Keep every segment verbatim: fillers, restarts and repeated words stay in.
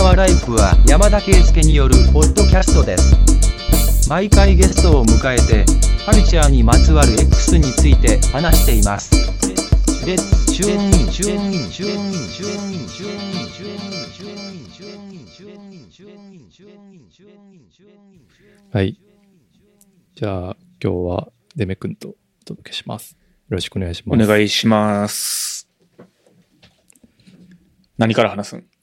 川ライフは山田圭介によるポッドキャストです。毎回ゲストを迎えてカルチャーにまつわる X について話しています。レッツチューンインチューンインチューンインチューンインチューンインチューンインチューンインチューンインチューンインチューンインチューンインチューンインチューンイン。 はい。じゃあ今日はデメ君とお届けします。よろしくお願いします。 お願いします。何から話すん？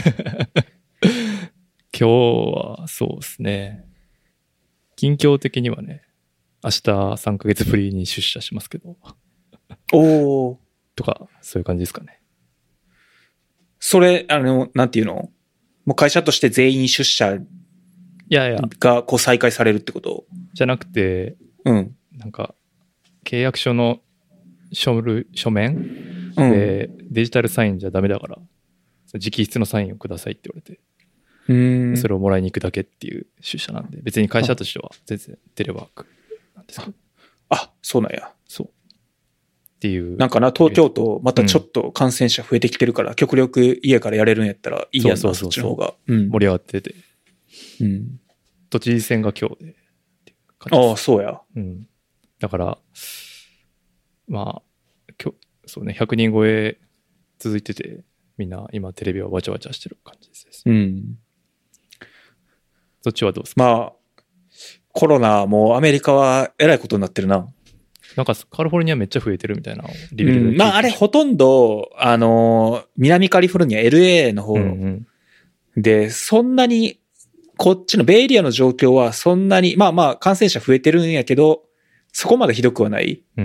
今日はそうですね。近況的にはね、明日さんかげつぶりに出社しますけど。 おー。 とか、そういう感じですかね。 それ、あの、なんていうの？もう会社として全員出社いやいやがこう再開されるってこと？ じゃなくて、 うん。 なんか、契約書の書類、書面うん、 でデジタルサインじゃダメだから、直筆のサインをくださいって言われて、 うーんそれをもらいに行くだけっていう出社なんで、別に会社としては全然テレワークなんですけど。 あ、そうなんや。 そう。っていう。 なんかな、東京都またちょっと感染者増えてきてるから、うん、極力家からやれるんやったらいいやんな、 そうそうそうそう、 そっちの方が。 うん、盛り上がってて。 うん。 都知事選が今日で。 ああ、そうや。 うん。だから、まあ、今日、そうね、ひゃくにん超え続いてて、みんな今テレビはわちゃわちゃしてる感じです。 うん。 そっちはどうですか？ まあ、コロナもアメリカはえらいことになってるな。 なんかカリフォルニアめっちゃ増えてるみたいなリビル、 うん、まああれほとんど、あの、南カリフォルニア エルエー の方、うんうん、で、そんなに、こっちのベイエリアの状況はそんなに、まあまあ感染者増えてるんやけど、そこまでひどくはない。 うん。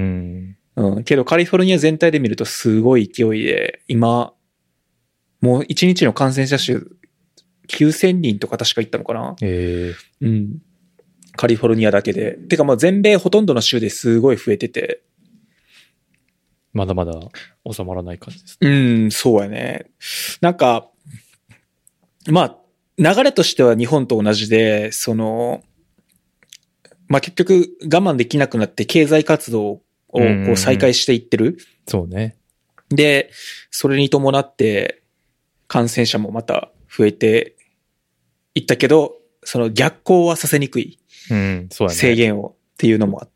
うん。けどカリフォルニア全体で見るとすごい勢いで、今、もういちにちの感染者数きゅうせんにんとか確か行ったのかな。 えー、うん。カリフォルニアだけで。てかまあ全米ほとんどの州ですごい増えてて。 まだまだ収まらない感じですね。うん、そうやね。なんか、まあ、流れとしては日本と同じで、その、まあ結局我慢できなくなって経済活動をこう再開していってる。 そうね。 で、それに伴って感染者もまた増えていったけど、その逆行はさせにくい制限をっていうのもあって、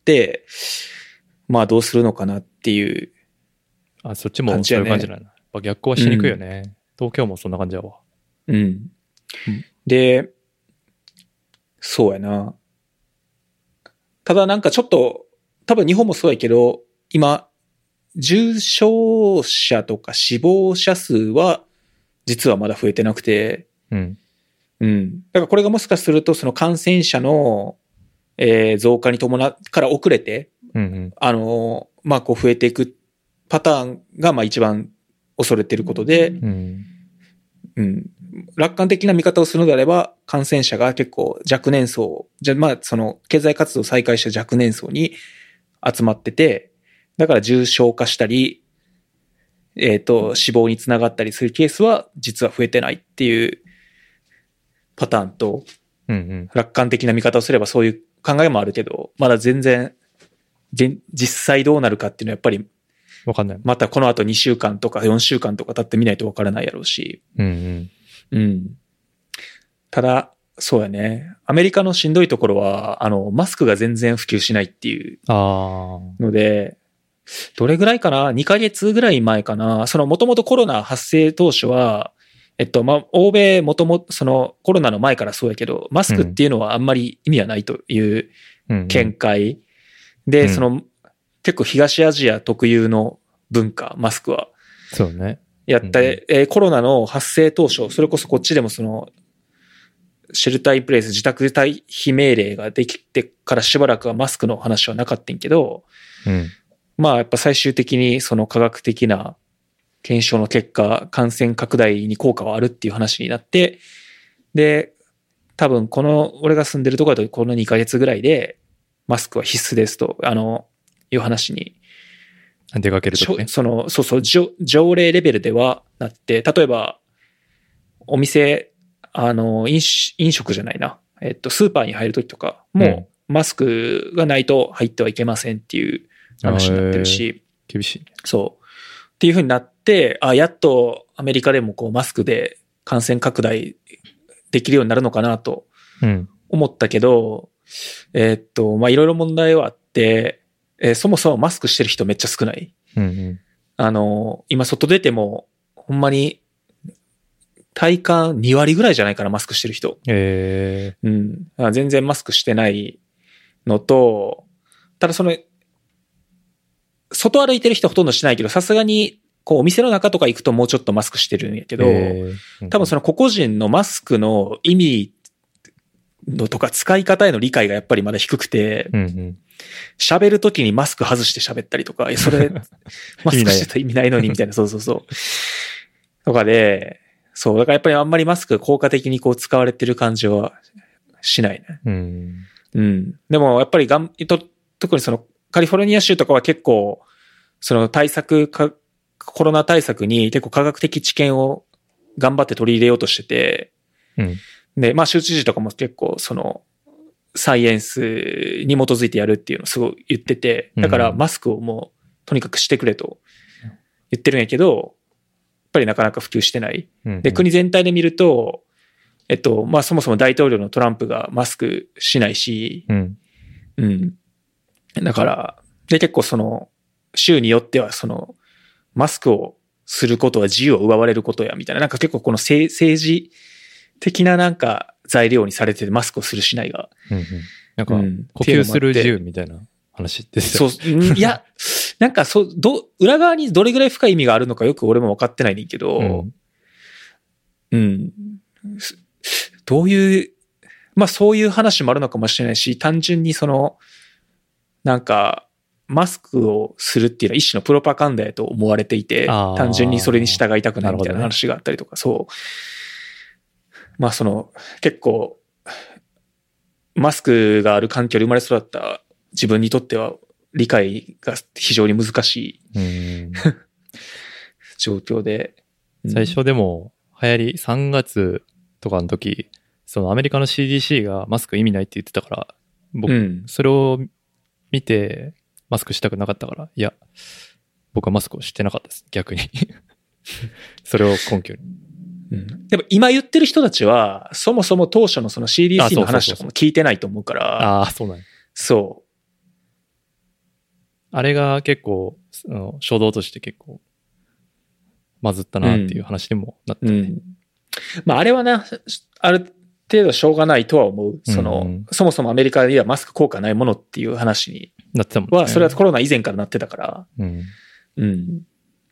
まあどうするのかなっていう。 あ、そっちもそういう感じなんだ。逆行はしにくいよね。うん、東京もそんな感じだわ。 うん。うん、で、そうやな。ただなんかちょっと、多分日本もそうやけど、今、重症者とか死亡者数は実はまだ増えてなくて、 うん。 うん。だからこれがもしかするとその感染者の、えー、増加に伴うから遅れて、 うんうん、 あの、まあ、こう増えていくパターンがまあ一番恐れていることで、 うん。 うん。楽観的な見方をするのであれば、感染者が結構若年層、じゃ、まあ、その、経済活動を再開した若年層に集まってて、だから重症化したり、えっと、死亡につながったりするケースは実は増えてないっていうパターンと、 うんうん、 楽観的な見方をすればそういう考えもあるけど、まだ全然、実際どうなるかっていうのはやっぱり、 わかんない。 またこの後にしゅうかんとかよんしゅうかんとか経ってみないとわからないやろうし。 うんうん。うん。ただ、そうやね。アメリカのしんどいところは、あの、マスクが全然普及しないっていうので、どれぐらいかな ?に ヶ月ぐらい前かなその、もともとコロナ発生当初は、えっと、まあ、欧米もともと、その、コロナの前からそうやけど、マスクっていうのはあんまり意味はないという見解。うんうん、で、その、結構東アジア特有の文化、マスクは。 そうね。 やった、うんうんえー、コロナの発生当初、それこそこっちでもその、シェルターインプレイス、自宅待避命令ができてからしばらくはマスクの話はなかったんけど、 うん、 まあやっぱ最終的にその科学的な検証の結果、感染拡大に効果はあるっていう話になって、で、多分この、俺が住んでるところだとこのにかげつぐらいで、マスクは必須ですと、あの、いう話に。 出かけるとね。 その、そうそう、条例レベルではなって、例えば、お店、あの、飲食じゃないな。えっと、スーパーに入るときとか、もう、マスクがないと入ってはいけませんっていう話になってるし。 厳しいね。 そう。っていう風になって、あ、やっとアメリカでもこう、マスクで感染拡大できるようになるのかなと思ったけど、うん、えー、っと、まあ、いろいろ問題はあって、えー、そもそもマスクしてる人めっちゃ少ない。 うんうん、あの、今外出ても、ほんまに、体感に割ぐらいじゃないかな、マスクしてる人。 えー、うん。全然マスクしてないのと、ただその、外歩いてる人ほとんどしないけど、さすがに、こう、お店の中とか行くともうちょっとマスクしてるんやけど、えー、多分その個々人のマスクの意味のとか使い方への理解がやっぱりまだ低くて、喋、うんうん、るときにマスク外して喋ったりとか、それ、マスクしてた意味ないのにみたいな、そうそうそう。とかで、そう、だからやっぱりあんまりマスク効果的にこう使われてる感じはしないね。 うん。 うん。でもやっぱりがん、と、特にそのカリフォルニア州とかは結構、その対策か、コロナ対策に結構科学的知見を頑張って取り入れようとしてて、 うん。 で、まあ州知事とかも結構その、サイエンスに基づいてやるっていうのをすごい言ってて、だからマスクをもうとにかくしてくれと言ってるんやけど、やっぱりなかなか普及してない。 うんうん、 で、国全体で見ると、えっと、まあそもそも大統領のトランプがマスクしないし、 うん。 うん。だから、で結構その、州によってはその、マスクをすることは自由を奪われることやみたいな、なんか結構この政治的ななんか材料にされててマスクをするしないが。 うんうん、なんか、呼吸する自由みたいな話ですよね。 そう、いや、なんかそう、ど、裏側にどれぐらい深い意味があるのかよく俺も分かってないねんけど、うん。うん、どういう、まあそういう話もあるのかもしれないし、単純にその、なんか、マスクをするっていうのは一種のプロパガンダやと思われていて、単純にそれに従いたくないみたいな話があったりとか、ね、そう。まあその、結構、マスクがある環境で生まれ育った自分にとっては理解が非常に難しいうん状況で。 うん、最初でも流行りさんがつとかの時、そのアメリカの シーディーシー がマスク意味ないって言ってたから、僕、うん、それを見てマスクしたくなかったから、いや、僕はマスクをしてなかったです、逆に。それを根拠に。 うん、でも今言ってる人たちは、そもそも当初のその シーディーシー の話とかも聞いてないと思うから。 ああ、そうなんや。 そう。 あれが結構、衝動として結構、まずったなっていう話にもなったね。うんうん、 まああれはな、ある程度しょうがないとは思う。その、うん、そもそもアメリカにはマスク効果ないものっていう話に。 なってたもんね。 は、それはコロナ以前からなってたから。 うん。 うん。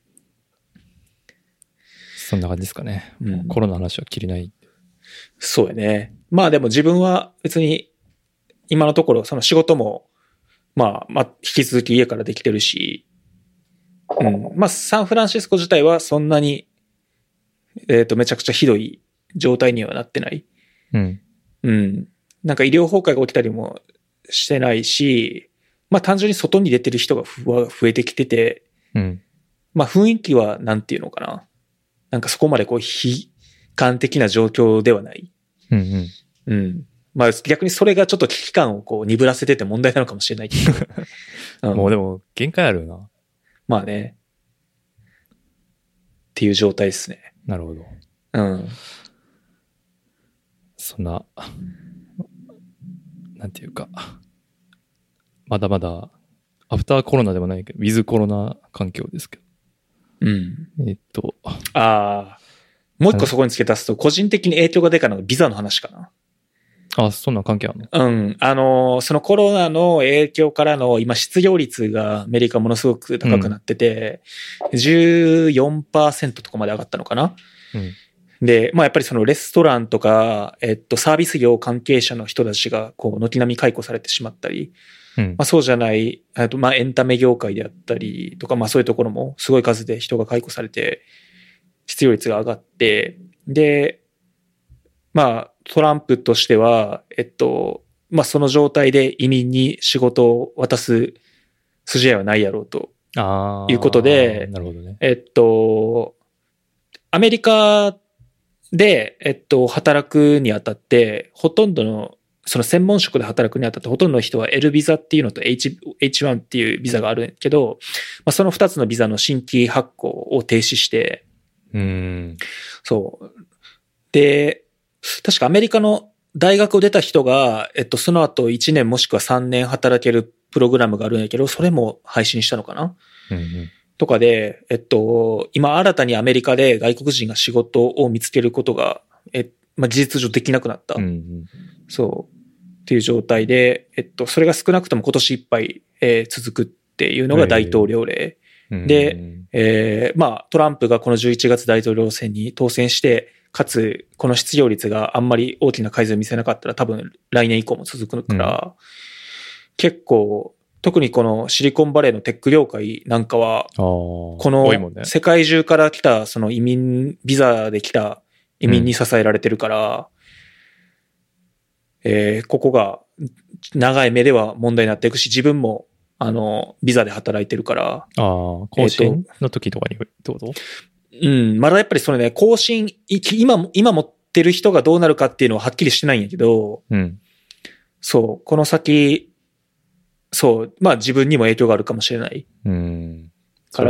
そんな感じですかね。うん、コロナの話はきりない。 そうやね。まあでも自分は別に今のところその仕事もまあ、まあ、引き続き家からできてるし、うん。まあサンフランシスコ自体はそんなに、えっとめちゃくちゃひどい状態にはなってない。 うん。 うん。なんか医療崩壊が起きたりもしてないし、まあ単純に外に出てる人が増えてきてて、 うん。 まあ雰囲気はなんていうのかな。なんかそこまでこう悲観的な状況ではない。 うんうん。 うん。まあ逆にそれがちょっと危機感をこう鈍らせてて問題なのかもしれないけど。うん、もうでも限界あるな。 まあね。っていう状態ですね。 なるほど。 うん。 そんな、なんていうか、まだまだ、アフターコロナでもないけど、ウィズコロナ環境ですけど。 うん。 えっと。 ああ。もう一個そこに付け足すと、個人的に影響が出たのがビザの話かな。 あ、そんな関係あるの？ うん。あの、そのコロナの影響からの、今失業率がアメリカものすごく高くなってて、うん、じゅうよんパーセント とかまで上がったのかな。 うん。 で、まあやっぱりそのレストランとか、えっと、サービス業関係者の人たちが、こう、軒並み解雇されてしまったり、 うん、 まあそうじゃない、あとまあエンタメ業界であったりとか、まあそういうところもすごい数で人が解雇されて、失業率が上がって、で、まあトランプとしては、えっと、まあその状態で移民に仕事を渡す筋合いはないやろうということで、 なるほどね。 えっと、アメリカで、えっと、働くにあたって、ほとんどのその専門職で働くにあたってほとんどの人は L ビザっていうのと H、エイチワン っていうビザがあるけど、まあ、そのふたつのビザの新規発行を停止して、 うーん。 そう。 で、確かアメリカの大学を出た人が、えっと、その後いちねんもしくはさんねん働けるプログラムがあるんやけど、それも配信したのかな、 うんうん、とかで、えっと、今新たにアメリカで外国人が仕事を見つけることが、え、まあ、事実上できなくなった。 うんうん、 そう。っていう状態で、えっと、それが少なくとも今年いっぱい、えー、続くっていうのが大統領令。えー、で、うん、えー、まあ、トランプがこのじゅういちがつ大統領選に当選して、かつ、この失業率があんまり大きな改善を見せなかったら多分来年以降も続くから、うん、結構、特にこのシリコンバレーのテック業界なんかは、この世界中から来たその移民、ビザで来た移民に支えられてるから、うん、えー、ここが長い目では問題になっていくし、自分もあの、ビザで働いてるから。ああ、更新の時とかにってこと？ うん、まだやっぱりそれね、更新、今、今持ってる人がどうなるかっていうのははっきりしてないんやけど、 うん、 そう、この先、そう、まあ自分にも影響があるかもしれない。 うん。 から、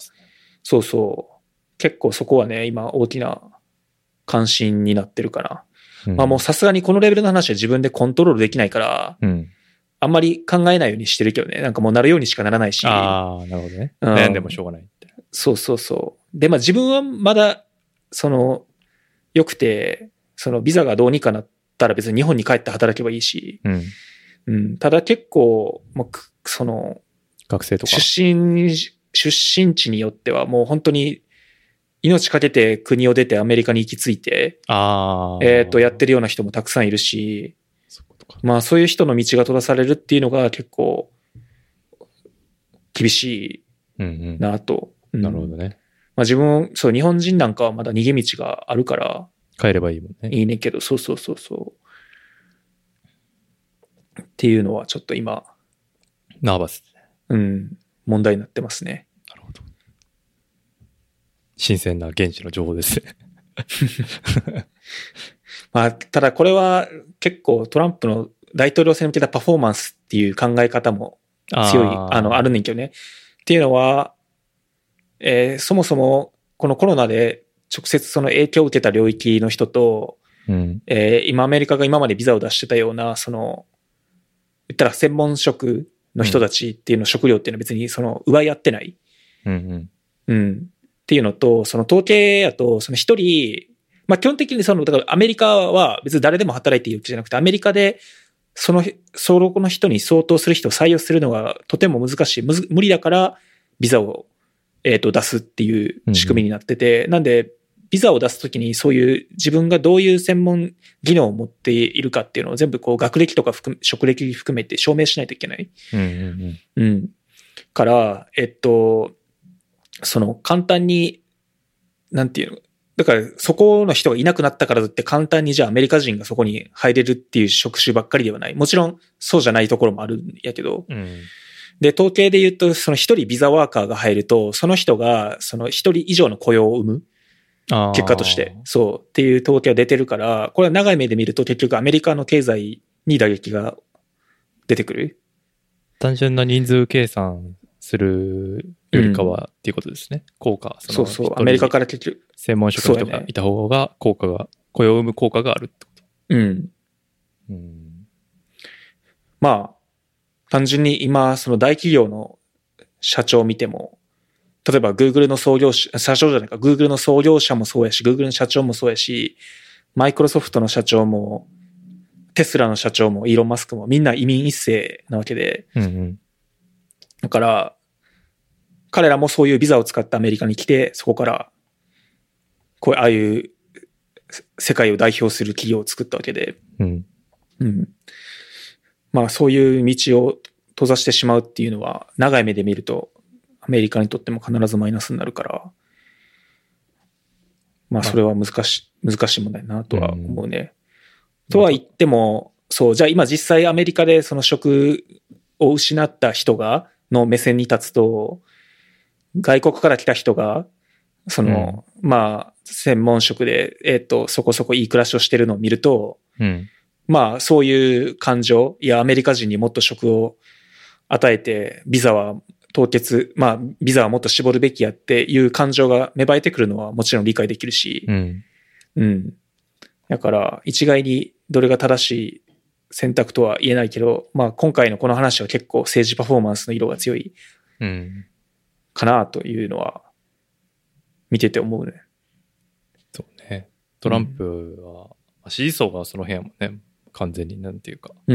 そうそう。結構そこはね、今大きな関心になってるかな。うん、まあもうさすがにこのレベルの話は自分でコントロールできないから、 うん、 あんまり考えないようにしてるけどね。なんかもうなるようにしかならないし。 ああ、なるほどね。うん、悩んでもしょうがないって。 そうそうそう。で、まあ自分はまだ、その、良くて、そのビザがどうにかなったら別に日本に帰って働けばいいし、 うん。 うん、ただ結構、まあ、その、 学生とか。 出身、出身地によってはもう本当に命かけて国を出てアメリカに行き着いて、 あえっと、やってるような人もたくさんいるし、まあそういう人の道が閉ざされるっていうのが結構厳しいなと。 うんうん、なるほどね。 まあ自分、そう、日本人なんかはまだ逃げ道があるから。 帰ればいいもんね。 いいねんけど、そうそうそうそう。っていうのはちょっと今。 ナーバス。 うん。問題になってますね。 なるほど。新鮮な現地の情報ですね。 まあ、ただこれは結構トランプの大統領選に向けたパフォーマンスっていう考え方も強い、あ, あの、あるねんけどね。っていうのは、えー、そもそもこのコロナで直接その影響を受けた領域の人と、 うんえー、今アメリカが今までビザを出してたような、その、言ったら専門職の人たちっていうの、うん、食料っていうのは別にその奪い合ってない。 うんうん。うん。っていうのと、その統計やと、その一人、まあ基本的にその、だからアメリカは別に誰でも働いていいわけじゃなくて、アメリカでその、その人に相当する人を採用するのがとても難しい。むず無理だからビザを、えっと、出すっていう仕組みになってて、うん、なんで、ビザを出すときにそういう自分がどういう専門技能を持っているかっていうのを全部こう学歴とか含め、職歴含めて証明しないといけない。 うんうんうん。うん。から、えっと、その簡単に、なんていうの、だからそこの人がいなくなったからといって簡単にじゃあアメリカ人がそこに入れるっていう職種ばっかりではない。もちろんそうじゃないところもあるんやけど。 うん、 で、統計で言うとその一人ビザワーカーが入ると、その人がその一人以上の雇用を生む。結果として。そう。っていう統計が出てるから、これは長い目で見ると結局アメリカの経済に打撃が出てくる。 単純な人数計算するよりかはっていうことですね。うん、効果。 そのそうそう。アメリカから結局。 専門職の人がいた方が効果が、雇用を生む効果があるってこと。 うん。うん、まあ、単純に今、その大企業の社長を見ても、例えば Google の創業者、社長じゃないか、Google の創業者もそうやし、Google の社長もそうやし、マイクロソフトの社長も、テスラの社長も、イーロン・マスクもみんな移民一世なわけで、 うんうん、 だから、彼らもそういうビザを使ってアメリカに来て、そこから、こう、ああいう世界を代表する企業を作ったわけで、 うんうん、まあそういう道を閉ざしてしまうっていうのは、長い目で見ると、アメリカにとっても必ずマイナスになるから、まあそれは難しい、難しい問題だなとは思うね。うん、とは言っても、そう、じゃあ今実際アメリカでその職を失った人が、の目線に立つと、外国から来た人が、その、うん、まあ、専門職で、えっと、そこそこいい暮らしをしてるのを見ると、 うん、 まあそういう感情、いやアメリカ人にもっと職を与えて、ビザは凍結、まあ、ビザはもっと絞るべきやっていう感情が芽生えてくるのはもちろん理解できるし、 うん。 うん。 だから一概にどれが正しい選択とは言えないけど、まあ今回のこの話は結構政治パフォーマンスの色が強いかなというのは見てて思うね。 そうね。トランプは、うん、支持層がその辺やもんね。完全になんていうか。 うん。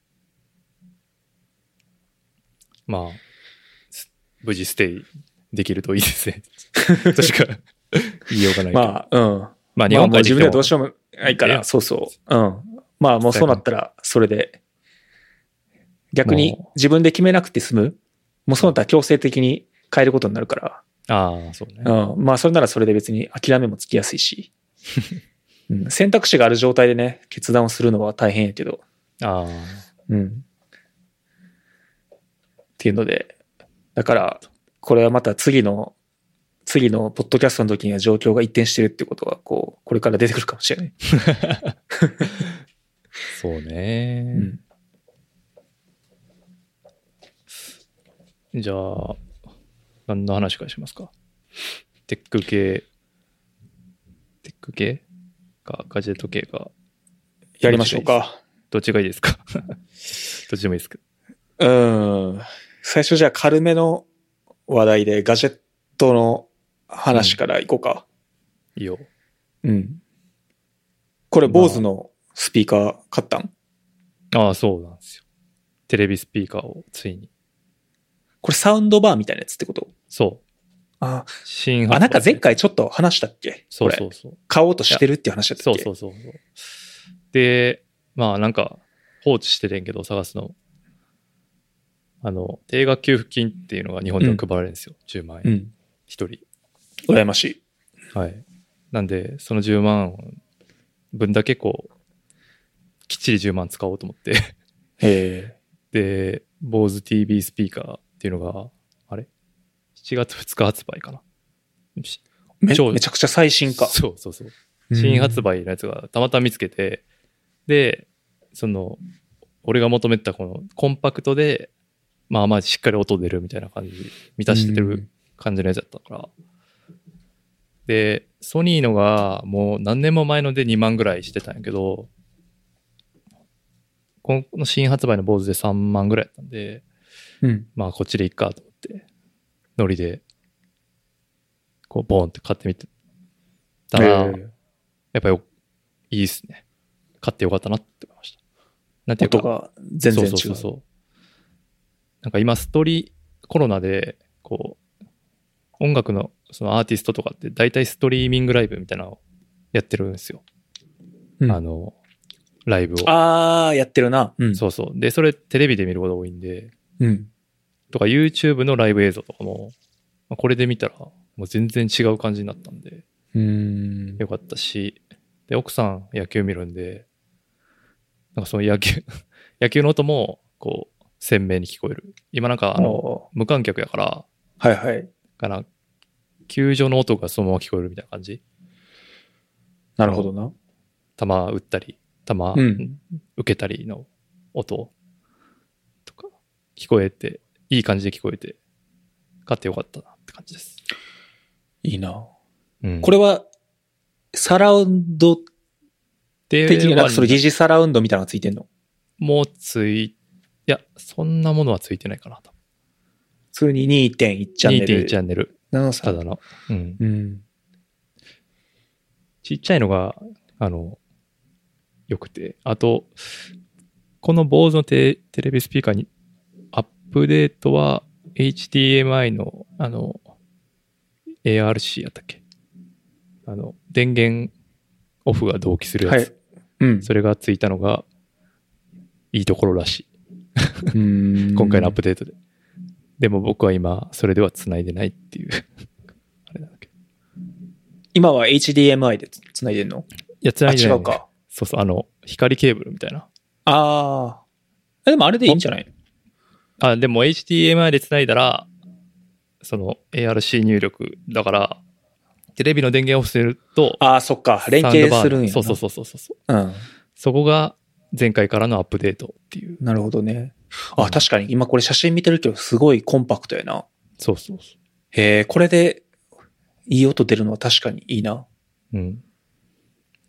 まあ、無事ステイできるといいですね。としか言いようがないけど。 まあ、うん。 まあ日本から自分ではどうしようもないから、そうそう。うん。まあもうそうなったらそれで、逆に自分で決めなくて済む。もうそうなったら強制的に変えることになるから。 ああ、そうね。 うん。まあそれならそれで別に諦めもつきやすいし。うん、選択肢がある状態でね、決断をするのは大変やけど。 ああ。 うん。っていうので、だから、これはまた次の、次のポッドキャストの時には状況が一転してるってことは、こう、これから出てくるかもしれない。 そうね、うん。じゃあ、何の話からしますか？テック系、テック系かガジェット系か。 やりましょうか。 どっちがいいですか？どっちでもいいですけど。うん。最初じゃあ軽めの話題でガジェットの話からいこうか。 うん、いいよ。 うん。これ、坊主のスピーカー買ったん？ ああ、そうなんですよ。テレビスピーカーをついに。 これサウンドバーみたいなやつってこと？ そう。 あ新発売。 あ、なんか前回ちょっと話したっけ？ そうそうそう。 買おうとしてるっていう話だったっけ？ そうそうそう。で、まあなんか放置しててんけど探すの。あの、定額給付金っていうのが日本では配られるんですよ。うん、じゅうまんえん。うん、ひとり。 羨ましい。 はい。なんで、そのじゅうまん分だけこう、きっちりじゅうまん使おうと思って。 へで、坊主 ティービー スピーカーっていうのが、あれ ?しちがつふつか発売かな。 め, めちゃくちゃ最新か。 そうそうそう。新発売のやつがたまたま見つけて、で、その、俺が求めたこのコンパクトで、まあまあしっかり音出るみたいな感じ、満たしてる感じのやつだったから。で、ソニーのがもう何年も前のでにまんぐらいしてたんやけど、この新発売の坊主でさんまんぐらいやったんで、 うん、 まあこっちでいっかと思って、ノリで、こうボーンって買ってみてたら、えー、やっぱりいいっすね。買ってよかったなって思いました。なんていうか。 音が全然違う。 そうそうそう。なんか今ストリコロナでこう音楽のそのアーティストとかって大体ストリーミングライブみたいなのをやってるんですよ。うん、あのライブを。 ああやってるな。 うん、そうそう。でそれテレビで見ることが多いんで、 うん、 とか YouTube のライブ映像とかも、まあ、これで見たらもう全然違う感じになったんで、 うーんよかったし、で奥さん野球見るんで、なんかその野球野球の音もこう鮮明に聞こえる。今なんかあの無観客やから、 はいはい。 かな球場の音がそのまま聞こえるみたいな感じ。 なるほどな。 球打ったり、球、うん、受けたりの音とか聞こえて、いい感じで聞こえて、買ってよかったなって感じです。 いいな。 うん、 これはサラウンド的になんかそれ疑似サラウンドみたいなのがついてんの？ もうついいや、そんなものはついてないかなと。 普通に にてんいち チャンネル。 にてんいち チャンネル。 ただの。うん。 うん。 ちっちゃいのが、あの、良くて。あと、この坊主のテ、テレビスピーカーにアップデートは エイチディーエムアイ の、あの、エーアールシー やったっけ？あの、電源オフが同期するやつ。はい。 うん。 それがついたのが、いいところらしい。 うん今回のアップデートで。でも僕は今それでは繋いでないっていうあれなんだけど。 今は エイチディーエムアイ で繋いでんの？ いや繋いでない、ね。 あ、違うか。 そうそう、あの光ケーブルみたいな。 ああ。でもあれでいいんじゃない？ あ、でも エイチディーエムアイ で繋いだらその エーアールシー 入力だからテレビの電源をオフすると、 ああそっか連携するんやな。 そうそうそうそうそう。 うん。 そこが前回からのアップデートっていう。 なるほどね。あ、うん、確かに今これ写真見てるけどすごいコンパクトやな。 そうそうそう。 へえ、これでいい音出るのは確かにいいな。 うん。っ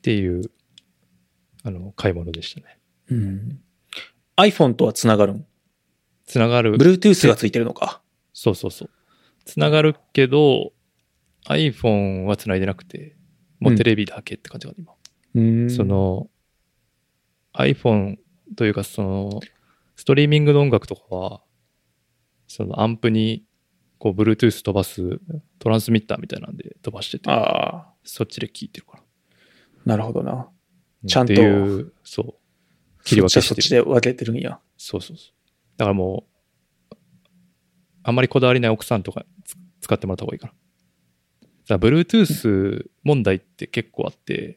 っていうあの買い物でしたね。 うん。iPhone とはつながるん？ つながる。 Bluetooth がついてるのか。 そうそうそう。つながるけど iPhone はつないでなくて、もうテレビだけって感じが今。 うん、 その iPhone というかそのストリーミングの音楽とかはそのアンプにこう Bluetooth 飛ばすトランスミッターみたいなんで飛ばしてて、 あそっちで聞いてるから。 なるほどな。ちゃんとっていうそう切り分けしてる。 そっちで分けてるんや。 そうそうそう。だからもうあんまりこだわりない奥さんとか使ってもらった方がいいかな。だから Bluetooth 問題って結構あって、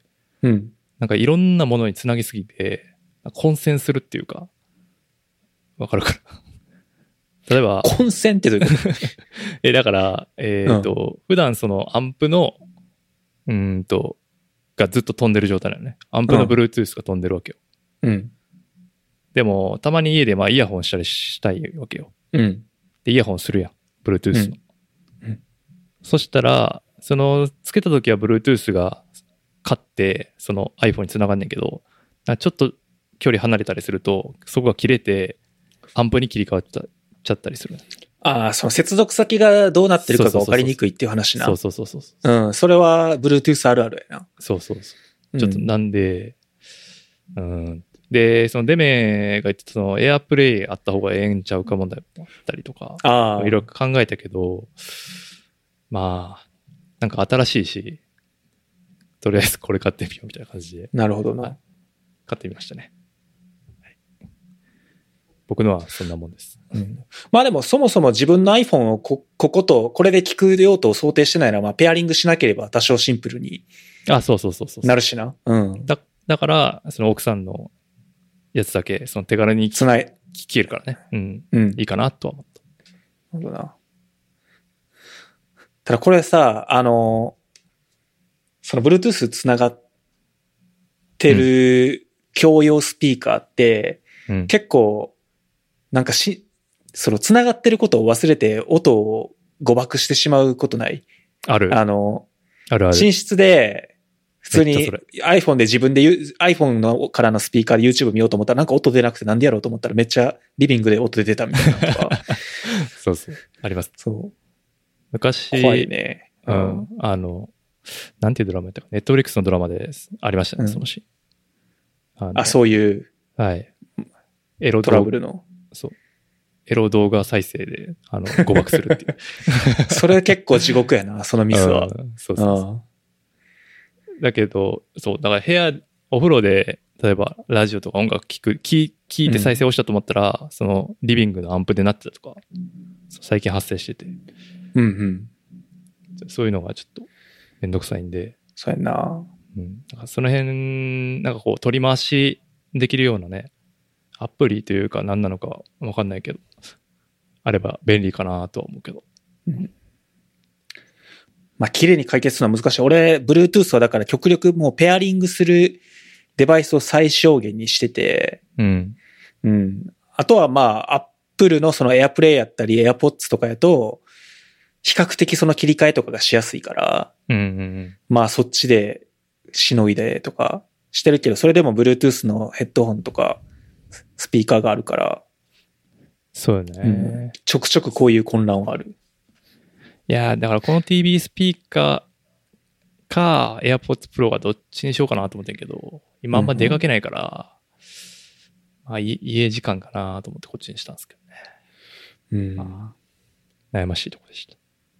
うん、 なんかいろんなものにつなぎすぎて混戦するっていうか、わかるかな。例えば混戦ってどういうことえだからえっ、ー、と、うん、普段そのアンプのうーんとがずっと飛んでる状態だよね。アンプの Bluetooth が飛んでるわけよ。 うん。 でもたまに家でまあイヤホンしたりしたいわけよ。 うん。 でイヤホンするやん Bluetooth の、 うんうん。 そしたらそのつけた時は Bluetooth が勝ってその iPhone につながんねんけど、ちょっと距離離れたりするとそこが切れてアンプに切り替わっちゃったりする。 ああ、その接続先がどうなってるかが分かりにくいっていう話な。 そうそうそうそう。 うん、それは Bluetooth あるあるやな。 そうそうそう。ちょっとなんで、うん、うん、でそのデメが言ってたその AirPlay あった方がええんちゃうか問題もあったりとか、 ああ、 いろいろ考えたけど、まあなんか新しいし、とりあえずこれ買ってみようみたいな感じで。 なるほどな。 買ってみましたね。僕のはそんなもんです、 うん、まあでもそもそも自分の iPhone を こ, こことこれで聞く用途を想定してないのは、まあペアリングしなければ多少シンプルにあそうそうそうそうなるしな。うん。 だだからその奥さんのやつだけその手軽につない聞けるからね。うん。 うん。 いいかなとは思った。 なるほどな。ただこれさ、あのその Bluetooth つながってる共用スピーカーって、うん、結構なんかし、その繋がってることを忘れて音を誤爆してしまうことない？ ある。 あの、 あるある。 寝室で、普通に iPhone で自分で、iPhone のからのスピーカーで YouTube 見ようと思ったらなんか音出なくてなんでやろうと思ったらめっちゃリビングで音出てたみたいなとか。 そうそう。あります。 そう。 昔。 怖いね。 うん。あの、なんていうドラマやったか、Netflix のドラマでありましたね、うん、そのシーン。あ、あ、そういう。 はい。エロトラブルの。 そう。エロ動画再生で、あの、誤爆するっていう。 それ結構地獄やな、そのミスは。 そうそうそう。だけど、そう、だから部屋、お風呂で、例えばラジオとか音楽聞く、聞, 聞いて再生をしたと思ったら、うん、そのリビングのアンプでなってたとか、最近発生してて。 うんうん。 そういうのがちょっとめんどくさいんで。 そうやな。 うん。だからその辺、なんかこう、取り回しできるようなね、アプリというか何なのかわかんないけど、あれば便利かなとは思うけど。 うん、まあ、綺麗に解決するのは難しい。俺、Bluetooth はだから極力もうペアリングするデバイスを最小限にしてて、 うん。 うん。あとはまあ、Apple のその AirPlay やったり AirPods とかやと、比較的その切り替えとかがしやすいから、 うんうんうん、 まあそっちでしのいでとかしてるけど、それでも Bluetooth のヘッドホンとか、スピーカーがあるから。 そうよね、うん。 ちょくちょくこういう混乱はある。いやだからこの ティービー スピーカーか AirPods Pro がどっちにしようかなと思ってんけど、今あんま出かけないから、うん、まあ家時間かなと思ってこっちにしたんですけどね。 うん。 まあ、悩ましいところでした。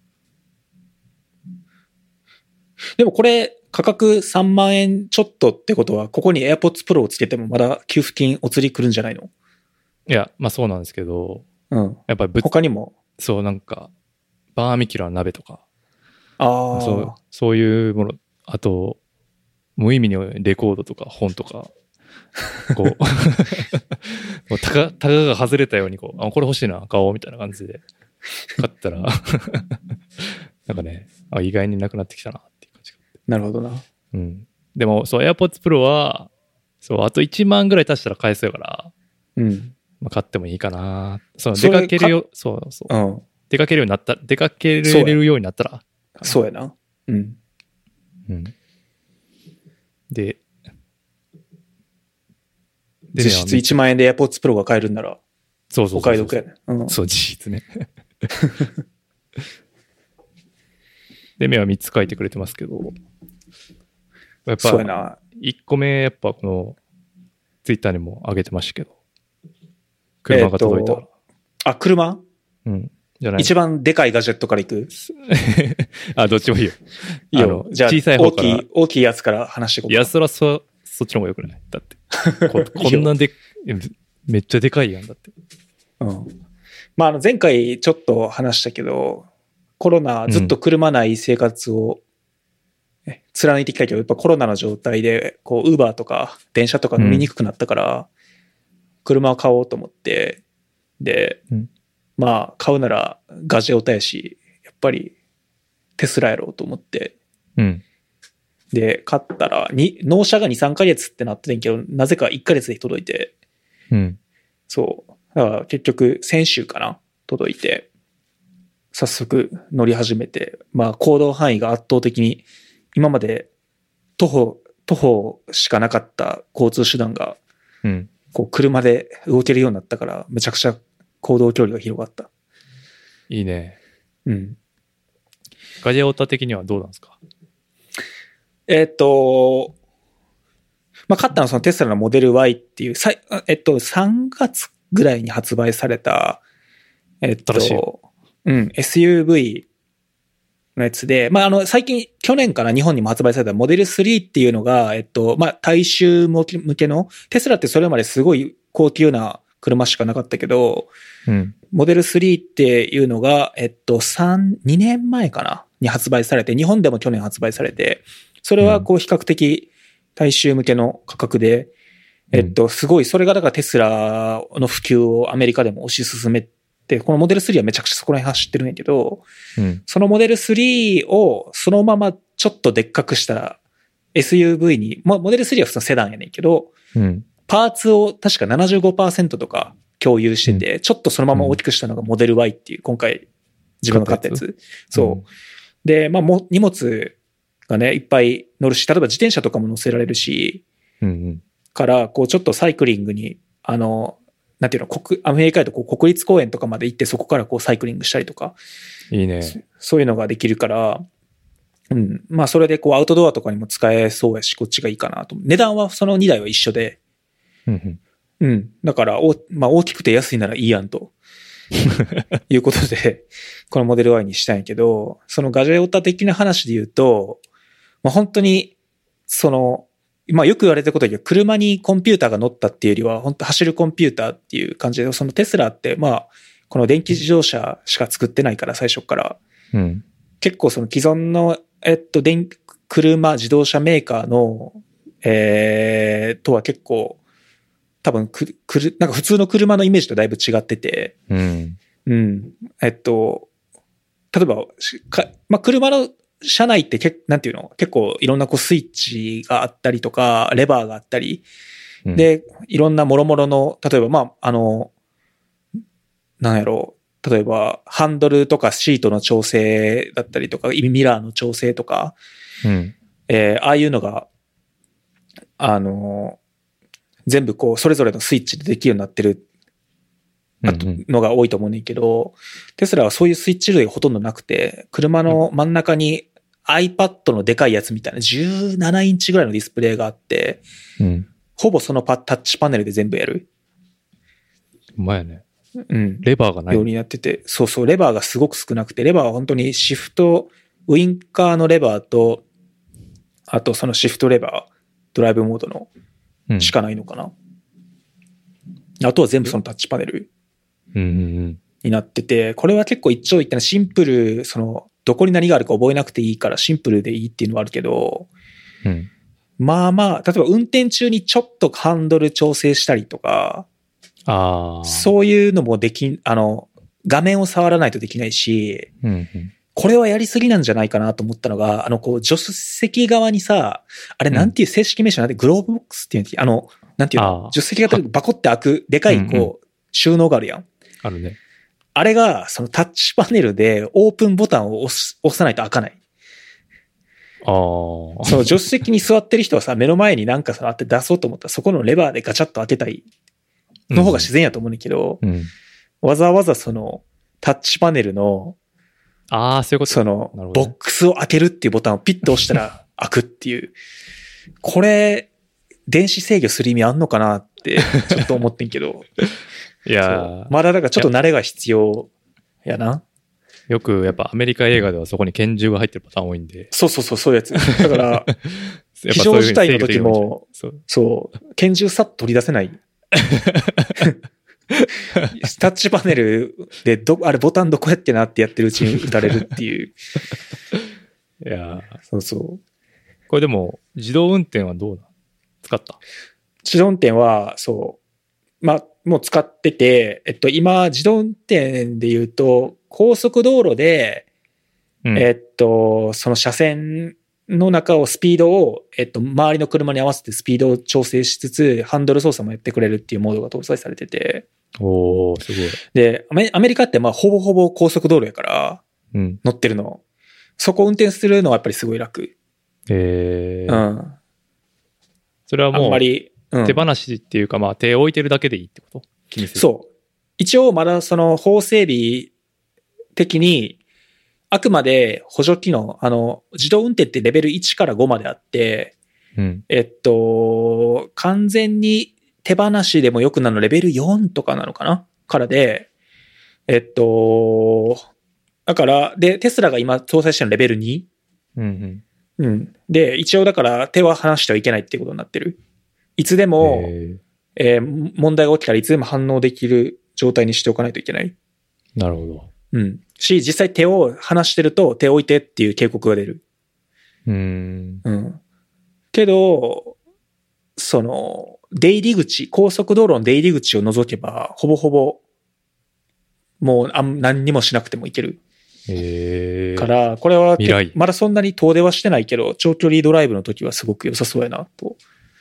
でもこれ価格さんまんえんちょっとってことは、ここに AirPods Pro をつけてもまだ給付金お釣り来るんじゃないの？ いや、まあそうなんですけど、 うん。 やっぱり他にもそうなんか、バーミキュラの鍋とか、 ああ。 そう、そういうもの、あと、無意味にレコードとか本とか、こう、もうたか、たかが外れたようにこう、あ、これ欲しいな、買おうみたいな感じで買ったら、なんかね、あ、意外になくなってきたなっていう感じが。 なるほどな。 うん。でも、そう、AirPods Pro は、そう、あといちまんぐらい足したら買えそうやから、 うん。 まあ、買ってもいいかな。その出かけるよ、そうそう、 うん。 出かけるようになった、出かけれるようになったら。 そうやな。うん。 うん。 で、 実質いちまん円で AirPods Pro が買えるんなら、 そうそうそうそう。 お買い得やね。うん。 そう、実質ね。で、目はみっつ書いてくれてますけど、やっぱ、そうやな。いっこめ、やっぱこの、ツイッターにも上げてましたけど、車が届いたら。 えー、あ、車？ うん。じゃない。 一番でかいガジェットからいく？ あ、どっちもいいよ。 いいよ。じゃあ、小さい方から。大きい、大きいやつから話していこうか。 いや、そらそ、そっちの方がよくない？だって。こ, こんなんで、めっちゃでかいやんだって。 うん。まあ、あの、前回ちょっと話したけど、コロナ、ずっと車ない生活を、うん、貫いてきたけど、やっぱコロナの状態で、こう、ウーバーとか電車とか乗りにくくなったから、うん、車を買おうと思って、で、うん、まあ、買うならガジェオタやし、やっぱりテスラやろうと思って、 うん、 で、買ったら、に、納車がに、さんかげつってなっててんけど、なぜかいっかげつで届いて、 うん、 そう。だから結局、先週かな届いて、早速乗り始めて、まあ、行動範囲が圧倒的に、今まで徒歩、徒歩しかなかった交通手段が、 うん、 こう、車で動けるようになったから、めちゃくちゃ行動距離が広がった。 いいね。 うん。 ガジェオタ的にはどうなんですか？ えっと、まあ、買ったのはそのテスラのモデル Y っていう、さいえっと、さんがつぐらいに発売された、えっと、うん、エスユーブイ のやつで、まあ、あの、最近、去年から日本にも発売されたモデルスリーっていうのが、えっと、まあ、大衆向けの、テスラってそれまですごい高級な車しかなかったけど、 うん、 モデルスリーっていうのが、えっと、3、にねんまえかなに発売されて、日本でも去年発売されて、それはこう比較的大衆向けの価格で、うん、えっと、すごい、それがだからテスラの普及をアメリカでも推し進めて、このモデルスリーはめちゃくちゃそこら辺走ってるんやけど、 うん、 そのモデルスリーをそのままちょっとでっかくしたら エスユーブイ に、モデルスリーは普通のセダンやねんけど、 うん、 パーツを確か ななじゅうごパーセント とか共有してて、うん、ちょっとそのまま大きくしたのがモデル Y っていう、今回自分が買ったやつ。そう。うん、で、まあも、荷物がね、いっぱい乗るし、例えば自転車とかも乗せられるし、 うんうん、 から、こうちょっとサイクリングに、あの、なんていうの、国、アメリカだとこう国立公園とかまで行ってそこからこうサイクリングしたりとか。 いいね。 そ, そういうのができるから、うん。まあそれでこうアウトドアとかにも使えそうやし、こっちがいいかなと。値段はそのにだいは一緒で。 うんうんうん。だから、お、まあ、大きくて安いならいいやんと。いうことで、このモデル Y にしたんやけど、そのガジェオタ的な話で言うと、まあ、本当に、その、まあ、よく言われてることだけど、車にコンピューターが乗ったっていうよりは、本当走るコンピューターっていう感じで、そのテスラって、まあ、この電気自動車しか作ってないから、最初から。 うん、結構その既存の、えっと、電、車、自動車メーカーの、えー、とは結構、多分く、くる、なんか普通の車のイメージとだいぶ違ってて、 うん。 うん。えっと、例えば、かまあ、車の車内ってけなんていうの結構いろんなこうスイッチがあったりとか、レバーがあったり、うん、で、いろんな諸々の、例えば、まあ、あの、なんやろう、例えば、ハンドルとかシートの調整だったりとか、ミラーの調整とか、 うん、 えー、ああいうのが、あの、全部こう、それぞれのスイッチでできるようになってるのが多いと思うねんけど、うんうん、テスラはそういうスイッチ類ほとんどなくて、車の真ん中に iPad のでかいやつみたいなじゅうななインチぐらいのディスプレイがあって、 うん、 ほぼそのパタッチパネルで全部やる。 うまいね。 うん。 レバーがない。 ようになってて、そうそう、レバーがすごく少なくて、レバーは本当にシフト、ウインカーのレバーと、あとそのシフトレバー、ドライブモードの、しかないのかな、うん、あとは全部そのタッチパネルになってて、 うんうんうん、 これは結構一長一短なシンプル、そのどこに何があるか覚えなくていいからシンプルでいいっていうのはあるけど、 うん、 まあまあ例えば運転中にちょっとハンドル調整したりとか、 あそういうのもできん、あの画面を触らないとできないし、 うんうん、 これはやりすぎなんじゃないかなと思ったのが、あの、こう、助手席側にさ、あれなんていう正式名称なんで、グローブボックスっていうの、あの、なんていうの、助手席がバコって開く、でかい、こう、うんうん、収納があるやん。 あるね。 あれが、そのタッチパネルでオープンボタンを押す、押さないと開かない。 ああ。 その助手席に座ってる人はさ、目の前になんかさ、あって出そうと思ったら、そこのレバーでガチャッと開けたいの方が自然やと思うんだけど、 うんうん、 わざわざその、タッチパネルの、 ああ、そういうこと。 その、ね、ボックスを開けるっていうボタンをピッと押したら開くっていう。これ、電子制御する意味あんのかなってちょっと思ってんけど。 いやまだだからちょっと慣れが必要やな。 よくやっぱアメリカ映画ではそこに拳銃が入ってるパターン多いんで。 そうそうそう、そういうやつ。だから、非常事態の時も、そうそう、拳銃さっと取り出せない。タッチパネルでど、あれボタンどこやってなってやってるうちに撃たれるっていう。 いやそうそう。 これでも、自動運転はどうだ使った？ 自動運転は、そう。まあ、もう使ってて、えっと、今、自動運転で言うと、高速道路で、うん、えっと、その車線の中をスピードを、えっと、周りの車に合わせてスピードを調整しつつ、ハンドル操作もやってくれるっていうモードが搭載されてて。 おー、すごい。 で、アメリカってまあ、ほぼほぼ高速道路やから、 うん、 乗ってるの。そこを運転するのはやっぱりすごい楽。 へー。 うん。 それはもう、 あんまり、うん、 手放しっていうか、まあ、手を置いてるだけでいいってこと？気にする。 そう。一応まだその法整備的に、あくまで補助機能、あの、自動運転ってレベルいちからごまであって、 うん、 えっと、完全に手放しでもよくなるのレベルよんとかなのかなからで、えっと、だから、で、テスラが今搭載してるのレベルに。 うんうん。 うん。で、一応だから手は離してはいけないっていうことになってる。いつでも、えー、問題が起きたらいつでも反応できる状態にしておかないといけない。 なるほど。 うん。し、実際手を離してると手を置いてっていう警告が出る。 うーん。 うん。けど、その、出入り口、高速道路の出入り口を除けば、ほぼほぼ、もうあん何にもしなくてもいける。 へー。 から、これは、 未来。 まだそんなに遠出はしてないけど、長距離ドライブの時はすごく良さそうやな、と。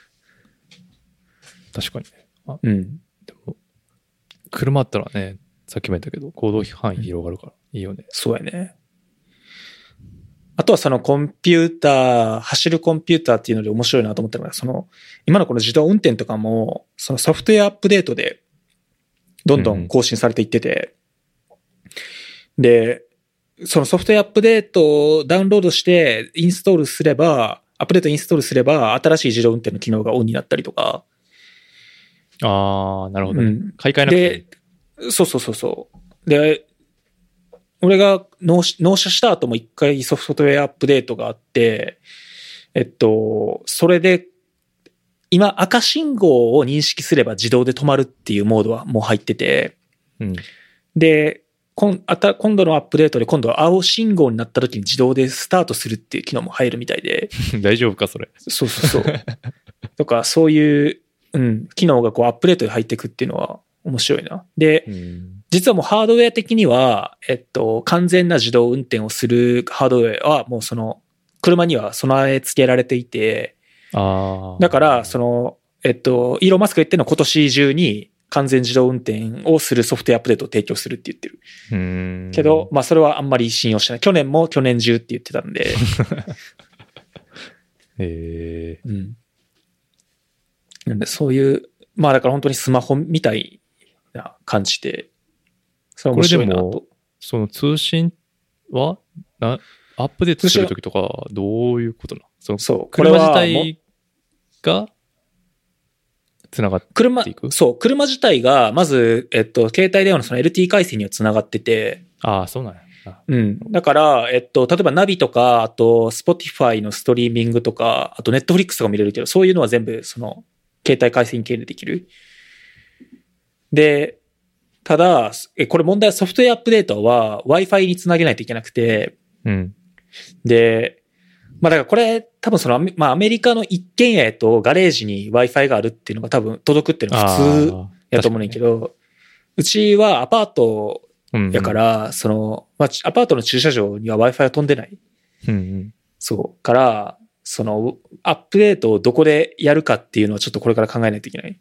確かにね。あ、 うん。 でも、車あったらね、さっきも言ったけど、行動範囲広がるから、いいよね。 そうやね。あとはそのコンピューター、走るコンピューターっていうので面白いなと思ったのが、その、今のこの自動運転とかも、そのソフトウェアアップデートで、どんどん更新されていってて、うん、で、そのソフトウェアアップデートをダウンロードしてインストールすれば、アップデートインストールすれば、新しい自動運転の機能がオンになったりとか。 ああ、なるほどね。うん、買い替えなくていい。 で、そうそうそうそう。で、俺が納車した後も一回ソフトウェアアップデートがあって、えっと、それで、今赤信号を認識すれば自動で止まるっていうモードはもう入ってて、 うん、 で、今度のアップデートで今度は青信号になった時に自動でスタートするっていう機能も入るみたいで。 大丈夫かそれ。 そうそうそう。とか、そういう、うん、機能がこうアップデートで入っていくっていうのは面白いな。で、うん、実はもうハードウェア的には、えっと、完全な自動運転をするハードウェアはもうその、車には備え付けられていて、 あだから、その、えっと、イーロン・マスクが言ってるのは今年中に完全自動運転をするソフトウェアアップデートを提供するって言ってる。 うーん。 けど、まあそれはあんまり信用してない。去年も去年中って言ってたんで。 へー。 うん。なんでそういう、まあだから本当にスマホみたいな感じで、それ面白いなと。 これでもその通信はなアップデートするときとかどういうことなの？そのそう、 車自体がつながっていく？ 車、そう、車自体が、まず、えっと、携帯電話のその エルティー 回線にはつながってて、 ああ、そうなんや。 うん。だから、えっと、例えばナビとか、あと、Spotify のストリーミングとか、あと Netflix とか見れるけど、そういうのは全部、その、携帯回線系でできる。で、ただ、え、これ問題はソフトウェアアップデートは Wi-Fi につなげないといけなくて、 うん。 で、まあだからこれ多分その、まあアメリカの一軒家とガレージに Wi-Fi があるっていうのが多分届くっていうのが普通やと思うんだけど、うちはアパートやから、うんうん、その、まあアパートの駐車場には Wi-Fi は飛んでない。 うんうん。 そう。から、その、アップデートをどこでやるかっていうのはちょっとこれから考えないといけない。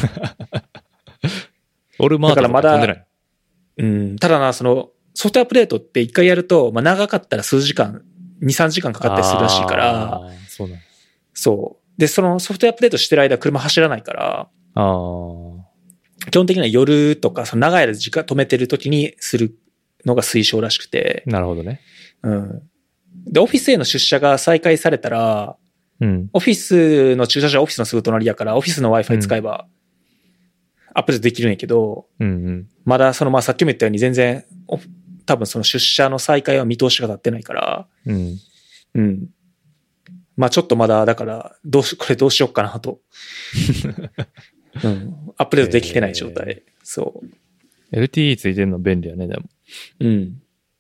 オルマートとか飛んでない。 うん。ただな、その、ソフトアップデートって一回やると、まあ長かったら数時間に、さんじかんかかったりするらしいから、 あそうなんそう。で、そのソフトウェアアップデートしてる間車走らないから、 あ基本的には夜とかその長い間時間止めてる時にするのが推奨らしくて。 なるほどね。 うん。で、オフィスへの出社が再開されたら、 うん、 オフィスの駐車場はオフィスのすぐ隣やから、オフィスの Wi-Fi 使えばアップデートできるんやけど、 うんうん、 まだそのまあさっきも言ったように全然、多分その出社の再開は見通しが立ってないから、 うん。 うん。まあちょっとまだ、だから、どうし、これどうしようかなと。うん。アップデートできてない状態。えー、そう。 エルティーイー ついてるの便利やね、でも。 うん。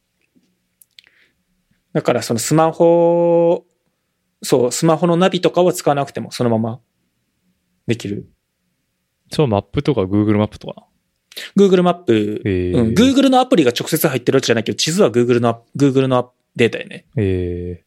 だからそのスマホ、そう、スマホのナビとかは使わなくてもそのままできる。 そう、マップとか Google マップとか。 Google マップ、 えーうん。Google のアプリが直接入ってるわけじゃないけど、地図は Google の、Google のデータやね。 え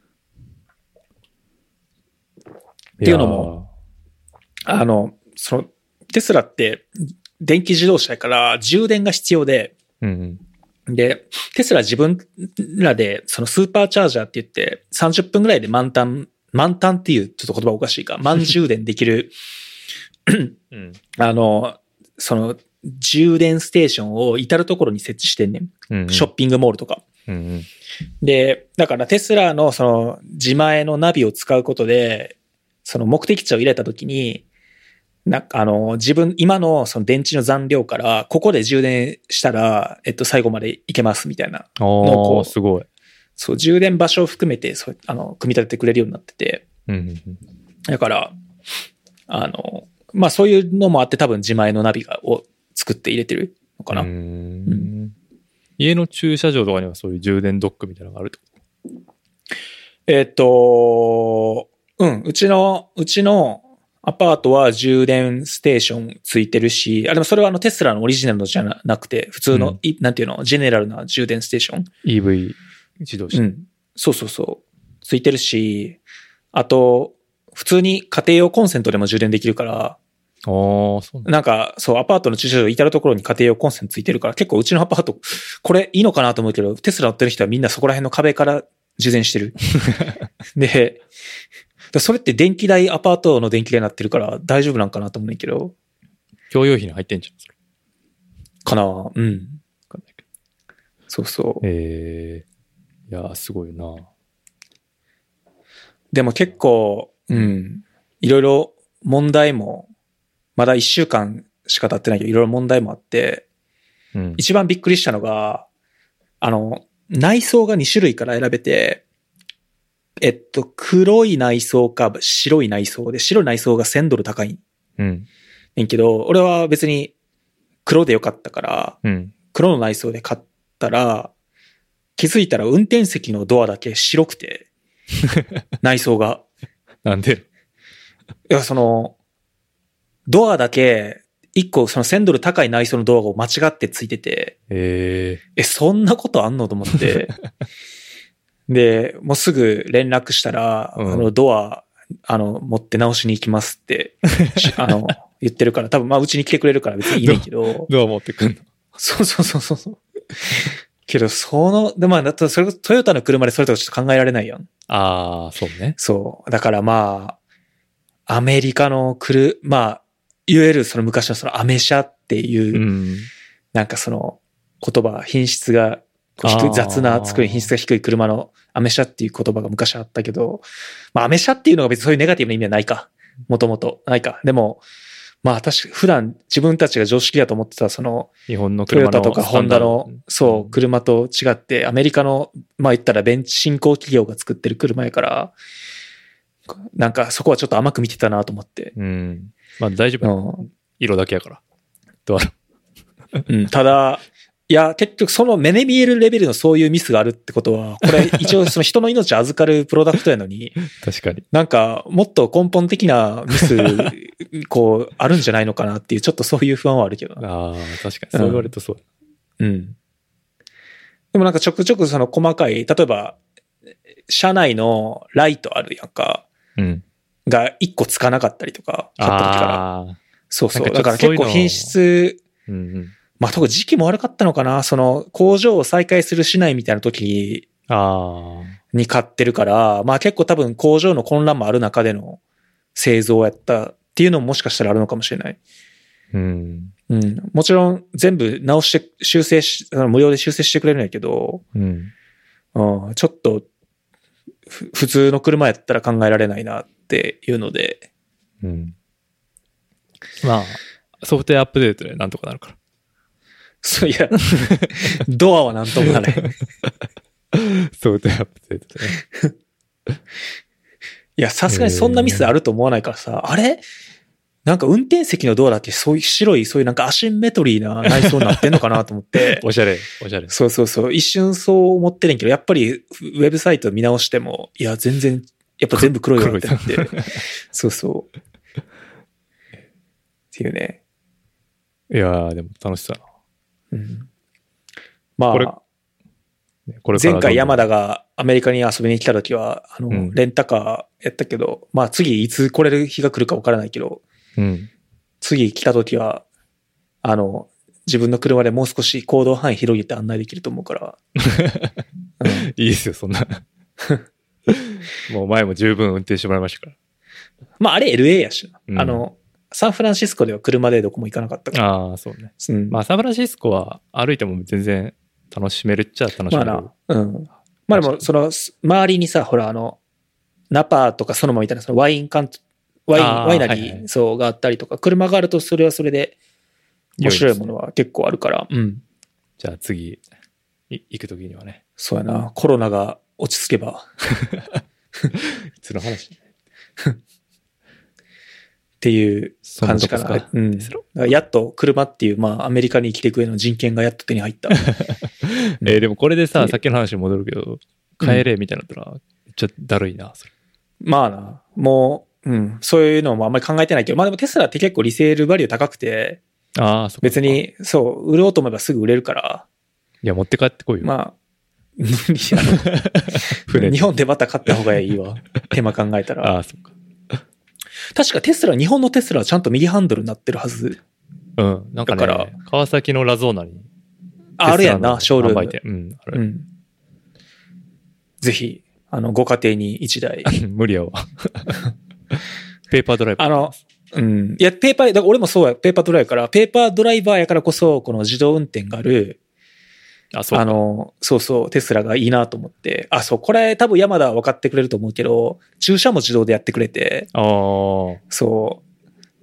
ー、っていうのも、あの、その、テスラって電気自動車やから充電が必要で、 うんうん、で、テスラ自分らでそのスーパーチャージャーって言ってさんじゅっぷんぐらいで満タン、満タンっていうちょっと言葉おかしいか、満充電できる、うん、あの、その充電ステーションを至るところに設置してんねん。うんうん、ショッピングモールとか。 うんうん、 で、だからテスラのその自前のナビを使うことで、その目的地を入れたときに、なんかあの、自分、今のその電池の残量から、ここで充電したら、えっと、最後までいけますみたいなのをこう、 すごい。 そう、充電場所を含めて、そう、あの、組み立ててくれるようになってて。 うんうんうん、 だから、あの、まあそういうのもあって多分自前のナビがを作って入れてるのかな。 うーん、うん、家の駐車場とかにはそういう充電ドックみたいなのがあるってこと？ えっと、うん、うちの、うちのアパートは充電ステーションついてるし、あ、でもそれはあのテスラのオリジナルのじゃなくて、普通の、うん、なんていうの、ジェネラルな充電ステーション。 イーブイ 自動車。 うん。そうそうそう。ついてるし、あと、普通に家庭用コンセントでも充電できるから、 ああ、そうなんだ。 なんか、そう、アパートの駐車場至るところに家庭用コンセントついてるから、結構うちのアパート、これいいのかなと思うけど、テスラ乗ってる人はみんなそこら辺の壁から充電してる。で、それって電気代、アパートの電気代になってるから大丈夫なんかなと思うんだけど。 共用費に入ってんじゃん、それ。 かなぁ。うん。かんないけど。そうそう。 ええー、いやー、すごいな。 でも結構、うん。いろいろ問題も、まだ一週間しか経ってないけど、いろいろ問題もあって、うん、一番びっくりしたのが、あの、内装がに種類から選べて、えっと、黒い内装か白い内装で、白い内装がせんドル高い。 うん。 ねんけど、俺は別に黒でよかったから、 うん、 黒の内装で買ったら、気づいたら運転席のドアだけ白くて、内装が。 なんで？ いや、その、ドアだけ、一個そのせんドル高い内装のドアが間違ってついてて、 えー、 え、そんなことあんのと思って、で、もうすぐ連絡したら、うん、あの、ドア、あの、持って直しに行きますって、あの、言ってるから、多分まあ、うちに来てくれるから別にいいねんけど。 ドア持ってくんの？ そうそうそうそう。けど、その、で、まあ、だとそれ、トヨタの車でそれとかちょっと考えられないやん。 ああ、そうね。 そう。だからまあ、アメリカの車、まあ、いわゆるその昔のそのアメ車っていう、うん、なんかその言葉、品質が低い、雑な作り、品質が低い車のアメ車っていう言葉が昔あったけど、まあアメ車っていうのが別にそういうネガティブな意味はないか。もともと。ないか。でも、まあ確か普段自分たちが常識だと思ってたその、 日本の車のトヨタとかホンダの、そう、車と違って、アメリカの、まあ言ったらベンチ新興企業が作ってる車やから、なんかそこはちょっと甘く見てたなと思って。 うん。まあ大丈夫、うん、色だけやから。どうだろう。 うん、ただ、いや、結局その目に見えるレベルのそういうミスがあるってことは、これ一応その人の命を預かるプロダクトやのに、 確かに。 なんかもっと根本的なミス、こう、あるんじゃないのかなっていう、ちょっとそういう不安はあるけどな。 ああ、確かに。そう言われるとそう。 うん。うん。でもなんかちょくちょくその細かい、例えば、車内のライトあるやんか。 うん。 が一個つかなかったりとか、買った時から。そうそう。 かだから結構品質、 うんうん、 まあ特に時期も悪かったのかな。その工場を再開するしないみたいな時、 あに買ってるから、まあ結構多分工場の混乱もある中での製造やったっていうのももしかしたらあるのかもしれない。 うん。 うん。もちろん全部直して、修正し、無料で修正してくれるんやけど、 うん。 うん、ちょっと、普通の車やったら考えられないなっていうので。 うん。まあ、ソフトウェアアップデートでなんとかなるから。 そういや、ドアはなんともならへん。 ソフトウェアアップデートでね。 いや、さすがにそんなミスあると思わないからさ、あれなんか運転席のドアだけそういう白い、そういうなんかアシンメトリーな内装になってんのかなと思って。 おしゃれ、おしゃれ。 そうそうそう。一瞬そう思ってるんけど、やっぱりウェブサイト見直しても、いや、全然、やっぱ全部黒いわってなって。そうそう。っていうね。 いやー、でも楽しそうな。 うん、まあ、 これこれ前回山田がアメリカに遊びに来た時は、あの、 うん、 レンタカーやったけど、まあ次いつ来れる日が来るか分からないけど、 うん、 次来た時は、あの、自分の車でもう少し行動範囲広げて案内できると思うから。 うん、いいですよ、そんな。もう前も十分運転してもらいましたから。 まああれ エルエー やしな、 うん。 あの、サンフランシスコでは車でどこも行かなかったから。 ああ、そうね。 うん、 まあサンフランシスコは歩いても全然楽しめるっちゃ楽しめる。 まあな。うん。まあでも、その、周りにさ、ほら、あの、ナパとかソノマみたいな、そのワインカン、ワイン、ワイナリー、はいはい、そうがあったりとか、車があるとそれはそれで面白いものは結構あるから。うん。 じゃあ次、行くときにはね。 そうやな。コロナが落ち着けば。 いつの話っていう感じかな。 かうん。 やっと車っていう、まあアメリカに生きていく上の人権がやっと手に入った。 えー、でもこれでさ、さっきの話に戻るけど、帰れみたいなったら、めっちゃだるいな、それ。 まあな。もう、うん。そういうのもあんまり考えてないけど、まあでもテスラって結構リセールバリュー高くて、 ああ、そう別に、そう、売ろうと思えばすぐ売れるから。 いや、持って帰ってこいよ。 まあ、日本でまた買った方がいいわ。手間考えたら。 ああ、そっか。 確かテスラ、日本のテスラはちゃんと右ハンドルになってるはず。 うん。なんかね、から川崎のラゾーナに。 あるやんな、ショールーム。 うん、ある。 うん。ぜひ、あの、ご家庭に一台。 無理やわ。ペーパードライバー。 あの、うん。いや、ペーパー、だから俺もそうや、ペーパードライバーから、ペーパードライバーやからこそ、この自動運転がある、 あ、そうあの、そうそう、テスラがいいなと思って。あ、そう、これ多分山田は分かってくれると思うけど、駐車も自動でやってくれて。 ああ。 そう。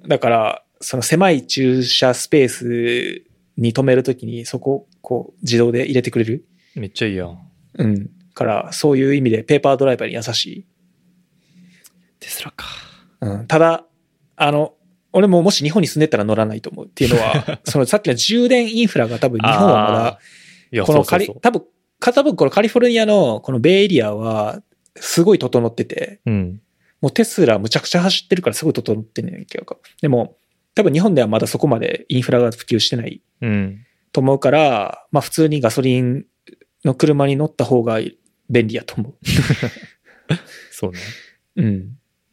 だから、その狭い駐車スペースに止めるときに、そこ、こう、自動で入れてくれる。 めっちゃいいやん。 うん。から、そういう意味でペーパードライバーに優しい。 テスラか。 うん。ただ、あの、俺ももし日本に住んでたら乗らないと思うっていうのは、そのさっきの充電インフラが多分日本はまだ、このカリ、多分、多分このカリフォルニアのこのベイエリアはすごい整ってて、 うん、 もうテスラむちゃくちゃ走ってるからすごい整ってんねんけど、でも多分日本ではまだそこまでインフラが普及してないと思うから、まあ普通にガソリンの車に乗った方が便利やと思う。 そうね。 うん。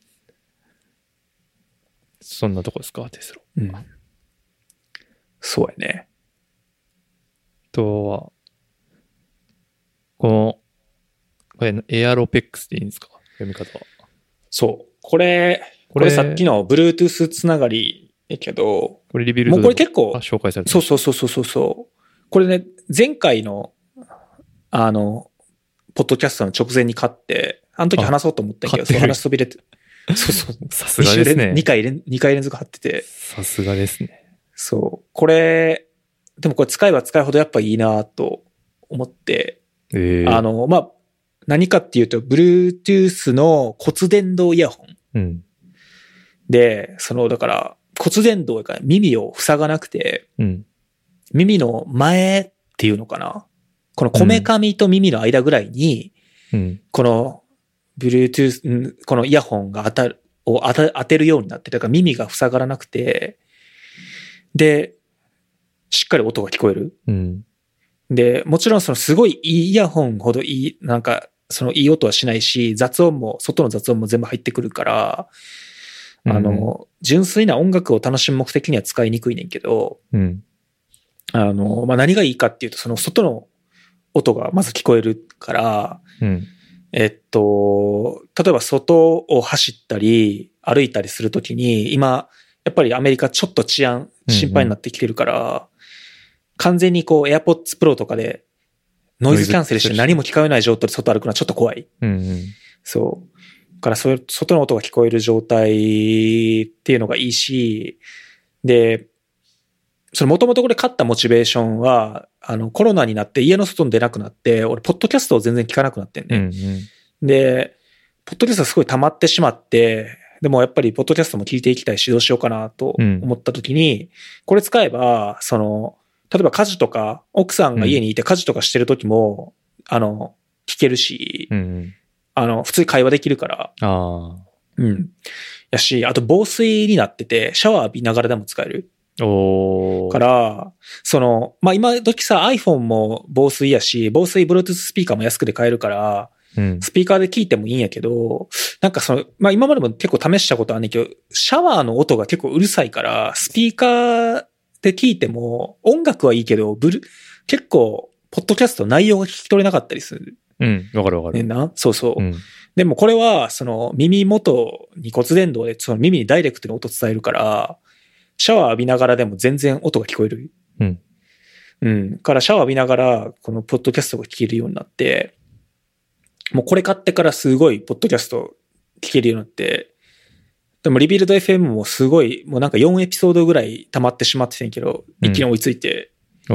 そんなとこですか、テスラ。 うん。そうやね。 とは、この、これ、エアロペックスでいいんですか、読み方は。 そう。これ、これさっきの Bluetooth つながりやけど、 これリビルドもうこれ結構、 紹介されてる。 そうそうそうそうそう。これね、前回の、あの、ポッドキャストの直前に買って、あの時話そうと思ったけど、そう話飛び出て、そうそう。 さすがですね。 にかい連、にかい連続貼ってて。 さすがですね。 そう。これ、でもこれ使えば使うほどやっぱいいなと思って、 えー、 あの、まあ、何かっていうと、Bluetooth の骨伝導イヤホン。 うん、 で、その、だから、骨伝導やから耳を塞がなくて、 うん、 耳の前っていうのかな、このこめかみと耳の間ぐらいに、 うん、 この、Bluetooth、このイヤホンが当たる、を当た当てるようになってる。だから耳が塞がらなくて、で、しっかり音が聞こえる。 うん、で、 もちろんそのすごいいいイヤホンほどいい、なんか、そのいい音はしないし、雑音も、外の雑音も全部入ってくるから、うん、あの、純粋な音楽を楽しむ目的には使いにくいねんけど、 うん、 あの、まあ、何がいいかっていうと、その外の音がまず聞こえるから、 うん、 えっと、例えば外を走ったり、歩いたりするときに、今、やっぱりアメリカちょっと治安心配になってきてるから、うんうん、完全にこう AirPods Pro とかでノイズキャンセルして何も聞こえない状態で外歩くのはちょっと怖い。 うんうん、 そう。だからそれ、外の音が聞こえる状態っていうのがいいし、で、その元々これ買ったモチベーションは、あのコロナになって家の外に出なくなって、俺ポッドキャストを全然聞かなくなってんね。 うんうん、 で、ポッドキャストがすごい溜まってしまって、でもやっぱりポッドキャストも聞いていきたいし、どうしようかなと思った時に、うん、これ使えば、その、例えば家事とか、奥さんが家にいて家事とかしてる時も、うん、あの、聞けるし、 うん、 あの、普通に会話できるから。 あうん。やし、あと防水になってて、シャワー浴びながらでも使える。 おー。 から、その、まあ、今時さ、iPhone も防水やし、防水 Bluetooth スピーカーも安くで買えるから、 うん、 スピーカーで聞いてもいいんやけど、なんかその、まあ、今までも結構試したことあるんだけど、シャワーの音が結構うるさいから、スピーカーで聞いても、音楽はいいけど、ブル、結構、ポッドキャスト内容が聞き取れなかったりする。 うん、わかるわかる。 ねんな。そうそう。 うん、 でもこれは、その、耳元に骨伝導で、その耳にダイレクトに音伝えるから、シャワー浴びながらでも全然音が聞こえる。 うん。 うん。からシャワー浴びながら、このポッドキャストが聞けるようになって、もうこれ買ってからすごいポッドキャスト聞けるようになって、でもリビルド エフエム もすごい、もうなんかよんエピソードぐらい溜まってしまってたんやけど、一気に追いついて、 うん、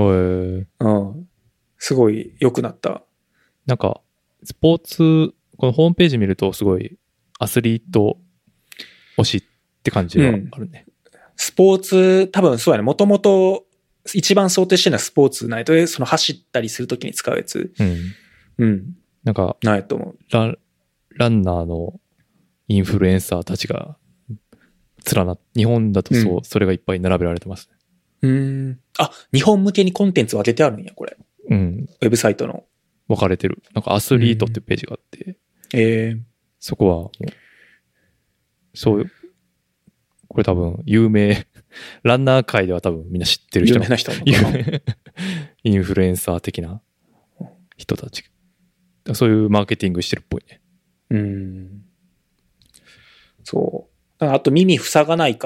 うん。すごい良くなった。 なんか、スポーツ、このホームページ見るとすごいアスリート推しって感じがあるね。 うん、スポーツ、多分そうやね。もともと一番想定してるのはスポーツないと、その走ったりするときに使うやつ。 うん。 うん。 なんか、 ないと思う。 ラ、ランナーのインフルエンサーたちが連なっ、日本だとそう、うん、それがいっぱい並べられてますね。うーん。あ、日本向けにコンテンツ分けてあるんや、これ。 うん。 ウェブサイトの。 分かれてる。なんかアスリートってページがあって。 うん、ええー。 そこはもう、そう、これ多分有名、ランナー界では多分みんな知ってる人。 有名な人インフルエンサー的な人たち。そういうマーケティングしてるっぽいね。 うん。そう。あと耳塞がないから、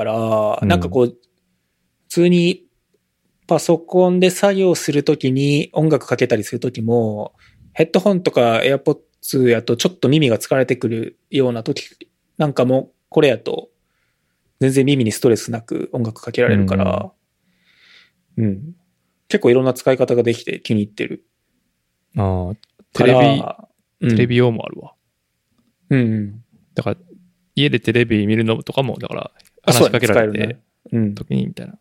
うん、なんかこう、普通にパソコンで作業するときに音楽かけたりするときも、ヘッドホンとか AirPods やとちょっと耳が疲れてくるようなときなんかもこれやと全然耳にストレスなく音楽かけられるから、うん、うん。結構いろんな使い方ができて気に入ってる。 ああ。テレビ、うん、テレビ用もあるわ。 うん、うん。 だから、家でテレビ見るのとかも、だから、話しかけられて、ね、うん、時にみたいな。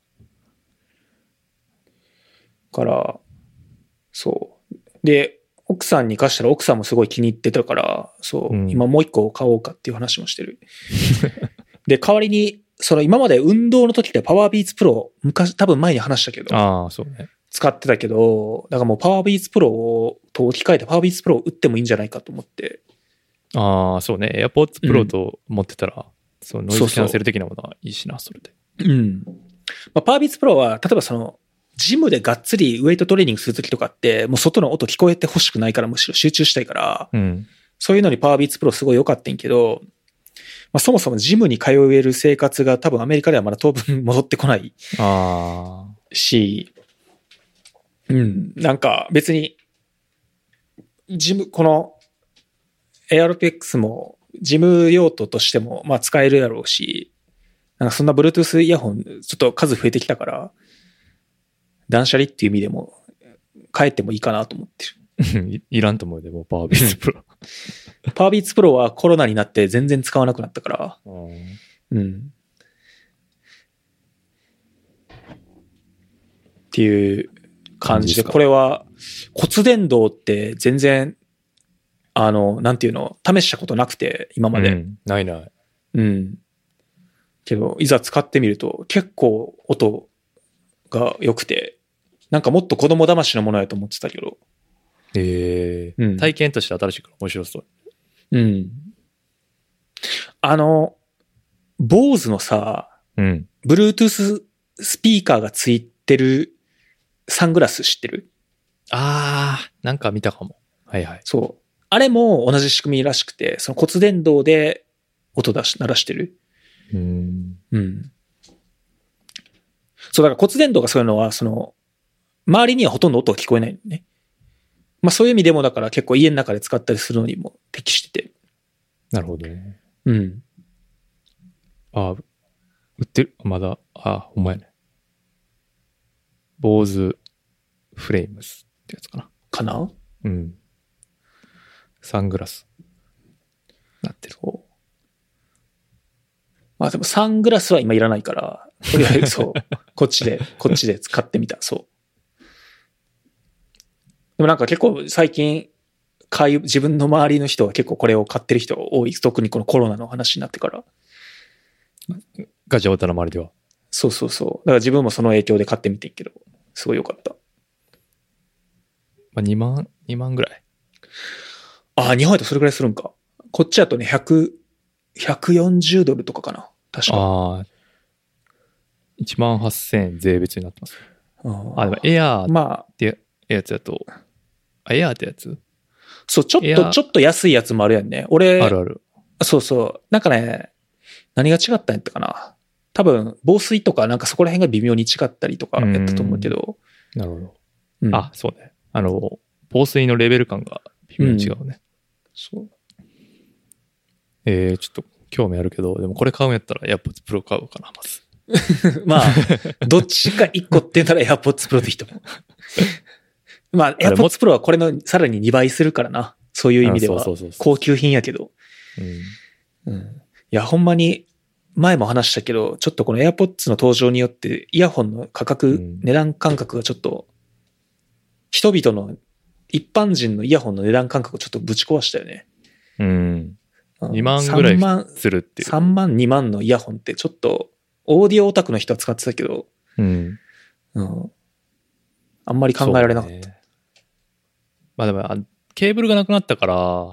から、そう。で、奥さんに貸したら奥さんもすごい気に入ってたから、そう、うん、今もう一個買おうかっていう話もしてる。で、代わりに、その今まで運動の時ってパワービーツプロ、昔、多分前に話したけど、 ああ、そうね。 使ってたけど、だからもうパワービーツプロをと置き換えてパワービーツプロを打ってもいいんじゃないかと思って。 ああ、そうね。AirPods Pro と持ってたら、うん、そうノイズキャンセル的なものはいいしな、それで。 うん。まあ、パワービーツプロは、例えばその、ジムでがっつりウェイトトレーニングするときとかって、もう外の音聞こえてほしくないから、むしろ集中したいから、 うん、 そういうのにパワービーツプロすごい良かったんけど、まあ、そもそもジムに通える生活が多分アメリカではまだ当分戻ってこないし、うん、なんか別に、ジム、この エーアールピーエックス もジム用途としてもまあ使えるだろうし、なんかそんな Bluetooth イヤホンちょっと数増えてきたから、断捨離っていう意味でも変えてもいいかなと思ってる。い, いらんと思うでもパワービーツプロ。 パワービーツプロはコロナになって全然使わなくなったから、うん。っていう感じで、これは骨伝導って全然あのなんていうの試したことなくて今まで、うん、 ないない。 うん。けどいざ使ってみると結構音が良くて、なんかもっと子供騙しのものやと思ってたけど。 ええーうん、体験として新しいから面白そう。 うん。あの、坊主のさ、 うん。 Bluetooth スピーカーがついてるサングラス知ってる？ あー、なんか見たかも。はいはい。 そう。 あれも同じ仕組みらしくて、その骨伝導で音出し、鳴らしてる。 うん。 うん。そう、だから骨伝導がそういうのは、その、周りにはほとんど音が聞こえないのね。まあそういう意味でもだから結構家の中で使ったりするのにも適してて。 なるほどね。 うん。 あ、売ってるまだ、あ、ほんまやね。坊主フレームスってやつかな。 かな？ うん。サングラス。なってる。 まあでもサングラスは今いらないから、とりあえずそう、こっちで、こっちで使ってみた。そう。でもなんか結構最近、買い、自分の周りの人は結構これを買ってる人が多い。特にこのコロナの話になってから。 ガジャオタの周りでは。 そうそうそう。だから自分もその影響で買ってみてんけど、すごい良かった。 まあ、にまん、にまんぐらい。 ああ、日本だとそれぐらいするんか。こっちだとね、ひゃく、ひゃくよんじゅうドルとかかな。確か。 ああ。いちまんはっせんえん税別になってます。 ああ、でもエアーまあ、 ってやつだと、あ、エアーってやつそう、ちょっと、ちょっと安いやつもあるやんね。俺、 あるある。 そうそう。なんかね、何が違ったんやったかな。多分、防水とかなんかそこら辺が微妙に違ったりとかやったと思うけど。 なるほど。 うん、 あ、そうね。あの、防水のレベル感が微妙に違うね。うん、 そう。 えー、ちょっと興味あるけど、でもこれ買うんやったら AirPods Pro 買うかな、まず。 まあ、どっちか一個って言ったら AirPods Pro でいいと思う。まあ、AirPods Pro はこれのさらににばいするからな。そういう意味では。高級品やけど。うん。うん。いや、ほんまに、前も話したけど、ちょっとこの AirPods の登場によって、イヤホンの価格、うん、値段感覚がちょっと、人々の、一般人のイヤホンの値段感覚をちょっとぶち壊したよね。 うん。にまんぐらいするっていう。 さんまん、にまんのイヤホンってちょっと、オーディオオタクの人は使ってたけど、 うん。 うん。あんまり考えられなかった。ね、 まあでも、ケーブルがなくなったから、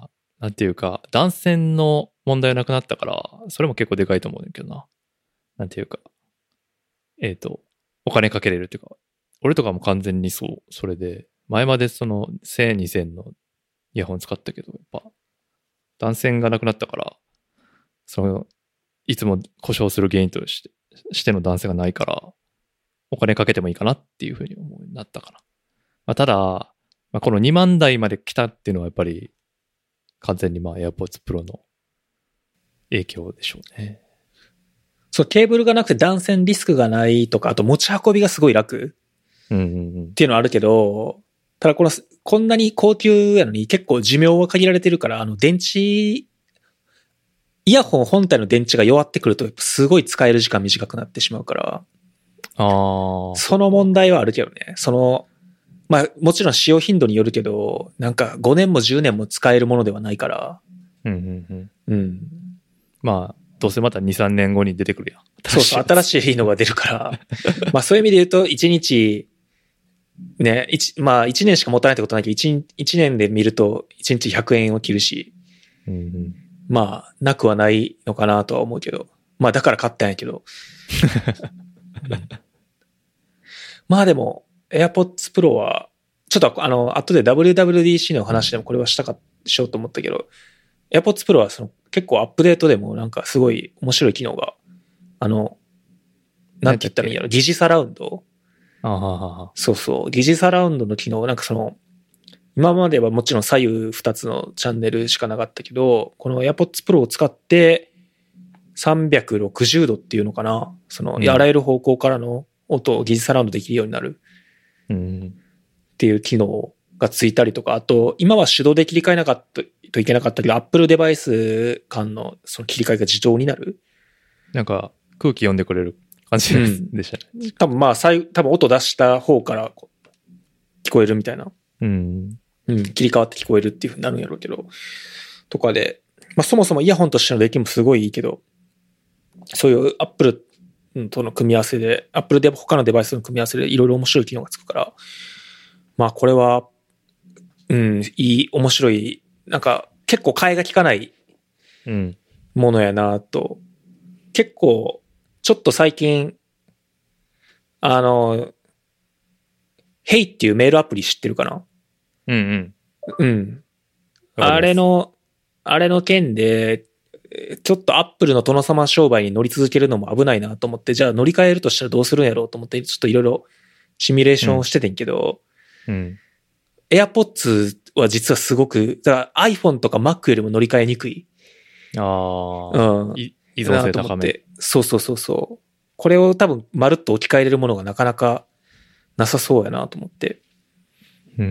なんていうか、断線の問題がなくなったから、それも結構でかいと思うんだけどな。なんていうか、えっと、お金かけれるっていうか、俺とかも完全にそう、それで、前までそのせん、にせんのイヤホン使ったけど、やっぱ、断線がなくなったから、その、いつも故障する原因として、しての断線がないから、お金かけてもいいかなっていうふうに思うようになったかな。まあ、ただ、まあ、このにまん台まで来たっていうのはやっぱり、完全にまあ AirPods Pro の影響でしょうね。 そう、ケーブルがなくて断線リスクがないとか、あと持ち運びがすごい楽っていうのはあるけど、ただこの、こんなに高級やのに結構寿命は限られてるから、あの電池、イヤホン本体の電池が弱ってくるとすごい使える時間短くなってしまうから、 あー、 その問題はあるけどね。その、まあもちろん使用頻度によるけど、なんかごねんもじゅうねんも使えるものではないから。 うんうんうん。 うん。 まあ、どうせまたに、さんねんごに出てくるやん。 そうそう、新しいのが出るから。まあそういう意味で言うと、いちにち、ね、まあいちねんしか持たないってことないけど、いち、いちねんで見るといちにちひゃくえんを切るし、 うんうん、 まあ、なくはないのかなとは思うけど。まあだから買ったんやけど。まあでも、AirPods Pro は、ちょっとあの、後で ダブリューダブリューディーシー の話でもこれはしたか、しようと思ったけど、AirPods Pro はその結構アップデートでもなんかすごい面白い機能が、あの、なんて言ったらいいんやろ、疑似サラウンドあはははそうそう、疑似サラウンドの機能、なんかその、今まではもちろん左右ふたつのチャンネルしかなかったけど、この AirPods Pro を使ってさんびゃくろくじゅうどっていうのかな、その、うん、あらゆる方向からの音を疑似サラウンドできるようになるっていう機能がついたりとか、あと、今は手動で切り替えなかったといけなかったけど、Apple デバイス間のその切り替えが自動になる。 なんか空気読んでくれる感じでしたね。 うん、多分まあ、多分音出した方から聞こえるみたいな。 うん。 うん。切り替わって聞こえるっていう風になるんやろうけど。とかで、まあそもそもイヤホンとしての出来もすごいいいけど、そういう Apple との組み合わせで、Apple で他のデバイスの組み合わせでいろいろ面白い機能がつくから、まあこれは、うん、いい、面白い、なんか結構替えが利かないものやなと、うん、結構、ちょっと最近、あの、Hey っていうメールアプリ知ってるかな？ うんうん。 うん。 あれの、あれの件で、ちょっとアップルの殿様商売に乗り続けるのも危ないなと思って、じゃあ乗り換えるとしたらどうするんやろうと思って、ちょっといろいろシミュレーションをしててんけど、 うん。うん、 AirPods は実はすごく、だから iPhone とか Mac よりも乗り換えにくい。 ああ。 うん。 依存性高め。 そうそうそうそう。これを多分まるっと置き換えれるものがなかなかなさそうやなと思って。 うん。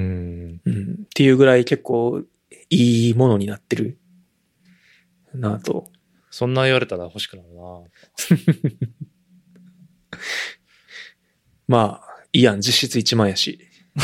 うん。っていうぐらい結構いいものになってるなと。 そんな言われたら欲しくなるな。 まあ、いいやん。実質いちまんやし。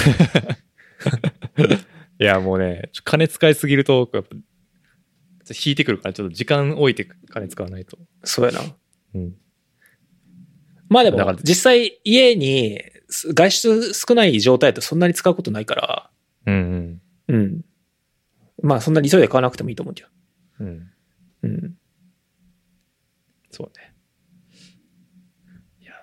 いや、もうね、金使いすぎると、やっぱ、引いてくるから、ちょっと時間置いて金使わないと。 そうやな。 うん。 まあでも、実際家に外出少ない状態だとそんなに使うことないから。 うんうん。 うん。まあそんなに急いで買わなくてもいいと思うけど。 うん。 うん。 そうね。 いや。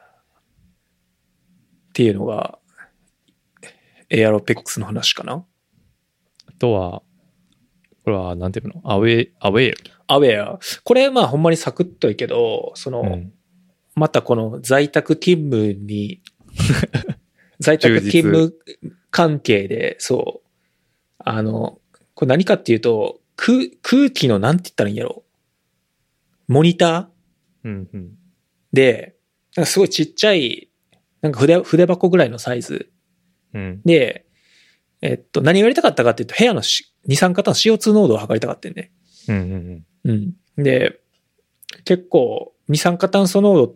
っていうのが、エアロペックスの話かな。 あとは、これは、なんていうのアウェイ、アウェイアウェア。これ、まあ、ほんまにサクッといいけど、その、うん、またこの在宅勤務に、在宅勤務関係で、そう、あの、これ何かっていうと、空、空気のなんて言ったらいいんやろ。モニター、 うんうん、 で、なんかすごいちっちゃい、なんか筆、筆箱ぐらいのサイズ。 うん、 で、えっと、何をやりたかったかっていうと、部屋の二酸化炭素 シーオーツー 濃度を測りたかったんね。 うんうんうん。で、結構、二酸化炭素濃度って、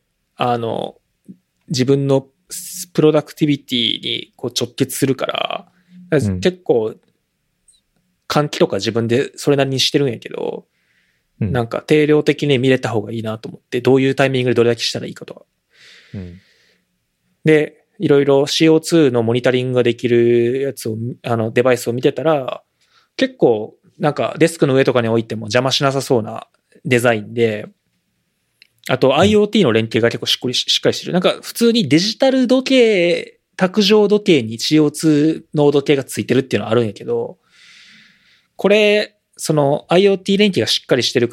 あの、自分のプロダクティビティにこう直結するから、うん、結構、換気とか自分でそれなりにしてるんやけど、うん、なんか定量的に見れた方がいいなと思って、どういうタイミングでどれだけしたらいいかとか。 うん、 で、いろいろ シーオーツー のモニタリングができるやつを、あの、デバイスを見てたら、結構、なんかデスクの上とかに置いても邪魔しなさそうなデザインで、あと IoT の連携が結構しっかりしっかりしてる。なんか普通にデジタル時計、卓上時計に シーオーツー 濃度計がついてるっていうのはあるんやけど、これ、その IoT 連携がしっかりしてるから、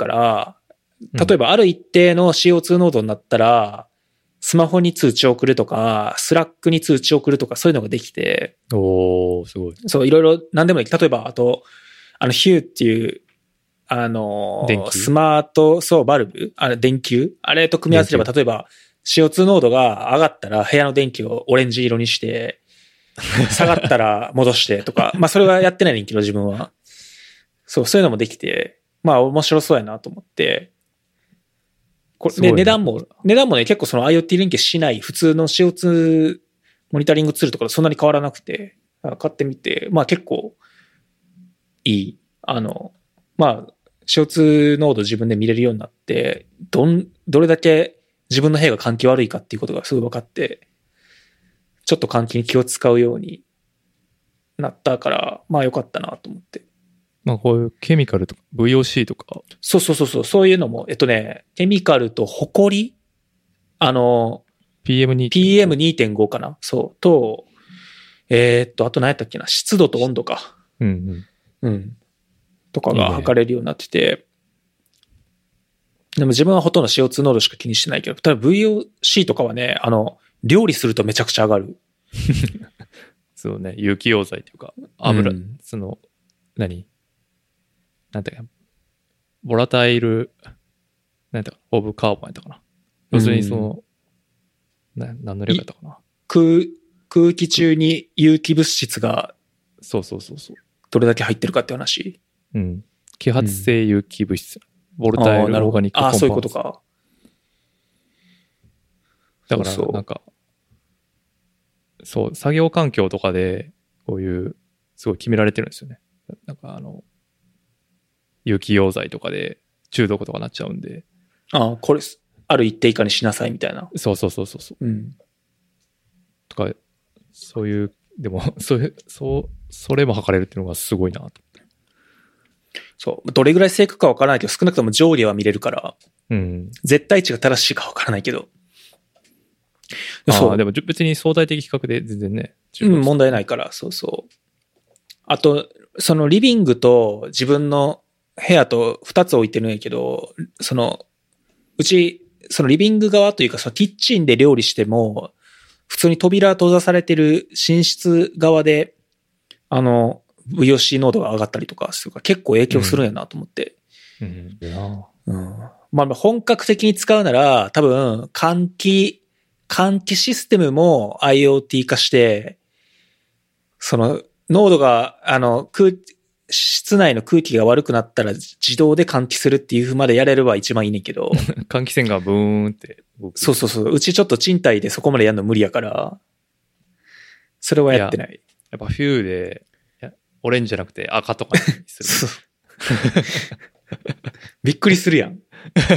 例えばある一定の シーオーツー 濃度になったら、スマホに通知を送るとか、スラックに通知を送るとか、そういうのができて。 おー、すごい。 そう、いろいろ何でもいい。例えば、あと、あの、ヒューっていう、あの、スマート、そう、バルブあれ、電球あれと組み合わせれば、例えば、シーオーツー 濃度が上がったら、部屋の電気をオレンジ色にして、下がったら戻してとか、まあ、それはやってないねんけど、自分は。そう、そういうのもできて、まあ、面白そうやなと思って、これ、ね、値段も、値段もね、結構その IoT 連携しない普通の シーオーツー モニタリングツールとかとそんなに変わらなくて、買ってみて、まあ結構いい。あの、まあ シーオーツー 濃度自分で見れるようになって、どん、どれだけ自分の部屋が換気悪いかっていうことがすぐ分かって、ちょっと換気に気を使うようになったから、まあ良かったなと思って。 まあこういうケミカルとか ブイオーシー とか。 そうそうそうそう、そういうのも、えっとね、ケミカルとホコリあの、 ピーエムにてんごピーエムにてんご かなそう。と、えー、っと、あと何やったっけな湿度と温度か。 うんうん。うん。とかが測れるようになってて。いいね、でも自分はほとんど シーオーツー 濃度しか気にしてないけど、ただ ブイオーシー とかはね、あの、料理するとめちゃくちゃ上がる。 そうね、有機溶剤というか、油、うん、その、何なんていうか、ボラタイル、なんていうか、オブカーボンやったかな。要するにその、うん、な何の量だったかな。 空、空気中に有機物質が、 そうそうそうそう。 どれだけ入ってるかって話。 うん。揮発性有機物質。うん、ボルタイルオーガニックコンパウンド。 ああ、そういうことか。 だから、なんか、そう、作業環境とかで、こういう、すごい決められてるんですよね。なんかあの、有機溶剤とかで中毒とかなっちゃうんで。 ああ、これ、ある一定以下にしなさいみたいな。 そうそうそうそう。 うん。 とか、そういう、でも、そういう、そう、それも測れるっていうのがすごいなと思って。 そう。どれぐらい正確かわからないけど、少なくとも上下は見れるから、 うん。 絶対値が正しいかわからないけど。 そう。でも別に相対的比較で全然ね。 うん、問題ないから、そうそう。 あと、そのリビングと自分の部屋と二つ置いてるんやけど、その、うち、そのリビング側というか、そのキッチンで料理しても、普通に扉閉ざされてる寝室側で、あの、ブイオーシー 濃度が上がったりとかするから結構影響するんやなと思って。うん。うん、まあ、本格的に使うなら、多分、換気、換気システムも IoT 化して、その、濃度が、あの、空、室内の空気が悪くなったら自動で換気するっていう風までやれれば一番いいねんけど。 換気扇がブーンって動く。 そうそうそう。うちちょっと賃貸でそこまでやるの無理やから、それはやってない。 いや、やっぱ冬で、オレンジじゃなくて赤とかにする。 びっくりするやん。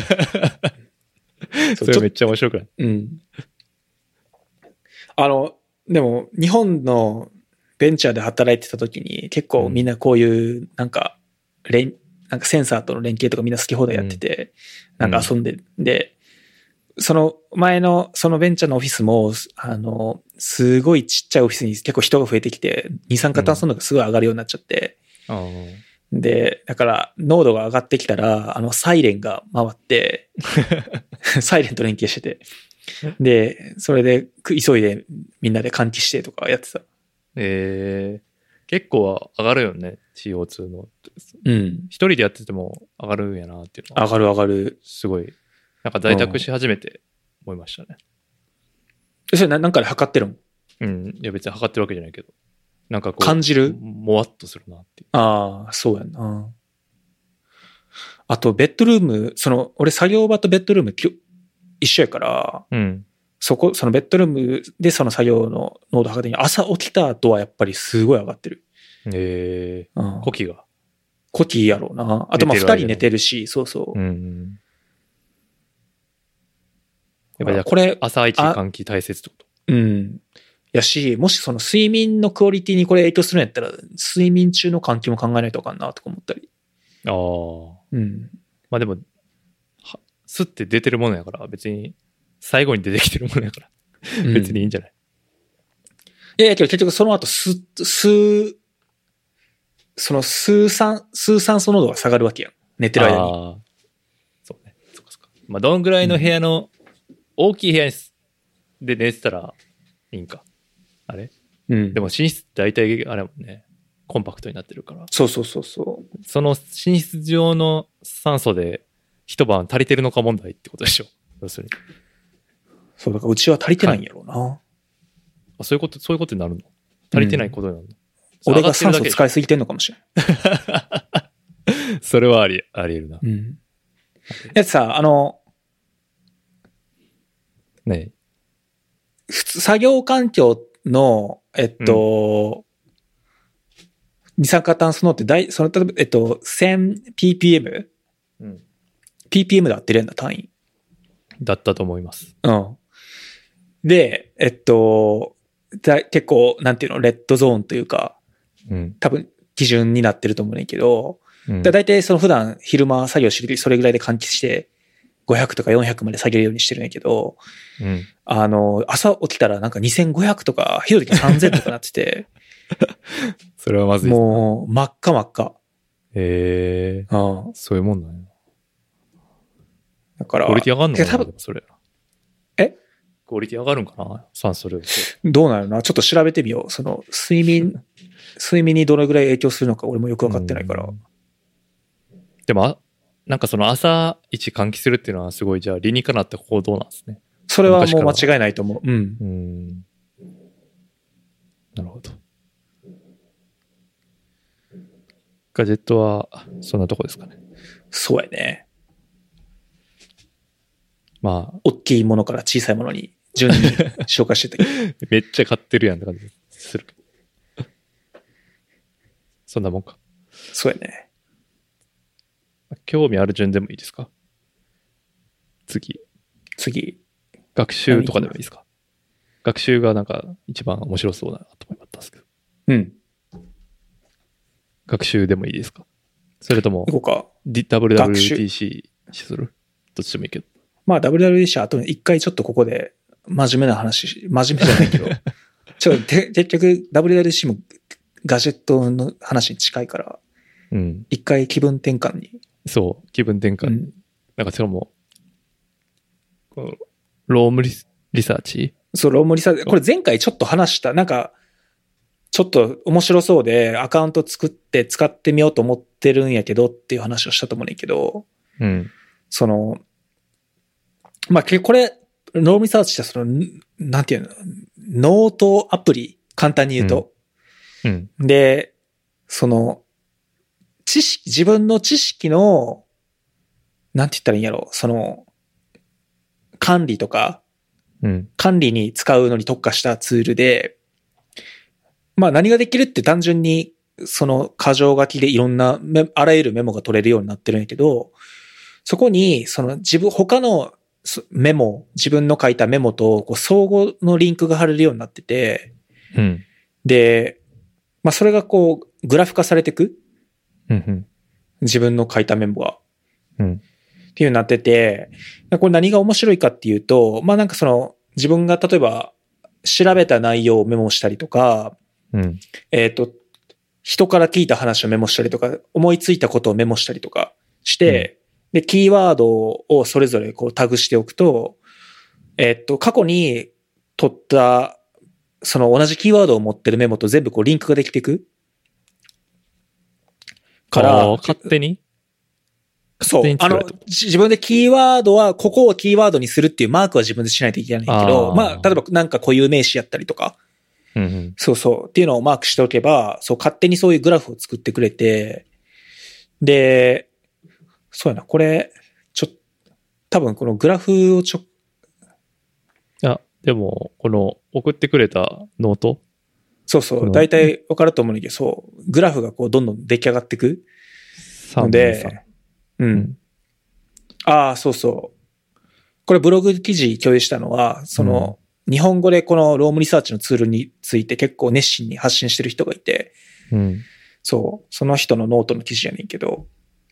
それめっちゃ面白くない？ うん。あの、でも、日本のベンチャーで働いてた時に結構みんなこういう、なんか、連、なんかセンサーとの連携とかみんな好き放題やってて、うん、なんか遊んで、で、その前のそのベンチャーのオフィスも、あの、すごいちっちゃいオフィスに結構人が増えてきて、二酸化炭素濃度がすごい上がるようになっちゃって、うん、で、だから濃度が上がってきたら、あのサイレンが回って、サイレンと連携してて、で、それで急いでみんなで換気してとかやってた。 えー、結構上がるよね シーオーツー の。 うん。 一人でやってても上がるんやなっていうのは。 上がる上がる。 すごい。なんか在宅し始めて思いましたね。 うん、それ何かで測ってるもん？ うん。いや別に測ってるわけじゃないけど。なんかこう。 感じる？ もわっとするなっていう。 ああ、そうやな。あと、ベッドルーム、その、俺作業場とベッドルーム一緒やから、 うん。 そこ、そのベッドルームでその作業の濃度測ってに朝起きた後はやっぱりすごい上がってる。 ええー。うん、呼気が。 呼気やろうな。あとまあ二人寝てるし、そうそう。うん。 やっぱりこれ、朝一換気大切ってこと？ うん。やし、もしその睡眠のクオリティにこれ影響するんやったら、睡眠中の換気も考えないとあかんなとか思ったり。 ああ。うん。まあでも、スッて出てるものやから、別に、最後に出てきてるものやから、別にいいんじゃない？ いやいや、けど結局その後、す、す、その、数酸、数酸素濃度が下がるわけやん。寝てる間に。ああ。 そうね。そっかそっか。まあ、どんぐらいの部屋の、大きい部屋で寝てたらいいんか。あれ？うん。でも寝室って大体あれもんね、コンパクトになってるから。 そうそうそうそう。 その寝室上の酸素で一晩足りてるのか問題ってことでしょ。要するに。 そう、だからうちは足りてないんやろうな。 あ、そういうこと、そういうことになるの？足りてないことになるの？ うん、俺が酸素使いすぎてんのかもしれん。それはあり、あり得るな。うん。 やつさ、あの、 ね、 普通、作業環境の、えっと、うん、二酸化炭素濃度って大、その、例えば、えっと、せんピーピーエム？うん。ピーピーエム で合ってるんだ、単位。 だったと思います。 うん。で、えっと、だ結構、なんていうの、レッドゾーンというか、うん、多分、基準になってると思うねんけど、うん、だいたいその普段昼間作業してるそれぐらいで換気して、ごひゃくとかよんひゃくまで下げるようにしてるんやけど、うん、あの、朝起きたらなんかにせんごひゃくとか、ひどい時はさんぜんとかなってて、 それはまずい。 もう、真っ赤真っ赤。 へえー。ああ。そういうもんだね。 だから、 クオリティ上がるのかな？多分それ。 え？ クオリティ上がるんかな？酸素量。 どうなるな？ちょっと調べてみよう。その、睡眠、睡眠にどれぐらい影響するのか俺もよくわかってないから。 でも、なんかその朝一換気するっていうのはすごいじゃあ理にかなった行動なんですね。 それはもう間違いないと思う。うん。うん。 なるほど。ガジェットはそんなとこですかね。 そうやね。 まあ。 大きいものから小さいものに順に紹介してたけど。めっちゃ買ってるやんって感じする。そんなもんか。 そうやね。 興味ある順でもいいですか？次。 次。 学習とかでもいいですか？学習がなんか一番面白そうだなと思ったんですけど。 うん。 学習でもいいですか？それとも、 D、 ダブリューダブリューディーシー する？どっちでもいいけど。 まあ ダブリューダブリューディーシー あと一回ちょっとここで真面目な話、真面目じゃないけど、ちょっと結局 ダブリューダブリューディーシー もガジェットの話に近いから、 うん。 一回気分転換に。 そう、気分転換。 うん、 なんかそれも、このロームリ、リサーチそう、ロームリサーチ。これ前回ちょっと話した、なんか、ちょっと面白そうでアカウント作って使ってみようと思ってるんやけどっていう話をしたと思うんやけど、 うん。 その、まあ、これ、ロームリサーチってその、なんていうの、ノートアプリ、簡単に言うと。 うん。 うん、で、その、知識、自分の知識の、なんて言ったらいいんやろ、その、管理とか、 うん、 管理に使うのに特化したツールで、まあ何ができるって単純に、その箇条書きでいろんなメ、あらゆるメモが取れるようになってるんやけど、そこに、その自分、他のメモ、自分の書いたメモとこう相互のリンクが貼れるようになってて、 うん、 で、まあそれがこう、グラフ化されていく、 うんうん、 自分の書いたメモが。 うん、 っていうようになってて、これ何が面白いかっていうと、まあなんかその、自分が例えば調べた内容をメモしたりとか、 うん、 えっと、人から聞いた話をメモしたりとか、思いついたことをメモしたりとかして、うん、で、キーワードをそれぞれこうタグしておくと、えっと、過去に取った、その同じキーワードを持ってるメモと全部こうリンクができていくから、 勝手にそう。あの、自分でキーワードは、ここをキーワードにするっていうマークは自分でしないといけないけど、まあ、例えばなんか固有名詞やったりとか、 うんうん、 そうそうっていうのをマークしておけば、そう勝手にそういうグラフを作ってくれて、で、そうやな、これ、ちょ、多分このグラフをちょ、 いや、でも、この送ってくれたノートそうそう、大体わかると思うんだけど、そう、グラフがこうどんどん出来上がっていくので、うん。うん、ああ、そうそう。これブログ記事共有したのは、その、うん、日本語でこのロームリサーチのツールについて結構熱心に発信してる人がいて、 うん、 そう、その人のノートの記事やねんけど、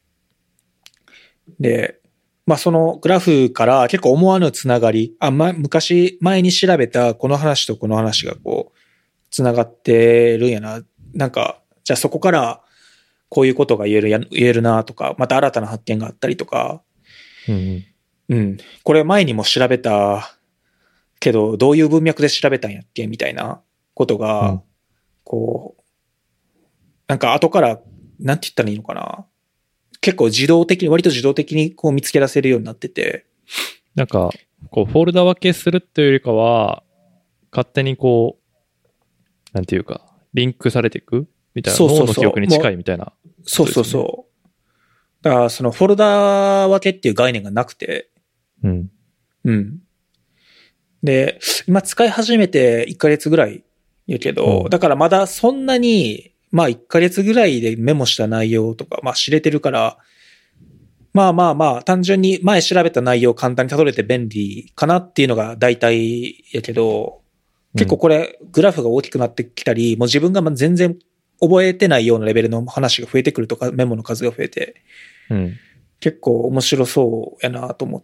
で、まあそのグラフから結構思わぬつながり、あ、ま、昔、前に調べたこの話とこの話がこう、つながってるんやな。なんか、じゃあそこからこういうことが言えるや、言えるなとか、また新たな発見があったりとか、 うん、 うん。これ前にも調べたけど、どういう文脈で調べたんやっけみたいなことが、うん、こう、なんか後から、なんて言ったらいいのかな。結構自動的に、割と自動的にこう見つけ出せるようになってて。 なんか、こう、フォルダ分けするというよりかは、勝手にこう、なんていうか、リンクされていくみたいな、脳の記憶に近いみたいな、ね。 そうそうそう。だから、そのフォルダ分けっていう概念がなくて。 うん。 うん。で、今使い始めていっかげつぐらいやけど、うん、だからまだそんなに、まあいっかげつぐらいでメモした内容とか、まあ知れてるから、まあまあまあ、単純に前調べた内容を簡単に辿れて便利かなっていうのが大体やけど、結構これグラフが大きくなってきたり、もう自分が全然覚えてないようなレベルの話が増えてくるとか、メモの数が増えて、 うん、 結構面白そうやなと思って、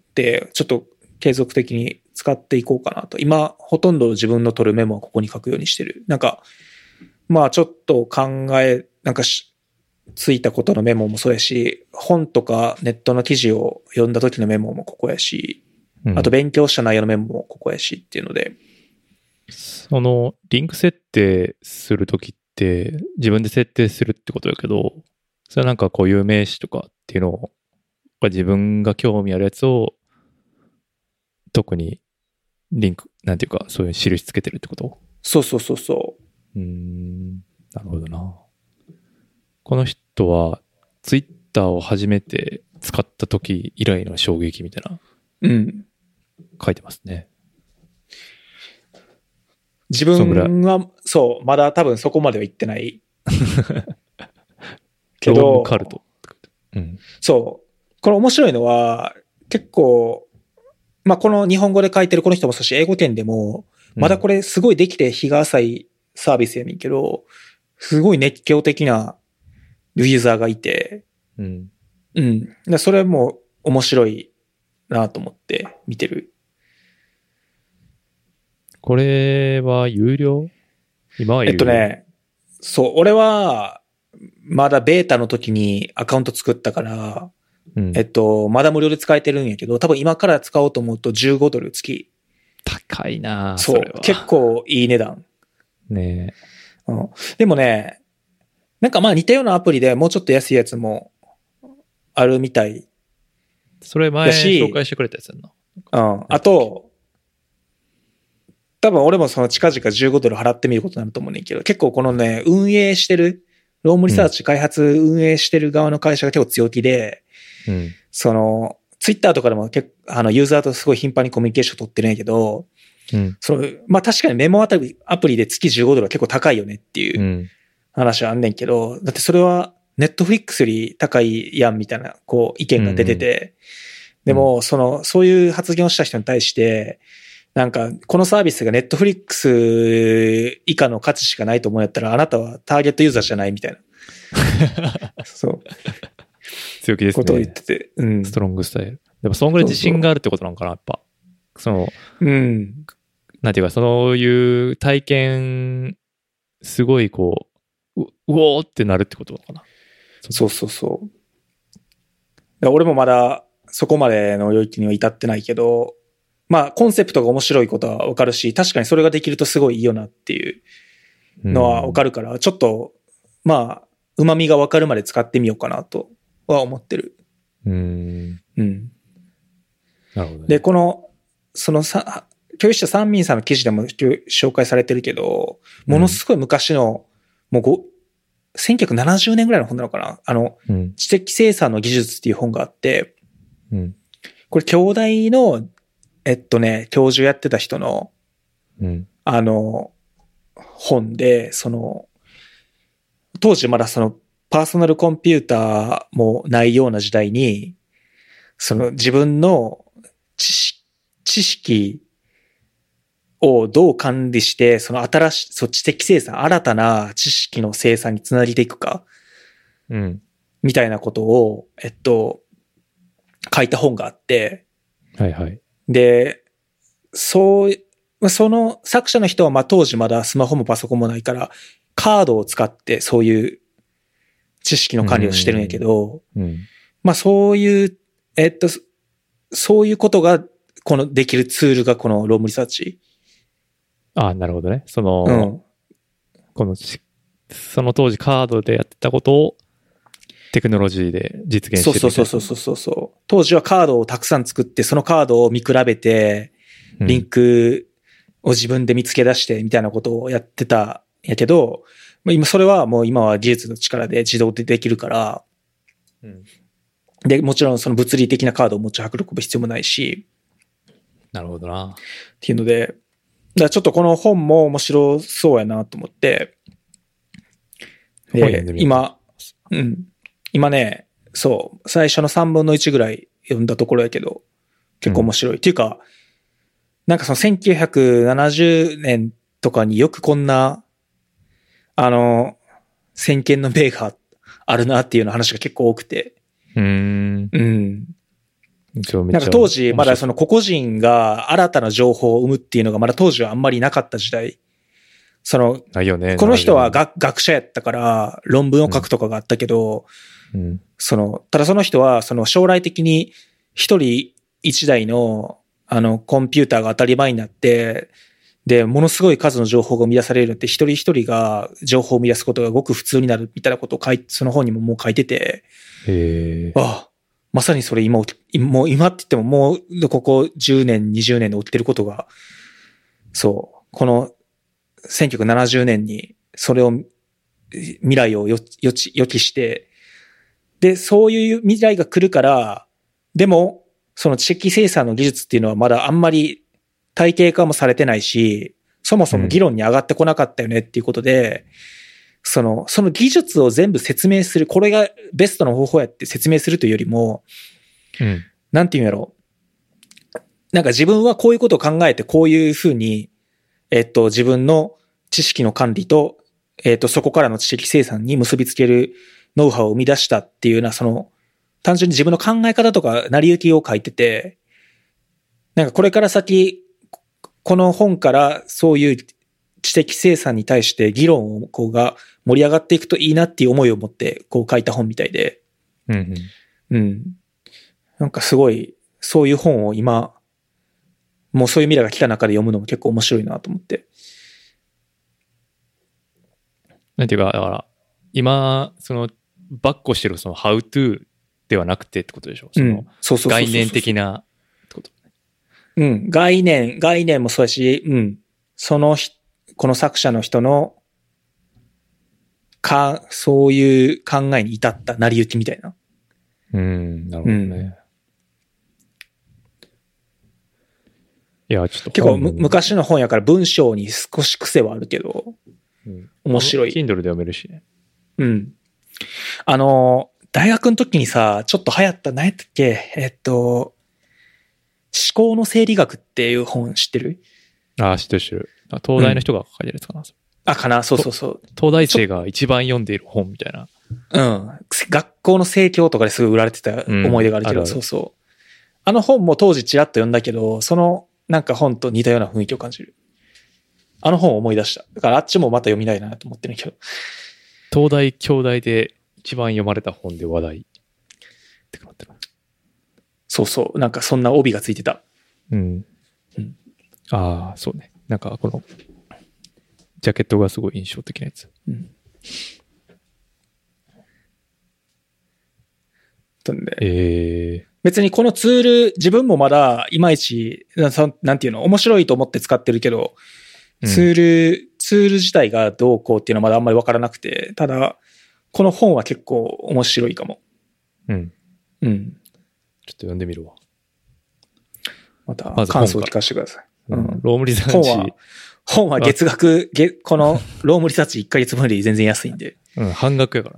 ちょっと継続的に使っていこうかなと。今、ほとんど自分の取るメモはここに書くようにしてる。なんか、まあちょっと考え、なんかし、ついたことのメモもそうやし、本とかネットの記事を読んだ時のメモもここやし、うん、あと勉強した内容のメモもここやしっていうので。 その、リンク設定するときって自分で設定するってことだけど、それはなんか固有名詞とかっていうのを、自分が興味あるやつを特にリンク、なんていうか、そういう印つけてるってこと？ そうそうそうそう。 うーん、なるほどな。この人はツイッターを初めて使った時以来の衝撃みたいな、 うん、 書いてますね。 自分はそうまだ多分そこまでは行ってないけど、 ロームカルト、 うん、そうこれ面白いのは結構まあこの日本語で書いてるこの人もそうし英語圏でもまだこれすごいできて日が浅いサービスやねんけど、すごい熱狂的なユーザーがいて、 うん。 うん。それも面白いなと思って見てる。 これは有料？今は有料？ えっとね、 そう、俺は、まだベータの時にアカウント作ったから、うん、えっと、まだ無料で使えてるんやけど、多分今から使おうと思うとじゅうごドル月。 高いなぁ。 そう、そ結構いい値段。 ねえ、うん。でもね、なんかまあ似たようなアプリでもうちょっと安いやつもあるみたい。 それ前紹介してくれたやつやんな。 うん。あと、多分俺もその近々じゅうごドル払ってみることになると思うねんけど、結構このね、運営してる、ロームリサーチ開発運営してる側の会社が結構強気で、うん、その、ツイッターとかでも結構、あの、ユーザーとすごい頻繁にコミュニケーション取ってるんやけど、うん、その、まあ確かにメモアプリ、アプリで月じゅうごドルは結構高いよねっていう話はあんねんけど、だってそれはネットフリックスより高いやんみたいな、こう、意見が出てて、うん、でも、その、そういう発言をした人に対して、なんか、このサービスがネットフリックス以下の価値しかないと思うんやったら、あなたはターゲットユーザーじゃないみたいな。そう。 強気ですね。 ことを言ってて。うん。 ストロングスタイル。でも、そんぐらい自信があるってことなのかな、やっぱ。その、 うん。 なんていうか、そういう体験、すごいこう、う、うおーってなるってことなのかな。 そうそうそう。だ俺もまだ、そこまでの領域には至ってないけど、まあ、コンセプトが面白いことはわかるし、確かにそれができるとすごいいいよなっていうのはわかるから、ちょっと、まあ、旨味がわかるまで使ってみようかなとは思ってる。 うん。 うん。 なるほどね。 で、この、そのさ、教育者三民さんの記事でも紹介されてるけど、ものすごい昔の、もうご、せんきゅうひゃくななじゅうねんぐらいの本なのかな、あの、うん、知的生産の技術っていう本があって、 うん、 これ、京大の、えっとね、教授やってた人の、 うん、 あの、本で、その、当時まだその、パーソナルコンピューターもないような時代に、その自分の知識、知識をどう管理して、その新しい、そっち知的生産、新たな知識の生産につなげていくか、 うん、 みたいなことを、えっと、書いた本があって、 はいはい。 で、そう、その作者の人は、まあ当時まだスマホもパソコンもないから、カードを使ってそういう知識の管理をしてるんやけど、 うんうん、 まあそういう、えっと、そういうことが、このできるツールがこのロームリサーチ。 ああ、なるほどね。その、 うん、 この、その当時カードでやってたことをテクノロジーで実現してる。 そうそうそうそうそうそう。当時はカードをたくさん作って、そのカードを見比べて、リンクを自分で見つけ出してみたいなことをやってたんやけど、今それはもう今は技術の力で自動でできるから、 うん、 で、もちろんその物理的なカードを持ち運ぶ必要もないし。 なるほどな。 っていうので、だからちょっとこの本も面白そうやなと思って、で、今、うん。今ね、そう、最初のさんぶんのいちぐらい読んだところやけど、結構面白い。うん、っていうか、なんかそのせんきゅうひゃくななじゅうねんとかによくこんな、あの、先見の明があるなっていうような話が結構多くて。 うーん。 うん。なんか当時、まだその個々人が新たな情報を生むっていうのがまだ当時はあんまりなかった時代。その、 ないよね。 この人は学、学者やったから論文を書くとかがあったけど、 うん、 その、ただその人はその将来的に一人一台のあのコンピューターが当たり前になって、で、ものすごい数の情報が生み出されるって一人一人が情報を生み出すことがごく普通になるみたいなことを書いて、その本にももう書いてて、 へーああ、まさにそれ今、もう今って言ってももうここじゅうねん、にじゅうねんで起きてることが、そう、このせんきゅうひゃくななじゅうねんにそれを、未来を予知、予期して、で、そういう未来が来るから、でも、その知的生産の技術っていうのはまだあんまり体系化もされてないし、そもそも議論に上がってこなかったよねっていうことで、うん、その、その技術を全部説明する、これがベストの方法やって説明するというよりも、 うん、 なんていうんやろう。なんか自分はこういうことを考えて、こういうふうに、えっと、自分の知識の管理と、えっと、そこからの知的生産に結びつけるノウハウを生み出したっていうような、その、単純に自分の考え方とか成り行きを書いてて、なんかこれから先、この本からそういう知的生産に対して議論をこうが盛り上がっていくといいなっていう思いを持ってこう書いた本みたいで、 うんうん。 うん。なんかすごい、そういう本を今、もうそういう未来が来た中で読むのも結構面白いなと思って。 なんていうか、だから、今、その、バッコしてるその、how to ではなくてってことでしょ、その、うん、そうそうそうそう概念的なってこと。 うん、概念、概念もそうだし、うん、その、この作者の人の、か、そういう考えに至った成り行きみたいな。 うん、なるほどね。うん、いや、ちょっと。 結構む昔の本やから文章に少し癖はあるけど、うん、面白い。 Kindle で読めるしね。 うん。あの、大学の時にさ、ちょっと流行った、何やったっけ、えっと、思考の生理学っていう本知ってる？ ああ、知ってる知ってる。東大の人が書いてるやつかな。うん、 あ、かな、そうそうそう。 東大生が一番読んでいる本みたいな。 うん。学校の生協とかですぐ売られてた思い出があるけど、うん、あるあるそうそう。あの本も当時ちらっと読んだけど、そのなんか本と似たような雰囲気を感じる。あの本を思い出した。だからあっちもまた読みたいなと思ってるけど。 東大京大で一番読まれた本で話題ってなってる。 そうそう。なんかそんな帯がついてた。 うん。うん、ああ、そうね。なんかこの、ジャケットがすごい印象的なやつ。うん。 でえー、 別にこのツール、自分もまだいまいち、なんていうの、面白いと思って使ってるけど、ツール、うん、ツール自体がどうこうっていうのはまだあんまりわからなくて、ただ、この本は結構面白いかも。 うん。 うん。 ちょっと読んでみるわ。 また、感想を聞かせてください。 うん。ロームリサーチ。 本は、本は月額、月、このロームリサーチいっかげつぶんより全然安いんで。 うん、半額やから。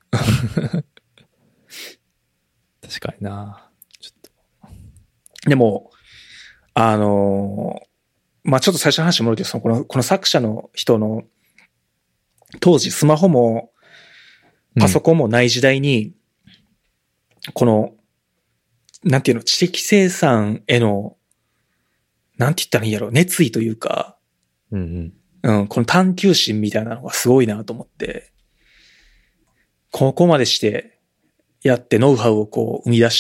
確かにな。ちょっと。でも、あのー、まあ、ちょっと最初の話に戻るけど、その、この、この作者の人の、当時スマホも、パソコンもない時代に、うん、この、なんていうの、知的生産への、なんて言ったらいいやろ、熱意というか、 うんうん、 うん、この探求心みたいなのがすごいなと思って、ここまでしてやってノウハウをこう生み出して、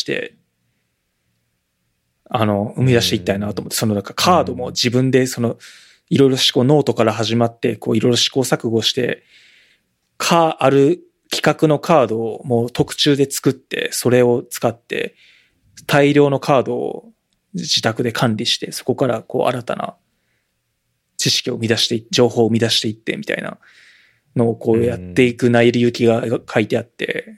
あの、生み出していったいなと思って、そのなんかカードも自分でその、いろいろ試行、ノートから始まって、こういろいろ試行錯誤して、か、ある企画のカードをもう特注で作って、それを使って、大量のカードを自宅で管理して、そこからこう新たな知識を生み出して、情報を生み出していって、みたいなのをこうやっていく成り行きが書いてあって、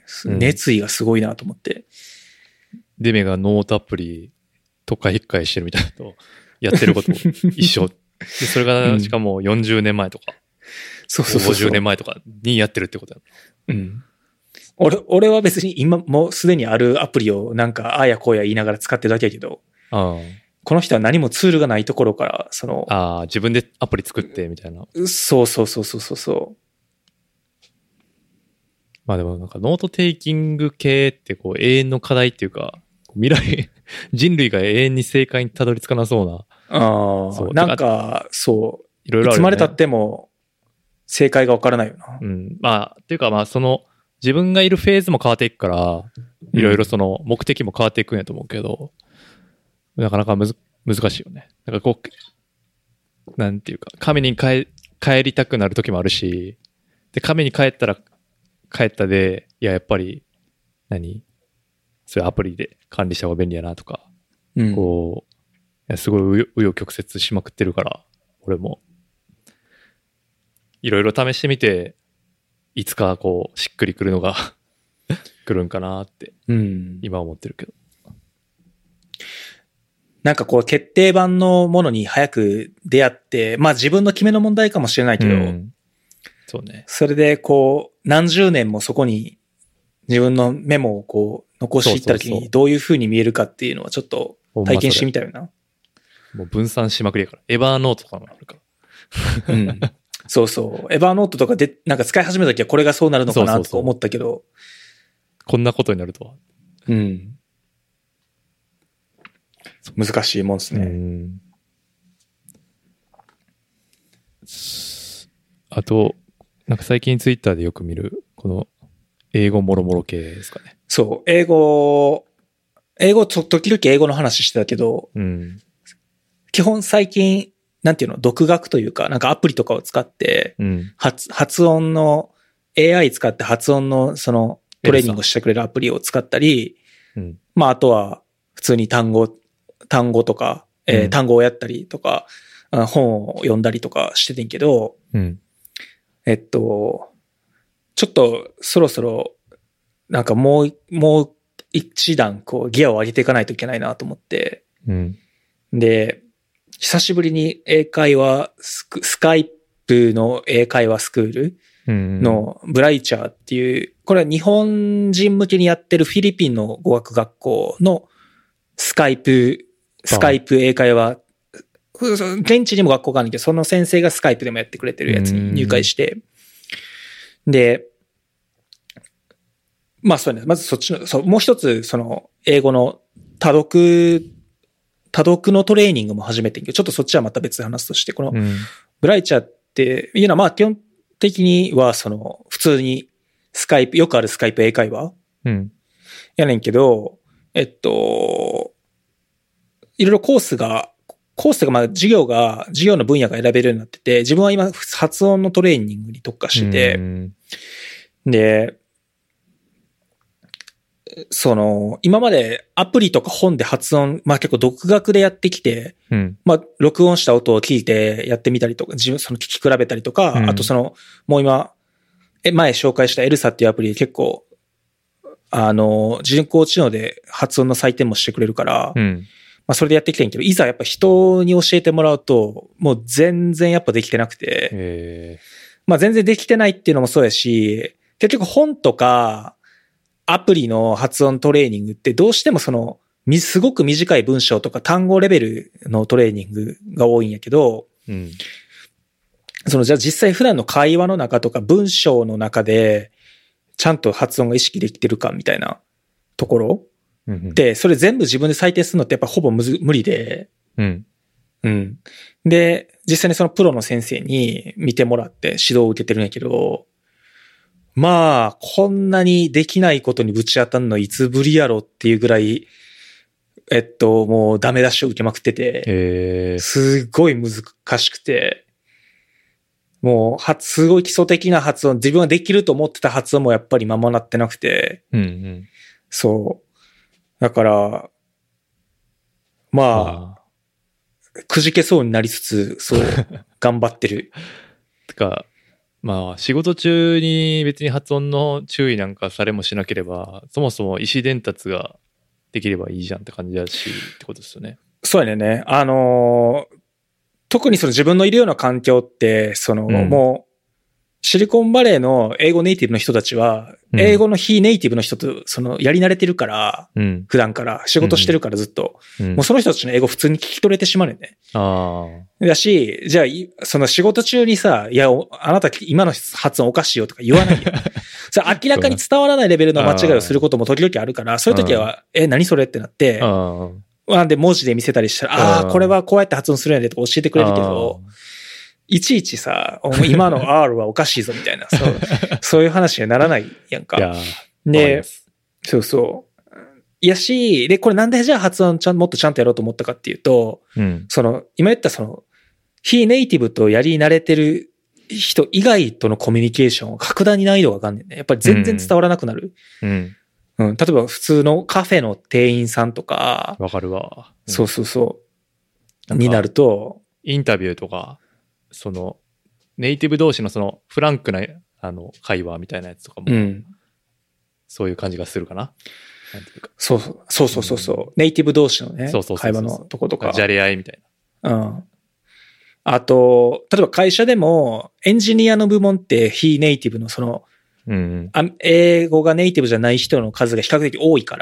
うん、熱意がすごいなと思って。 デメがノートアプリとか一回してるみたいなと、やってることも一緒。でそれがしかもよんじゅうねんまえとか、うん、 そうそうそうそうごじゅうねんまえとかにやってるってことだ。 うん。俺、俺は別に今もうすでにあるアプリをなんかああやこうや言いながら使ってるだけやけど、 あこの人は何もツールがないところから、その、 ああ、自分でアプリ作ってみたいな。 そうそうそうそうそうそう。 まあでもなんかノートテイキング系ってこう永遠の課題っていうか、未来、人類が永遠に正解にたどり着かなそうな。 ああ、なんか、そう。 いろいろある、ね。 いつまで経っても正解がわからないよな。 うん。まあ、っていうかまあその、自分がいるフェーズも変わっていくから、いろいろその目的も変わっていくんやと思うけど、うん、なかなかむず難しいよね。なんかこう、なんていうか、神に帰、帰りたくなる時もあるし、で、神に帰ったら、帰ったで、いや、やっぱり、何そういうアプリで管理した方が便利やなとか、うん、こう、いやすごい紆余曲折しまくってるから、俺も、いろいろ試してみて、いつかこう、しっくりくるのが来るんかなって、今思ってるけど。 うん、なんかこう、決定版のものに早く出会って、まあ自分の決めの問題かもしれないけど、うん、 そうね。 それでこう、何十年もそこに自分のメモをこう、残していった時にどういう風に見えるかっていうのはちょっと体験してみたよな。 もう分散しまくりやから。エバーノートとかもあるから。 うん。そうそう。エバーノートとかで、なんか使い始めた時はこれがそうなるのかなとか思ったけど。そうそうそうこんなことになるとは。 うん。難しいもんですね。うんと、なんか最近ツイッターでよく見る、この英語もろもろ系ですかね。 そう、英語、英語、時々英語の話してたけど、 うん、 基本最近、なんていうの、独学というか、なんかアプリとかを使って、 うん、 発、発音の、エーアイ 使って発音のそのトレーニングをしてくれるアプリを使ったり、 うん、 まああとは普通に単語、単語とか、えーうん、単語をやったりとか、本を読んだりとかしててんけど、 うん、 えっと、ちょっとそろそろ、なんかもう、もう一段こうギアを上げていかないといけないなと思って、 うん、 で、久しぶりに英会話スク、スカイプの英会話スクールのブライチャーっていう、これは日本人向けにやってるフィリピンの語学学校のスカイプ、スカイプ英会話、現地にも学校があるんだけど、その先生がスカイプでもやってくれてるやつに入会して、で、まあそうね、まずそっちの、そう、もう一つ、その、英語の多読、多読のトレーニングも始めてんけど、ちょっとそっちはまた別で話すとして、この、ブライチャーっていうのは、まあ基本的には、その、普通にスカイプ、よくあるスカイプ英会話、 うん、 やねんけど、えっと、いろいろコースが、コースが、まあ授業が、授業の分野が選べるようになってて、自分は今、発音のトレーニングに特化してて、うん、で、その、今までアプリとか本で発音、まあ結構独学でやってきて、 うん、 まあ録音した音を聞いてやってみたりとか、自分その聞き比べたりとか、うん、あとその、もう今、え、前紹介したエルサっていうアプリで結構、あの、人工知能で発音の採点もしてくれるから、 うん、 まあそれでやってきてんけど、いざやっぱ人に教えてもらうと、もう全然やっぱできてなくて、 へー、 まあ全然できてないっていうのもそうやし、結局本とか、アプリの発音トレーニングってどうしてもその、すごく短い文章とか単語レベルのトレーニングが多いんやけど、 うん、 そのじゃあ実際普段の会話の中とか文章の中でちゃんと発音が意識できてるかみたいなところ、うん、で、それ全部自分で採点するのってやっぱほぼむず無理で、 うん。 うん。で、実際にそのプロの先生に見てもらって指導を受けてるんやけど、まあ、こんなにできないことにぶち当たんのいつぶりやろっていうぐらい、えっと、もうダメ出しを受けまくってて、すごい難しくて、もう、は、すごい基礎的な発音、自分ができると思ってた発音もやっぱりままなってなくて、 うんうん、 そう。だから、まあ、くじけそうになりつつ、そう、頑張ってる。 てか、まあ仕事中に別に発音の注意なんかされもしなければ、そもそも意思伝達ができればいいじゃんって感じだしってことですよね。 そうやね。あのー、特にその自分のいるような環境って、その、うん、もう、シリコンバレーの英語ネイティブの人たちは、英語の非ネイティブの人と、その、やり慣れてるから、うん、普段から仕事してるからずっと、うん、もうその人たちの英語普通に聞き取れてしまうね。 ああ。だし、じゃあ、その仕事中にさ、いや、あなた今の発音おかしいよとか言わないよ。それ明らかに伝わらないレベルの間違いをすることも時々あるから、そういう時は、え、何それってなって、なんで文字で見せたりしたら、ああ、これはこうやって発音するんやでとか教えてくれるけど、いちいちさ、今の R はおかしいぞみたいな、そう、そういう話にはならないやんか。 いやで、そうそう。いやし、で、これなんでじゃあ発音ちゃん、もっとちゃんとやろうと思ったかっていうと、 うん、 その、今言ったその、非ネイティブとやり慣れてる人以外とのコミュニケーションは格段に難易度が上がんねんね。やっぱり全然伝わらなくなる。 うん。 うん。例えば普通のカフェの店員さんとか。 わかるわ。 うん、そうそうそう。になると。 インタビューとか、その、ネイティブ同士のそのフランクなあの会話みたいなやつとかも、うん、そういう感じがするかな。なんていうか。 そうそうそうそうそう、うん、ネイティブ同士のね、そうそうそうそう会話のとことか。 じゃれ合いみたいな。うん。あと、例えば会社でもエンジニアの部門って非ネイティブのその、 うんうん、英語がネイティブじゃない人の数が比較的多いから、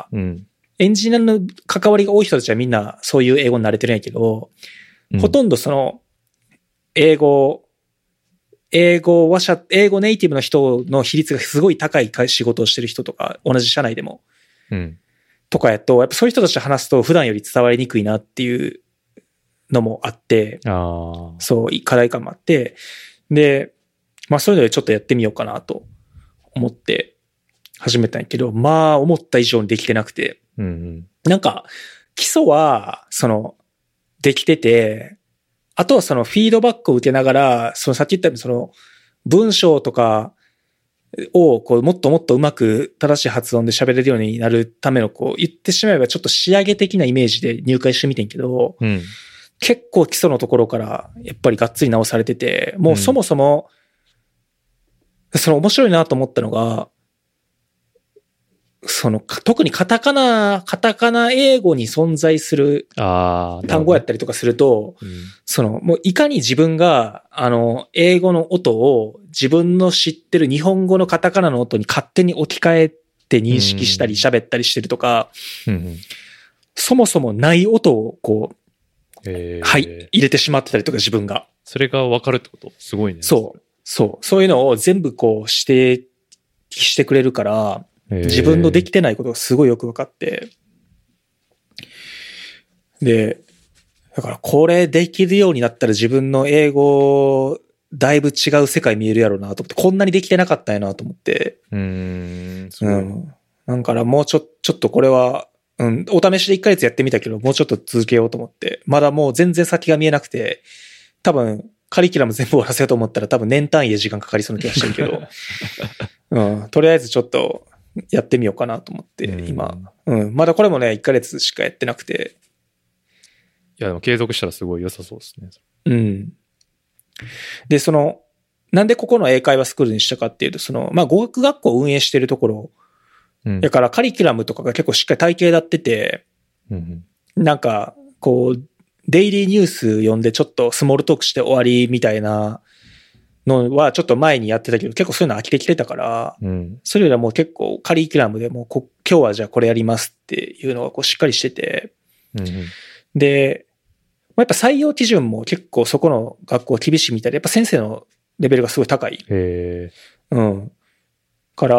うん、 エンジニアの関わりが多い人たちはみんなそういう英語に慣れてるんやけど、うん、ほとんどその、英語、英語話者、英語ネイティブの人の比率がすごい高い仕事をしてる人とか、同じ社内でも、 うん、 とかやと、やっぱそういう人たちと話すと普段より伝わりにくいなっていうのもあって、 あそう、課題感もあって、で、 まあそういうのでちょっとやってみようかなと思って始めたんやけど、まあ思った以上にできてなくて。 うんうん、 なんか、基礎は、その、できてて、あとはそのフィードバックを受けながら、そのさっき言ったようにその文章とかをこうもっともっとうまく正しい発音で喋れるようになるためのこう言ってしまえばちょっと仕上げ的なイメージで入会してみてんけど、 うん、 結構基礎のところからやっぱりがっつり直されてて、もうそもそも、うん、その面白いなと思ったのが、その特にカタカナ、カタカナ英語に存在する単語やったりとかすると、うん、そのもういかに自分があの英語の音を自分の知ってる日本語のカタカナの音に勝手に置き換えて認識したり喋ったりしてるとか、 うんうん、 そもそもない音をこう、 えー、 はい、入れてしまってたりとか自分が。 それが分かるってことすごいね。 そう、そう、そういうのを全部こう指定してくれるから、自分のできてないことがすごいよく分かって。で、だからこれできるようになったら自分の英語、だいぶ違う世界見えるやろうなと思って、こんなにできてなかったんやなと思って。 うーん。 うん。だからもうちょ、ちょっとこれは、うん、お試しでいっかげつやってみたけど、もうちょっと続けようと思って。まだもう全然先が見えなくて、多分、カリキュラム全部終わらせようと思ったら多分年単位で時間かかりそうな気がしてるけど、うん、とりあえずちょっとやってみようかなと思って、今、うん、まだこれもね、いっかげつしかやってなくて。 いや、でも継続したらすごい良さそうですね。 うん。で、その、なんでここの英会話スクールにしたかっていうと、その、まあ、語学学校を運営しているところ、うん、だからカリキュラムとかが結構しっかり体系立ってて、 うんうん、なんか、こう、デイリーニュース読んでちょっとスモールトークして終わりみたいなのはちょっと前にやってたけど、結構そういうの飽きてきてたから、 うん、 それよりはもう結構カリキュラムでもうこ今日はじゃあこれやりますっていうのがこうしっかりしてて、 うんうん、 で、やっぱ採用基準も結構そこの学校厳しいみたいで、やっぱ先生のレベルがすごい高い。 へうん。から、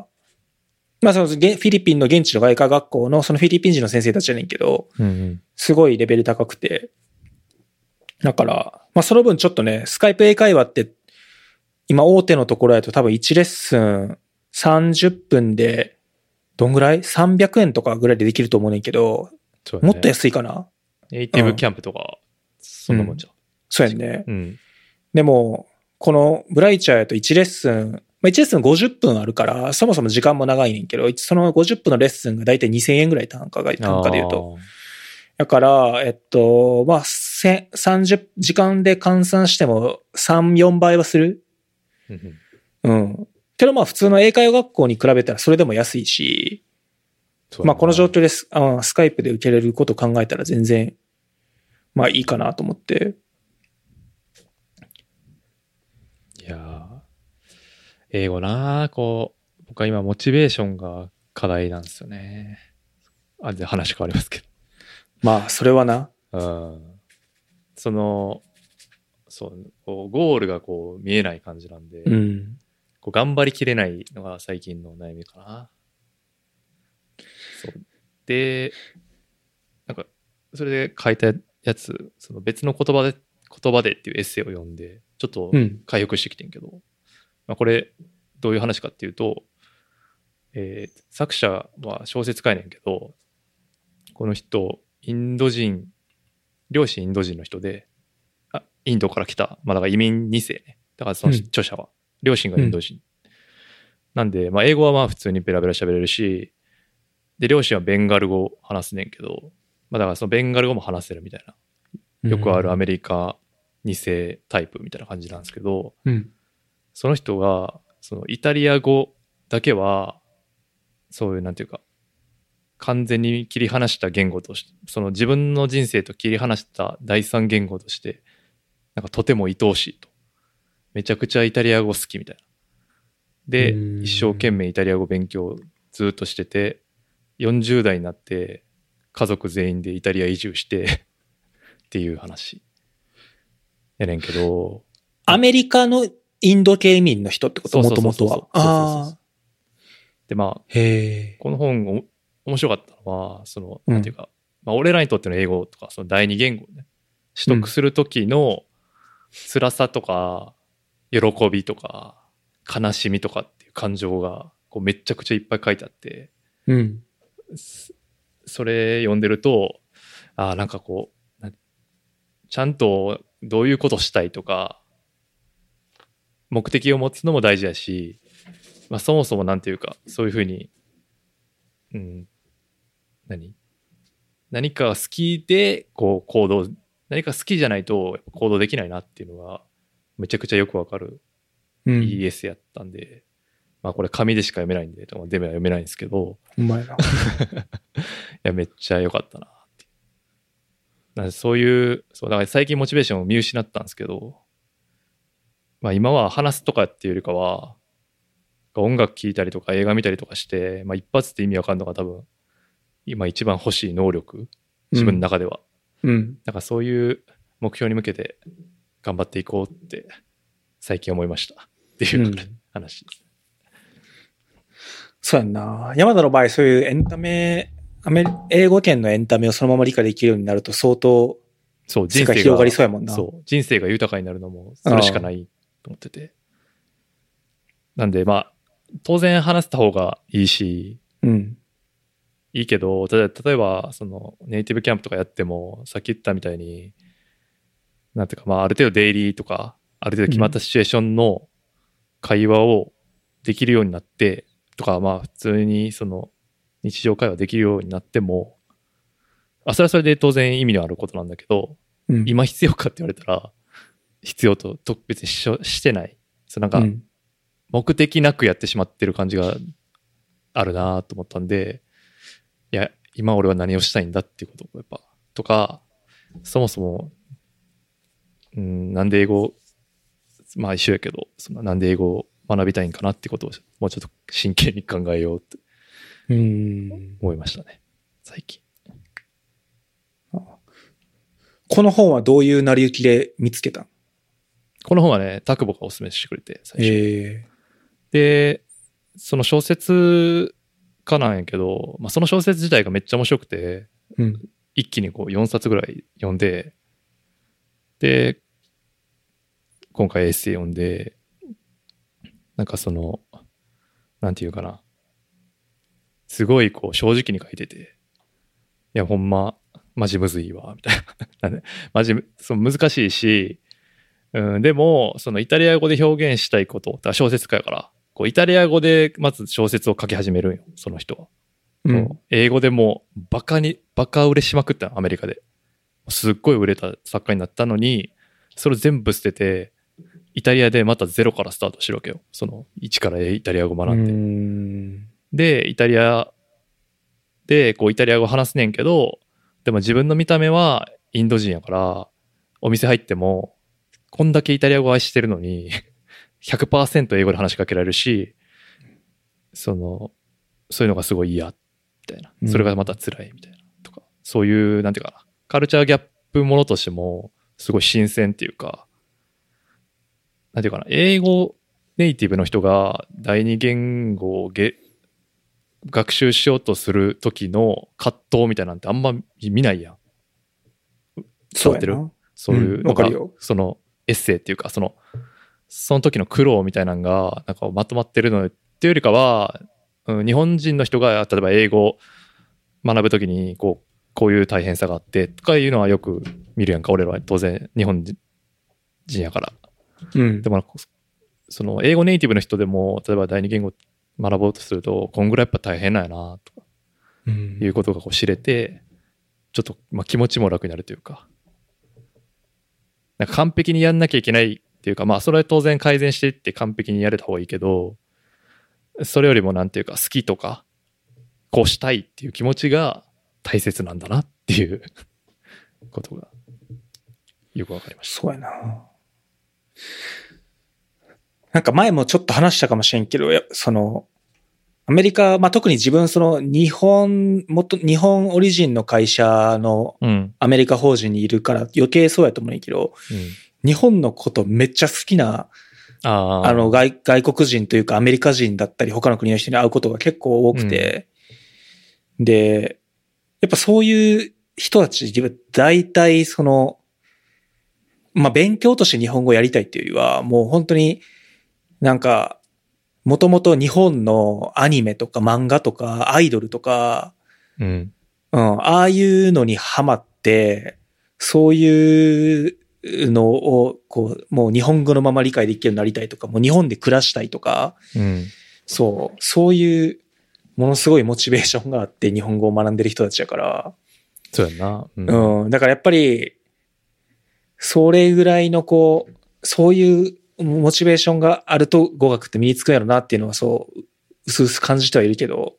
まあそのフィリピンの現地の外科学校のそのフィリピン人の先生たちじゃねんけど、 うんうん、 すごいレベル高くて。だから、まあその分ちょっとね、スカイプ英会話って今大手のところやと多分いちレッスンさんじゅっぷんでどんぐらい ?さんびゃくえんとかぐらいでできると思うねんけど、 そうね、 もっと安いかな。 ネイティブキャンプとか、うん、そんなもんじゃん。 そうやんね。 うん、 でも、このブライチャーやといちレッスン、まあ、いちレッスンごじゅっぷんあるから、そもそも時間も長いねんけど、そのごじゅっぷんのレッスンがだいたいにせんえんぐらい単価が、単価で言うと。だから、えっと、まあ、さんじゅう時間で換算してもさん、よんばいはする。うん。けどまあ普通の英会話学校に比べたらそれでも安いし、まあこの状況でス、あスカイプで受けれることを考えたら全然、まあいいかなと思って。 いやー、英語なー、こう、僕は今モチベーションが課題なんですよね。あ、で話変わりますけど。 まあそれはな。 うん。その、そう、こうゴールがこう見えない感じなんで、 うん、 こう頑張りきれないのが最近の悩みかな。そうで、なんかそれで書いたやつ、その別の言葉で言葉でっていうエッセイを読んでちょっと回復してきてんけど、うん、まあ、これどういう話かっていうと、えー、作者は小説家やねんけど、この人インド人、両親インド人の人で、あ、インドから来た、まあだから移民に世ね。だからその著者は、うん、両親がインド人。うん、なんで、まあ英語はまあ普通にペラペラ喋れるし、で、両親はベンガル語を話すねんけど、まあだからそのベンガル語も話せるみたいな。よくあるアメリカに世タイプみたいな感じなんですけど、 うん、 その人が、そのイタリア語だけは、そういうなんていうか、完全に切り離した言語として、その自分の人生と切り離した第三言語として、なんかとても愛おしいと。めちゃくちゃイタリア語好きみたいな。で、一生懸命イタリア語勉強ずっとしてて、よんじゅう代になって家族全員でイタリア移住してっていう話やねんけど。 アメリカのインド系移民の人ってこと？もともとは。ああ。 で、まあ、 へこの本を面白かったのは、その、なんていうか、うん、まあ、俺らにとっての英語とか、その第二言語をね、取得する時の辛さとか、 喜びとか悲しみとかっていう感情がこうめちゃくちゃいっぱい書いてあって、 うん、 それ読んでると、ああなんかこうちゃんとどういうことしたいとか目的を持つのも大事だし、まあ、そもそもなんていうかそういうふうに、うん、何何か好きでこう行動、何か好きじゃないと行動できないなっていうのがめちゃくちゃよくわかる、うん、いいエッセイやったんで、まあこれ紙でしか読めないんで、デメは読めないんですけど、 うまいな。いやめっちゃ良かったなって。なんでそういう、そうだから最近モチベーションを見失ったんですけど、まあ今は話すとかっていうよりかは、音楽聴いたりとか映画見たりとかして、まあ一発で意味わかんのが多分今一番欲しい能力、自分の中では。 うん。 だからそういう目標に向けて頑張っていこうって最近思いましたっていう、うん、話です。 そうやんな。山田の場合そういうエンタメ、アメ英語圏のエンタメをそのまま理解できるようになると相当そう人生が広がりそうやもんな。 そう人生が豊かになるのもそれしかないと思ってて。なんでまあ当然話した方がいいし、 うん。 いいけど、例えばそのネイティブキャンプとかやってもさっき言ったみたいになんていうか、まあある程度デイリーとかある程度決まったシチュエーションの会話をできるようになってとか、まあ普通にその日常会話できるようになっても、あそれはそれで当然意味のあることなんだけど、うん、今必要かって言われたら必要とと別に し, してない、そうなんか目的なくやってしまってる感じがあるなと思ったんで。いや今俺は何をしたいんだっていうことをやっぱとか、そもそもうんなんで英語まあ一緒やけどそのなんで英語を学びたいんかなってことをもうちょっと真剣に考えようってうん思いましたね最近。 この本はどういう成り行きで見つけたん？ この本はねタクボがおすすめしてくれて最初、 えー、でその小説かなんやけど、まあ、その小説自体がめっちゃ面白くて、 うん、 一気にこうよんさつぐらい読んで、で今回エッセイ読んで、なんかそのなんていうかな、すごいこう正直に書いてて、いやほんまマジむずいわみたいななんでマジその難しいし、うん、でもそのイタリア語で表現したいこと、だから小説家やからこうイタリア語でまず小説を書き始めるんよその人は、うん、英語でもバカにバカ売れしまくったのアメリカですっごい売れた作家になったのに、それ全部捨ててイタリアでまたゼロからスタートしてるわけよ、その一からイタリア語学んで。 うーんでイタリアでこうイタリア語話すねんけど、でも自分の見た目はインド人やからお店入ってもこんだけイタリア語愛してるのにひゃくパーセント 英語で話しかけられるし、そのそういうのがすごい嫌みたいな、それがまた辛いみたいなとか、そういうなんていうかな、カルチャーギャップものとしてもすごい新鮮っていうか、なんていうかな、英語ネイティブの人が第二言語をげ学習しようとする時の葛藤みたいなんてあんま見ないやん。 そうやな。 そういうのが、うん、そのエッセイっていうかそのその時の苦労みたいなのがなんかまとまってるのっていうよりかは、うん、日本人の人が例えば英語を学ぶ時にこうこういう大変さがあってとかいうのはよく見るやんか、俺らは当然日本人やから、 うん、 でもその英語ネイティブの人でも例えば第二言語学ぼうとするとこんぐらいやっぱ大変なんやなとかいうことがこう知れて、ちょっとまあ気持ちも楽になるというか、なんか完璧にやんなきゃいけないっていうか、まあそれは当然改善していって完璧にやれた方がいいけど、それよりもなんていうか好きとかこうしたいっていう気持ちが大切なんだなっていうことがよくわかりました。 そうやな。なんか前もちょっと話したかもしれんけど、そのアメリカ、まあ、特に自分その日本元日本オリジンの会社のアメリカ法人にいるから余計そうやと思うんやけど、うん、日本のことめっちゃ好きなああの 外, 外国人というかアメリカ人だったり他の国の人に会うことが結構多くて、うん、でやっぱそういう人たち大体そのまあ、勉強として日本語をやりたいっていうよりは、もう本当になんか、もともと日本のアニメとか漫画とかアイドルとか、 うん。 うん、ああいうのにハマって、そういうのを、こう、もう日本語のまま理解できるようになりたいとか、もう日本で暮らしたいとか、 うん、 そう、そういうものすごいモチベーションがあって日本語を学んでる人たちだから、 そうやな。 うん、うん、だからやっぱり、それぐらいのこう、そういうモチベーションがあると語学って身につくんやろなっていうのはそう、うすうす感じてはいるけど。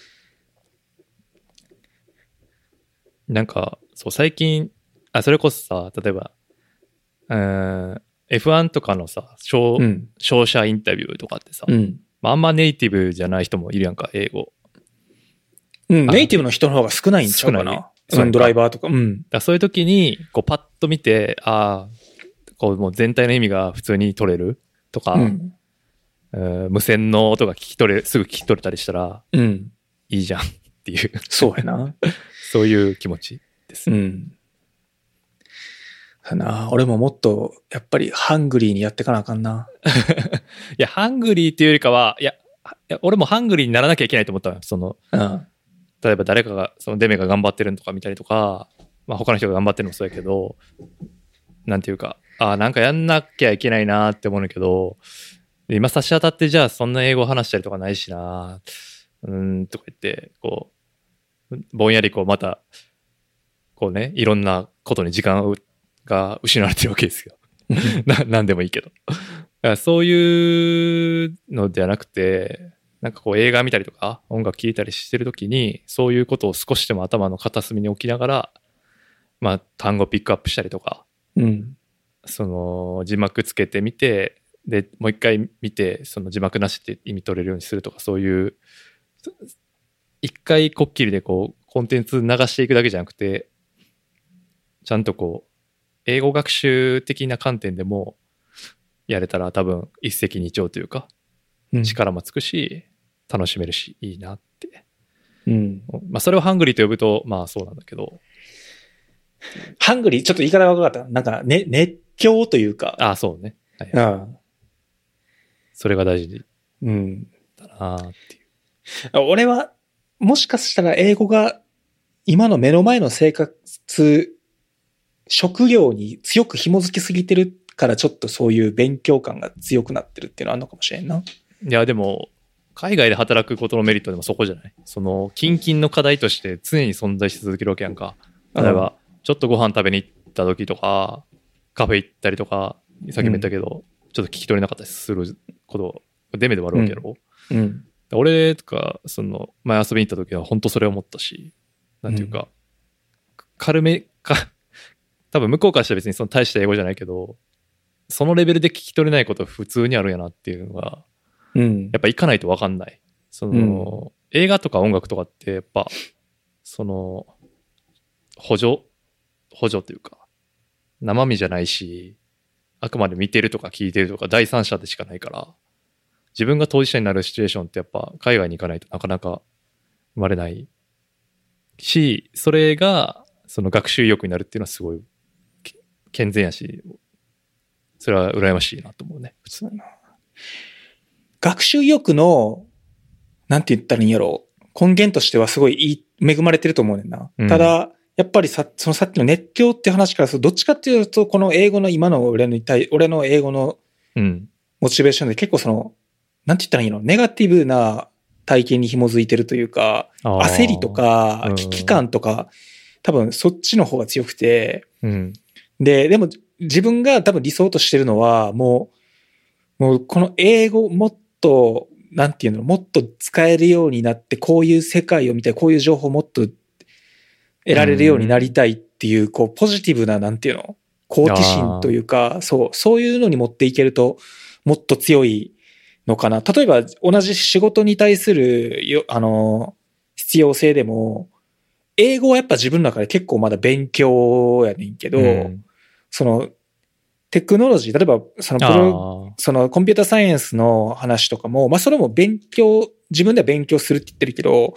なんか、そう、最近、あ、それこそさ、例えば、うーん、エフワン とかのさ、商、うん、商社インタビューとかってさ、 うん、 まあ、あんまネイティブじゃない人もいるやんか、英語。 うん、ネイティブの人の方が少ないんちゃうかな。うん、ドライバーとか。うん。 だそういう時に、こう、パッと見て、ああ、こう、もう全体の意味が普通に取れるとか、うんえー、無線の音が聞き取れ、すぐ聞き取れたりしたら、 うん。 いいじゃんっていう。 そうやな。 そういう気持ちです。 うん。だな。俺ももっと、やっぱりハングリーにやってかなあかんな。 いや、ハングリーっていうよりかは、いや、いや俺もハングリーにならなきゃいけないと思ったのよ。その、 うん。 例えば誰かが、そのデメが頑張ってるのとか見たりとか、まあ他の人が頑張ってるのもそうやけど、なんていうか、ああ、なんかやんなきゃいけないなって思うんだけど、今差し当たってじゃあそんな英語話したりとかないしな、うーんとか言って、こう、ぼんやりこうまた、こうね、いろんなことに時間が失われてるわけですよ。ななんでもいいけど。だからそういうのではなくて、なんかこう映画見たりとか音楽聴いたりしてるときにそういうことを少しでも頭の片隅に置きながらまあ単語ピックアップしたりとか、 うん、 その字幕つけてみてでもう一回見てその字幕なしって意味取れるようにするとかそういう一回こっきりでこうコンテンツ流していくだけじゃなくてちゃんとこう英語学習的な観点でもやれたら多分一石二鳥というか力もつくし、うん、楽しめるしいいなって、 うんまあ、それをハングリーと呼ぶとまあそうなんだけどハングリーちょっと言い方が分かったなんか、ね、熱狂というかああそうね、はいはい、ああそれが大事うんだなっていう俺はもしかしたら英語が今の目の前の生活職業に強く紐づきすぎてるからちょっとそういう勉強感が強くなってるっていうのはあるのかもしれんな。 いやでも海外で働くことのメリットでもそこじゃない。その近々の課題として常に存在し続けるわけやんか。例えばちょっとご飯食べに行った時とかカフェ行ったりとかさっきも言ったけど、うん、ちょっと聞き取れなかったりすることデメでもあるわけやろ、 うんうん、 俺とかその前遊びに行った時は本当それを思ったしなんていうか、うん、軽めか多分向こうからしたら別にその大した英語じゃないけどそのレベルで聞き取れないこと普通にあるんやなっていうのが、 うん、 やっぱ行かないと分かんない。その、うん、映画とか音楽とかってやっぱその補助補助というか生身じゃないしあくまで見てるとか聞いてるとか第三者でしかないから自分が当事者になるシチュエーションってやっぱ海外に行かないとなかなか生まれないしそれがその学習意欲になるっていうのはすごい健全やしそれは羨ましいなと思うね。普通な。 学習意欲の、なんて言ったらいいんやろう。根源としてはすごいいい、恵まれてると思うねんな。うん、ただ、やっぱりさ、そのさっきの熱狂って話からすると、どっちかっていうと、この英語の今の俺の対、俺の英語のモチベーションで結構その、なんて言ったらいいの、ネガティブな体験に紐づいてるというか、焦りとか、危機感とか、多分そっちの方が強くて、 うん、 で、でも、自分が多分理想としてるのは、もう、もうこの英語をもっと、なんていうの、もっと使えるようになって、こういう世界を見て、こういう情報をもっと得られるようになりたいっていう、うん、こう、ポジティブな、なんていうの、好奇心というか、そう、そういうのに持っていけると、もっと強いのかな。例えば、同じ仕事に対する、よあの、必要性でも、英語はやっぱ自分の中で結構まだ勉強やねんけど、うんその、テクノロジー、例えば、そのプロ、そのコンピューターサイエンスの話とかも、まあそれも勉強、自分では勉強するって言ってるけど、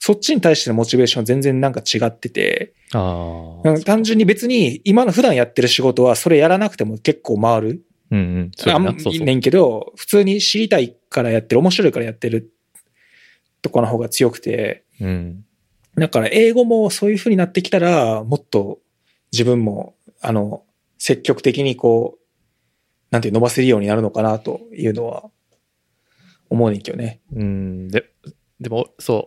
そっちに対してのモチベーションは全然なんか違ってて、 あ単純に別に今の普段やってる仕事はそれやらなくても結構回る。 うんうん。 あんまいいねんけど、普通に知りたいからやってる、面白いからやってるとこの方が強くて、 うん。 だから英語もそういう風になってきたら、もっと自分も、あの、積極的にこう、なんていう伸ばせるようになるのかなというのは思うねんけどね。 うん。で、でも、そう。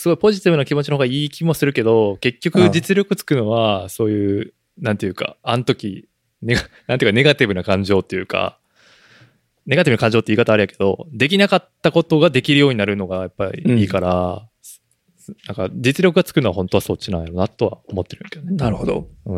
すごいポジティブな気持ちの方がいい気もするけど、結局実力つくのは、そういう、なんていうか、あの時、ネガ、なんていうかネガティブな感情っていうか、ネガティブな感情って言い方あれやけど、できなかったことができるようになるのがやっぱりいいから、うん、なんか実力がつくのは本当はそっちなんやろなとは思ってるんだけどね。 なるほど。 うん。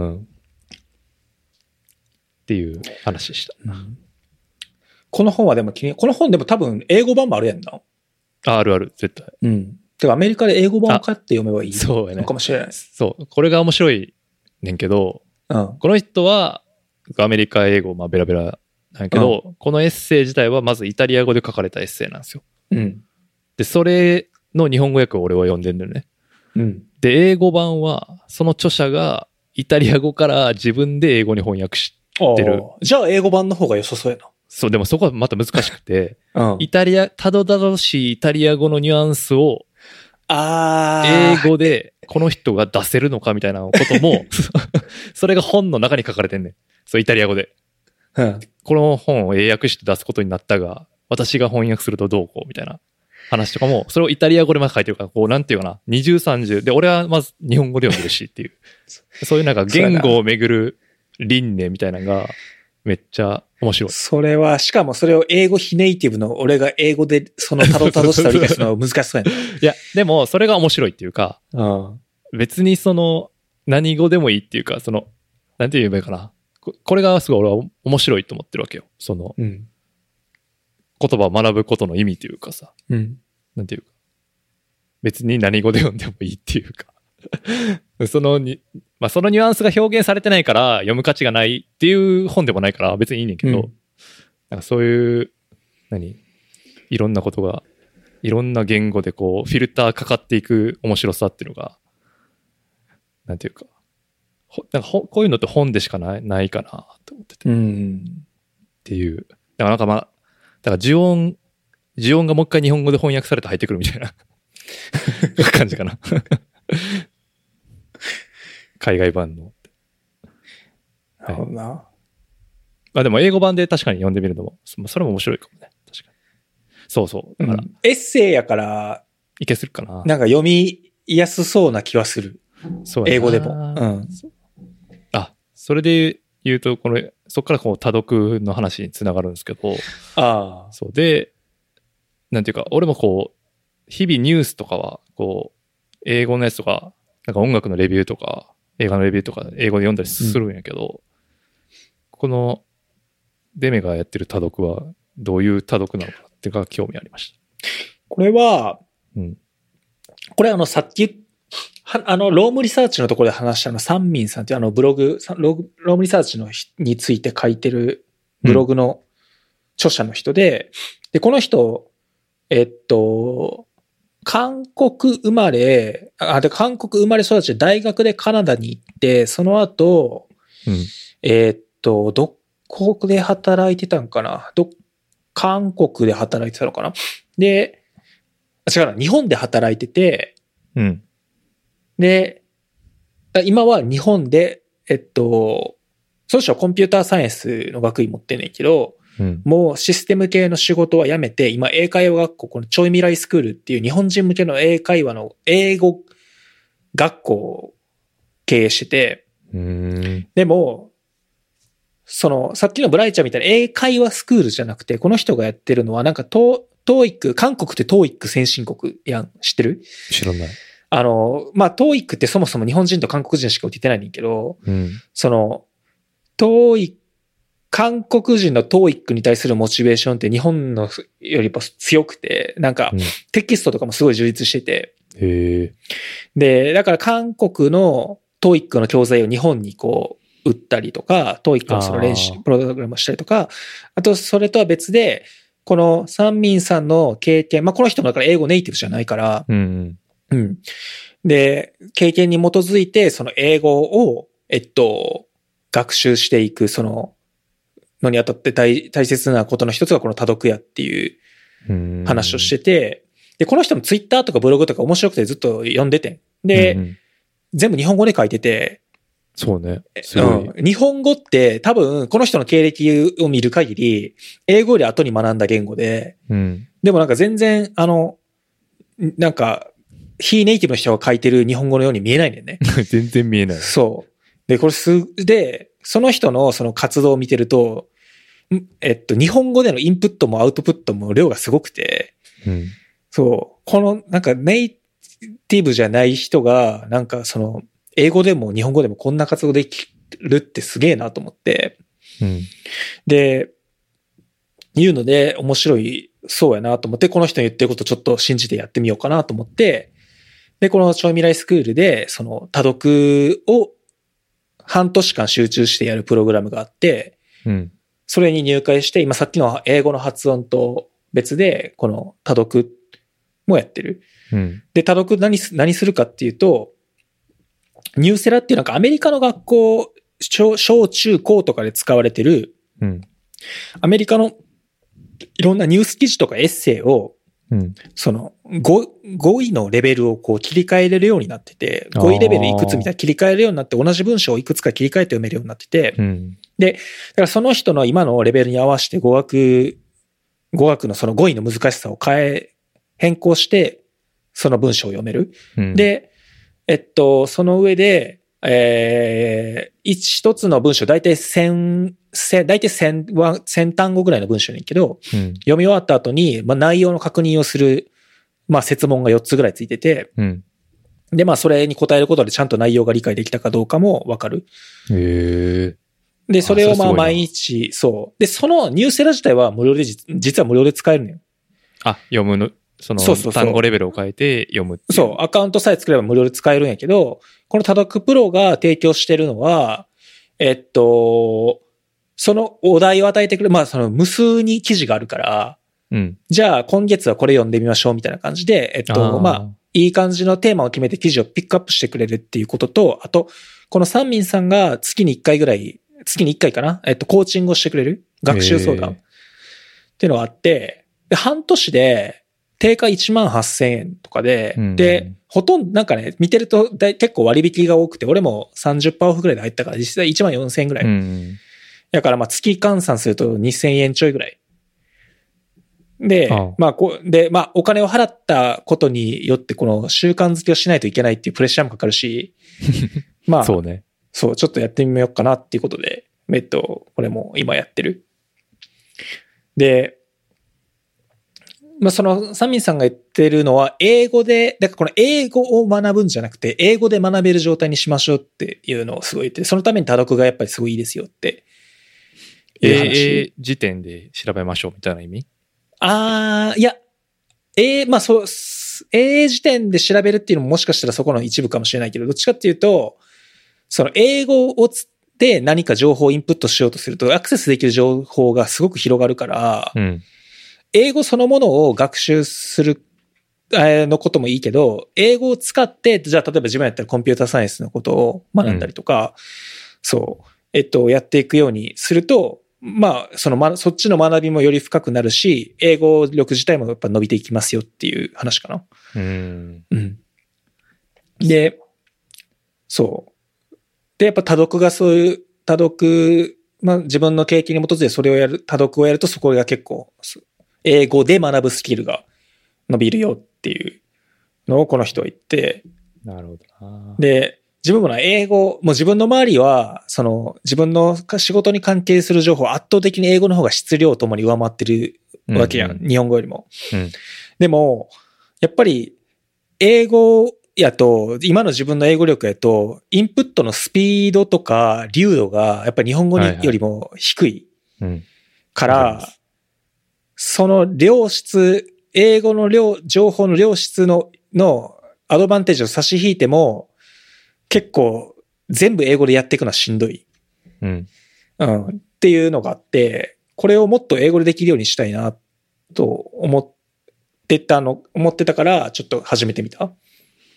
っていう話でした。うん、 この本はでも、この本でも多分英語版もあるやんな。 あ、あるある、絶対。 うん。てかアメリカで英語版を買って読めばいいのかもしれない。 そう、これが面白いねんけど、うん、この人はアメリカ英語、まあベラベラなんやけど、うん、このエッセイ自体はまずイタリア語で書かれたエッセイなんですよ。 うん、 で、それの日本語訳を俺は読んでんだよね。 うん、 で、英語版はその著者がイタリア語から自分で英語に翻訳してる。 じゃあ英語版の方が良さそうやな。 そう、でもそこはまた難しくて、 うん、 イタリア、たどたどしいイタリア語のニュアンスをあ英語でこの人が出せるのかみたいなこともそれが本の中に書かれてんねん。そうイタリア語で、 うん、 この本を英訳して出すことになったが私が翻訳するとどうこうみたいな話とかもそれをイタリア語でまず書いてるからこうなんていうかな二重三重で俺はまず日本語で読んでるしっていうそういうなんか言語をめぐる輪廻みたいなのがめっちゃ面白い。 それは、しかもそれを英語非ネイティブの俺が英語でそのたどたどしさを理解するのは難しそうやね。 いや、でもそれが面白いっていうか、 うん、 別にその何語でもいいっていうか、その、なんて言えばいいかな。こ, これがすごい俺は面白いと思ってるわけよ。その、 うん、 言葉を学ぶことの意味というかさ、 うん、 なんていうか、別に何語で読んでもいいっていうか、そのに、まあ、そのニュアンスが表現されてないから読む価値がないっていう本でもないから別にいいねんけど、うん、なんかそういう何いろんなことがいろんな言語でこうフィルターかかっていく面白さっていうのがなんていうか、なんかこういうのって本でしかないないかなと思ってて、 うん、 っていうだからなんかまあだから呪音呪音がもう一回日本語で翻訳されて入ってくるみたいな感じかな海外版の。 なるほどな。 はい、あでも英語版で確かに読んでみるのも、それも面白いかもね。確かに。そうそう。だから、 うん、エッセイやから、 いけするかな。 なんか読みやすそうな気はする。 そう英語でも。うん。 あ、それで言うと、この、そこからこう多読の話につながるんですけど、 ああ。 そうで、なんていうか、俺もこう、日々ニュースとかは、こう、英語のやつとか、なんか音楽のレビューとか、映画のレビューとか英語で読んだりするんやけど、うん、このデメがやってる多読はどういう多読なのかっていうか興味ありました。 これは、 うん、 これあのさっきあのロームリサーチのところで話したのサンミンさんっていうあのブログロームリサーチのについて書いてるブログの著者の人で、うん、でこの人えっと韓国生まれ、あ、で、韓国生まれ育ちで大学でカナダに行って、その後、 うん、 えー、っと、どこで働いてたんかなど、韓国で働いてたのかなで、違うな、日本で働いてて、 うん、 で、今は日本で、えっと、その人はコンピューターサイエンスの学位持ってんねんけど、 うん、 もうシステム系の仕事は辞めて、今英会話学校、このちょい未来スクールっていう日本人向けの英会話の英語学校を経営してて、 うーんでも、その、さっきのブライちゃんみたいな英会話スクールじゃなくて、この人がやってるのはなんかト、トーイック、韓国ってトーイック先進国やん、知ってる？ 知らない。 あの、まあ、トーイックってそもそも日本人と韓国人しか受けてないんだけど、 うん、 その、トーイック韓国人のトーイックに対するモチベーションって日本のよりも強くて、なんかテキストとかもすごい充実してて、 うん、へで、だから韓国のトーイックの教材を日本にこう売ったりとか、トーイックのその練習、プログラムをしたりとか、あとそれとは別で、このサンミンさんの経験、まあこの人もだから英語ネイティブじゃないから、 うん、 うん。で、経験に基づいて、その英語を、えっと、学習していく、その、のにあたって大、大切なことの一つがこの多読やっていう話をしてて、で、この人のツイッターとかブログとか面白くてずっと読んでてん。で、うんうん、全部日本語で書いてて、 そうね。すごい、 うん。日本語って多分この人の経歴を見る限り、英語より後に学んだ言語で、 うん、 でもなんか全然、あの、なんか、非ネイティブの人が書いてる日本語のように見えないんだよね。 全然見えない。 そう。で、これす、で、その人のその活動を見てると、えっと、日本語でのインプットもアウトプットも量がすごくて、 うん、 そう、このなんかネイティブじゃない人が、なんかその、英語でも日本語でもこんな活動できるってすげえなと思って、 うん、 で、言うので面白いそうやなと思って、この人の言ってることちょっと信じてやってみようかなと思って、で、この超未来スクールで、その多読を半年間集中してやるプログラムがあって、 うん、 それに入会して、今さっきの英語の発音と別で、この多読もやってる。 うん、 で、多読何す、何するかっていうと、ニューセラっていうなんかアメリカの学校、小、小中高とかで使われてる、 うん、 アメリカのいろんなニュース記事とかエッセイを、 うん、 その 5, 5位のレベルをこう切り替えれるようになってて、ごいレベルいくつみたいな切り替えるようになって、同じ文章をいくつか切り替えて読めるようになってて、 うん、 で、だからその人の今のレベルに合わせて語学、語学のその語彙の難しさを変え、変更して、その文章を読める。 うん、 で、えっと、その上で、えー、一つの文章、だいたい千、千、だいたい千、千単語ぐらいの文章にけど、 うん、 読み終わった後に、まあ、内容の確認をする、まあ、設問がよっつぐらいついてて、 うん、 で、まあ、それに答えることでちゃんと内容が理解できたかどうかもわかる。 へー。 で、それをまあ、毎日、そう。で、そのニュースレラ自体は無料で、実は無料で使えるのよ。 あ、読むの、その、 そうそうそう単語レベルを変えて読むっていう。 そう、アカウントさえ作れば無料で使えるんやけど、この多読プロが提供してるのは、えっと、そのお題を与えてくれる、まあその無数に記事があるから、 うん、 じゃあ今月はこれ読んでみましょうみたいな感じで、えっと、まあ、いい感じのテーマを決めて記事をピックアップしてくれるっていうことと、あと、このサンミンさんが月にいっかいぐらい、月にいっかいかな、えっと、コーチングをしてくれる学習相談っていうのがあって、で、半年で定価いちまんはっせんえんとかで、うん、で、ほとんどなんかね、見てるとだい結構割引が多くて、俺も さんじゅっパーセント オフぐらいで入ったから、実際いちまんよんせんえんぐらい。 うん、 だからまあ月換算するとにせんえんちょいぐらい。で、ああまあこう、で、まあお金を払ったことによってこの習慣づけをしないといけないっていうプレッシャーもかかるし、まあ、 そうね。 そう、ちょっとやってみようかなっていうことで、えっと、これも今やってる。で、まあそのサミンさんが言ってるのは英語で、だからこの英語を学ぶんじゃなくて英語で学べる状態にしましょうっていうのをすごい言って、そのために多読がやっぱりすごいいいですよっていう話。 英時点で調べましょうみたいな意味？ あー、いや、えー、まあそう、英時点で調べるっていうのももしかしたらそこの一部かもしれないけど、どっちかっていうと、その英語をつって何か情報をインプットしようとするとアクセスできる情報がすごく広がるから、 うん、 英語そのものを学習するのこともいいけど、英語を使って、じゃあ例えば自分やったらコンピューターサイエンスのことを学んだりとか、うん、そう、えっと、やっていくようにすると、まあ、その、ま、そっちの学びもより深くなるし、英語力自体もやっぱ伸びていきますよっていう話かな。 うん。 うん。で、そう。で、やっぱ多読がそういう、多読、まあ自分の経験に基づいてそれをやる、多読をやるとそこが結構、英語で学ぶスキルが伸びるよっていうのをこの人は言って。 なるほどな。 で、自分も英語、もう自分の周りは、その自分の仕事に関係する情報、圧倒的に英語の方が質量ともに上回ってるわけやん。うんうん、日本語よりも、 うん。 でも、やっぱり英語やと、今の自分の英語力やと、インプットのスピードとか流度がやっぱり日本語よりも低いから、はいはい、その量質、英語の量、情報の量質の、のアドバンテージを差し引いても、結構全部英語でやっていくのはしんどい。 うん。 うん。っていうのがあって、これをもっと英語でできるようにしたいなと思ってたの、思ってたからちょっと始めてみた。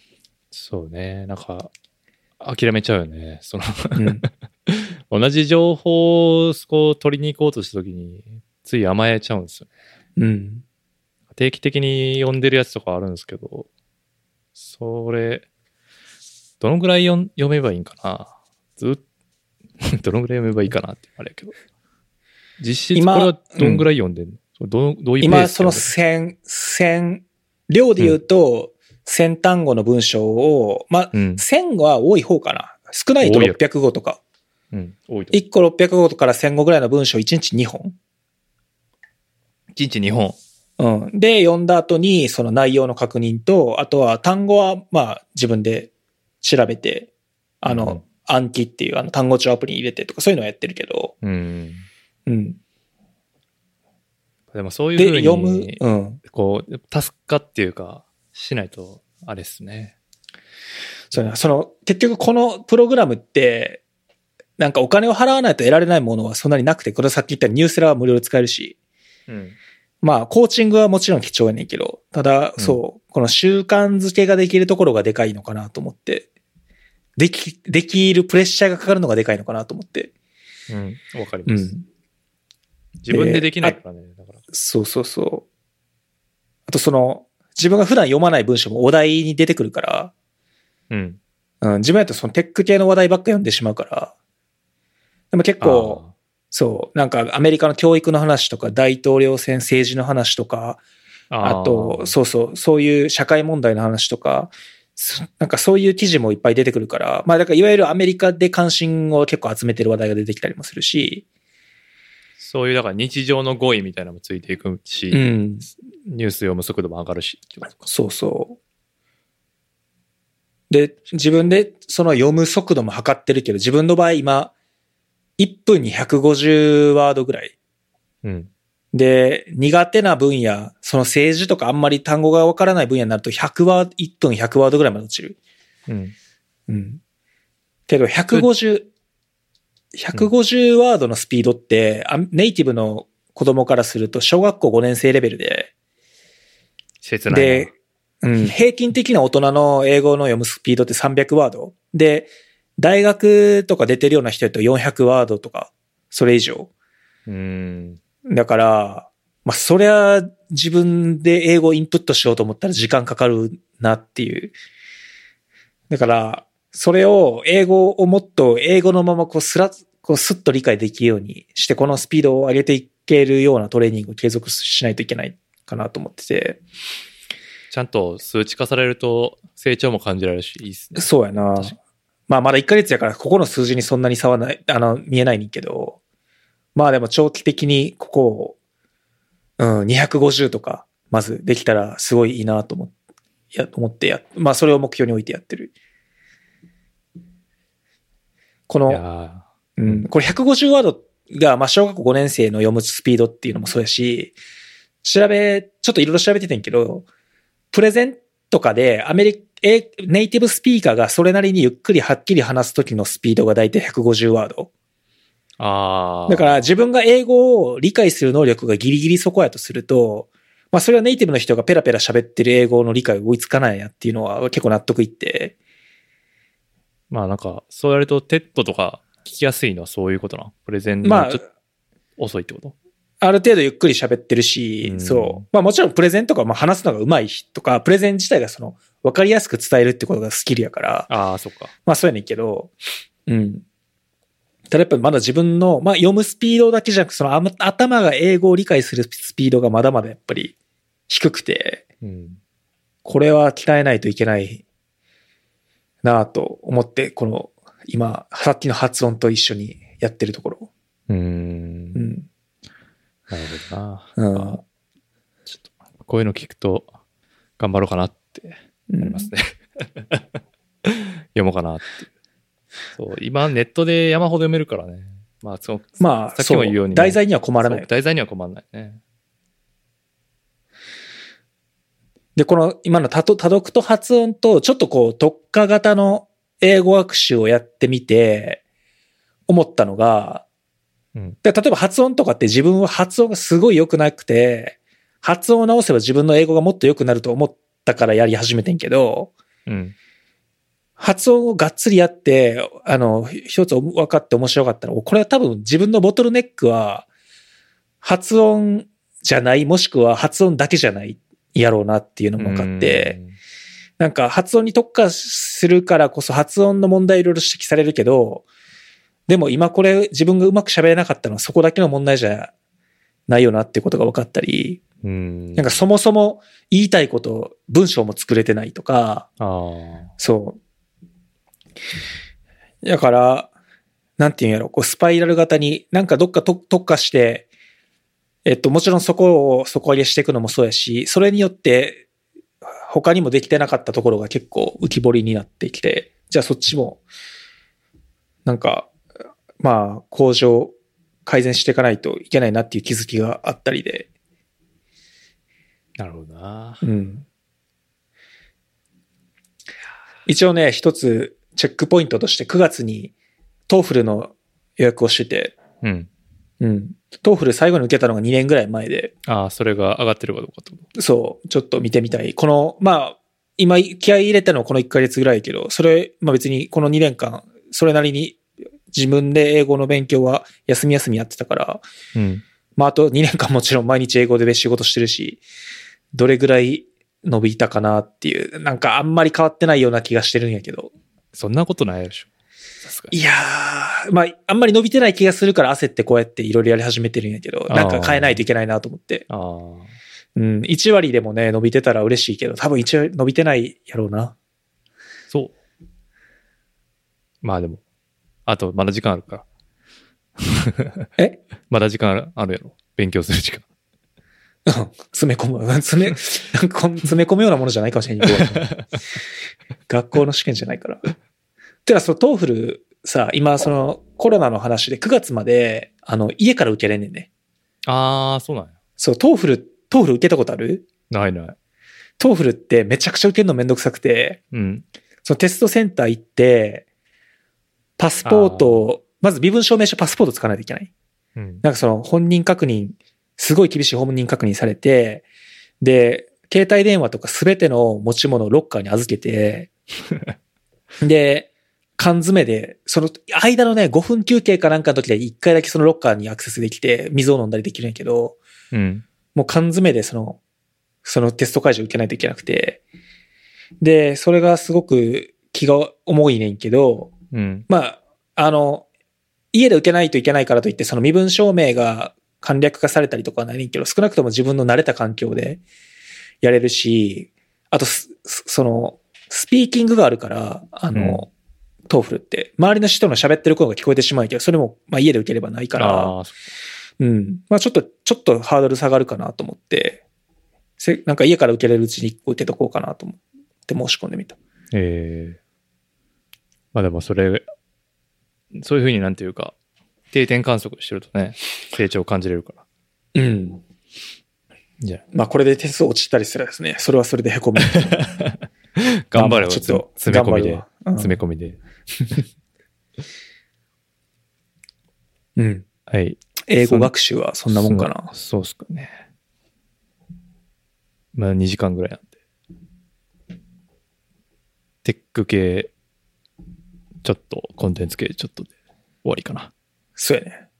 そうね。なんか、諦めちゃうよね。その、 うん、 同じ情報をこう取りに行こうとしたときに、つい甘えちゃうんですよね。うん。 定期的に読んでるやつとかあるんですけど、それ、どのぐらい読読めばいいんかな。ずっと、どのぐらい読めばいいかなってあれやけど。実質これはどんぐらい読んでんの？うん、ど, どういうペース今その千、千、量で言うと、千単語の文章を、まあ、うん、千は多い方かな。少ないとろっぴゃくごとか。 うん、多いと。 いっころっぴゃくごからせんごぐらいの文章いちにちにほん。 いちにちにほん。 うん。で、読んだ後にその内容の確認と、あとは単語はまあ自分で調べて、あの、うん、暗記っていうあの単語帳アプリに入れてとかそういうのをやってるけど。 うん。 うん。 でもそういうふうに、 読む、うん。 こう、タスク化っていうか、しないと、あれっすね。 そうね。その、結局このプログラムって、なんかお金を払わないと得られないものはそんなになくて、これさっき言ったニュースレターは無料で使えるし、 うん、 まあ、コーチングはもちろん貴重やねんけど、ただ、そう、うん、この習慣づけができるところがでかいのかなと思って、でき、できるプレッシャーがかかるのがでかいのかなと思って。 うん、わかります。うん、自分でできないからね、だから。 そうそうそう。あとその、自分が普段読まない文章もお題に出てくるから、 うん。 うん、自分やとそのテック系の話題ばっか読んでしまうから、でも結構、そう、なんかアメリカの教育の話とか、大統領選政治の話とか、あ, あと、そうそう、そういう社会問題の話とか、なんかそういう記事もいっぱい出てくるから、まあだからいわゆるアメリカで関心を結構集めてる話題が出てきたりもするし、 そういうだから日常の語彙みたいなのもついていくし、 うん、 ニュース読む速度も上がるし。 そうそう。で、自分でその読む速度も測ってるけど、自分の場合今、いっぷんにひゃくごじゅうワードぐらい。 うん。 で、苦手な分野、その政治とかあんまり単語がわからない分野になるとひゃくワード、いっぷんひゃくワードぐらいまで落ちる。 うん。 うん。けどひゃくごじゅう、ひゃくごじゅうワードのスピードって、ネイティブの子供からすると小学校ごねん生レベルで、 切ないな。 で、うん、平均的な大人の英語の読むスピードってさんびゃくワード。で、大学とか出てるような人だとよんひゃくワードとか、それ以上。 うーん。 だから、まあ、そりゃ自分で英語をインプットしようと思ったら時間かかるなっていう。だから、それを英語をもっと英語のままこうスラッ、こうスッと理解できるようにして、このスピードを上げていけるようなトレーニングを継続しないといけないかなと思ってて。 ちゃんと数値化されると成長も感じられるし、いいっすね。 そうやな。まあまだいっかげつやからここの数字にそんなに差はない、あの、見えないねんけど、まあでも長期的にここを、うん、にひゃくごじゅうとか、まずできたらすごいいいなと思って、や、思ってや、まあそれを目標に置いてやってる。この、うん、これひゃくごじゅうワードが、まあ小学校ごねん生の読むスピードっていうのもそうやし、調べ、ちょっといろいろ調べててんけど、プレゼンとかでアメリカ、ネイティブスピーカーがそれなりにゆっくりはっきり話すときのスピードがだいたいひゃくごじゅうワード。 ああ。 だから自分が英語を理解する能力がギリギリそこやとすると、まあそれはネイティブの人がペラペラ喋ってる英語の理解が追いつかないやっていうのは結構納得いって。 まあなんか、そうやるとテッドとか聞きやすいのはそういうことな。プレゼンがちょっと遅いってこと、まあ、ある程度ゆっくり喋ってるし、うん、そう。まあもちろんプレゼンとか、まあ話すのが上手い人とか、プレゼン自体がその、わかりやすく伝えるってことがスキルやから。 ああ、そっか。 まあそうやねんけど、うん。ただやっぱまだ自分の、まあ読むスピードだけじゃなく、その頭が英語を理解するスピードがまだまだやっぱり低くて、 うん、 これは鍛えないといけないなぁと思って、この今、さっきの発音と一緒にやってるところ。 うーん。 うん。 なるほどな。 うん。 ちょっと、こういうの聞くと頑張ろうかなってなりますね。うん、読もうかなって。そう、今ネットで山ほど読めるからね。まあ、そう、 まあ、さっきも言うように、ね、題材には困らない。 題材には困らないね。 で、この今の多読と発音と、ちょっとこう特化型の英語学習をやってみて、思ったのが、 うん、 で例えば発音とかって自分は発音がすごい良くなくて、発音を直せば自分の英語がもっと良くなると思ったからやり始めてんけど、 うん、 発音をがっつりやって、あの、一つ分かって面白かったら、これは多分自分のボトルネックは、発音じゃない、もしくは発音だけじゃないやろうなっていうのも分かって、なんか発音に特化するからこそ発音の問題いろいろ指摘されるけど、でも今これ自分がうまく喋れなかったのはそこだけの問題じゃないよなっていうことが分かったり、うん、なんかそもそも言いたいこと文章も作れてないとか、あそう。だから、なんていうんやろ、こうスパイラル型になんかどっかと特化して、えっと、もちろんそこを底上げしていくのもそうやし、それによって他にもできてなかったところが結構浮き彫りになってきて、じゃあそっちも、なんか、まあ、向上、改善していかないといけないなっていう気づきがあったりで。 なるほどな。 うん。一応ね、一つチェックポイントとしてくがつにトーフルの予約をしてて、うん。うん。トーフル最後に受けたのがにねんぐらい前で。 ああ、それが上がってるかどうかってこと。 そう、ちょっと見てみたい。この、まあ、今気合い入れたのはこのいっかげつぐらいけど、それ、まあ別にこのにねんかん、それなりに自分で英語の勉強は休み休みやってたから、うん。まああとにねんかんもちろん毎日英語で仕事してるし、どれぐらい伸びたかなっていう、なんかあんまり変わってないような気がしてるんやけど。 そんなことないでしょ。 いやー、まあ、あんまり伸びてない気がするから焦ってこうやっていろいろやり始めてるんやけど、なんか変えないといけないなと思って。あうん、いち割でもね、伸びてたら嬉しいけど、多分いち割伸びてないやろうな。 そう。まあでも、あとまだ時間あるから。 えまだ時間あるやろ。勉強する時間。 詰め込む。詰め、詰め込むようなものじゃないかもしれない。学校の試験じゃないから。てか、そのトーフルさ、今そのコロナの話でくがつまで、あの、家から受けれんねんね。 あー、そうなんや。 そう、トーフル、トーフル受けたことある？ ないない。 トーフルってめちゃくちゃ受けるのめんどくさくて、うん。そのテストセンター行って、パスポート、まず身分証明書パスポート使わないといけない。うん。なんかその本人確認、すごい厳しい本人確認されて、で、携帯電話とかすべての持ち物をロッカーに預けて、で、缶詰で、その間のね、ごふん休憩かなんかの時でいっかいだけそのロッカーにアクセスできて、水を飲んだりできるんやけど、うん、もう缶詰でその、そのテスト会場受けないといけなくて、で、それがすごく気が重いねんけど、うん、まあ、あの、家で受けないといけないからといって、その身分証明が簡略化されたりとかはないねんけど、少なくとも自分の慣れた環境でやれるし、あと、その、スピーキングがあるから、あの、うんトーフルって、周りの人の喋ってる声が聞こえてしまうけど、それも、まあ家で受ければないから、うん。まあちょっと、ちょっとハードル下がるかなと思って、せなんか家から受けれるうちに一個受けとこうかなと思って申し込んでみた。 ええー。まあでもそれ、そういうふうになんていうか、定点観測してるとね、成長を感じれるから。うん。 じゃあ。まあこれで点数落ちたりするですね。それはそれで凹む。 頑張れよ、ちょっと詰め込みで。うん、詰め込みで。 うん。 はい。 英語学習はそんなもんかな。 そ, そうっすかね。まあにじかんぐらいなんで。テック系、ちょっと、コンテンツ系ちょっとで終わりかな。 そうやね。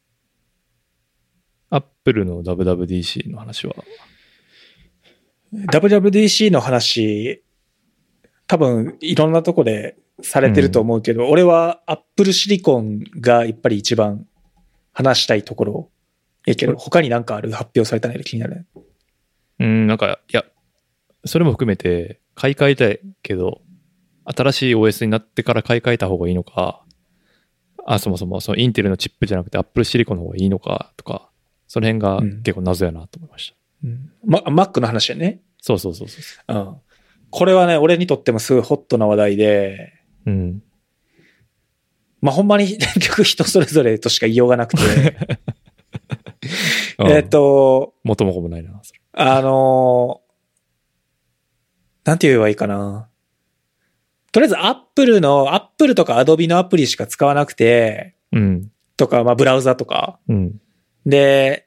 アップルの ダブリューダブリューディーシー の話はダブリューダブリューディーシー の話、多分いろんなとこでされてると思うけど、うん、俺は Apple Silicon がやっぱり一番話したいところやけど、他になんかある発表されたの気になる。 うん、なんか、いや、それも含めて買い替えたいけど、新しい オーエス になってから買い替えた方がいいのか、あ、そもそもそのインテルのチップじゃなくて Apple Silicon の方がいいのかとか、その辺が結構謎やなと思いました。 うん。ま、Mac の話やね。 そうそうそうそう。 うん。これはね、俺にとってもすごいホットな話題で、うん。まあ、ほんまに結局人それぞれとしか言いようがなくて、えっと、 元も子もないな。それあの、なんて言えばいいかな。とりあえず Apple の、Apple とか Adobe のアプリしか使わなくて、うん。とか、まあ、ブラウザとか。うん。で、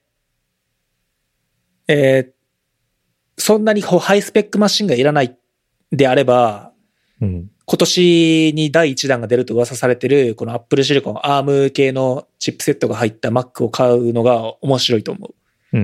えー、そんなにハイスペックマシンがいらないであれば、うん、 今年にだいいちだんが出ると噂されてる、この Apple Silicon、アーム 系のチップセットが入った Mac を買うのが面白いと思う。 うん。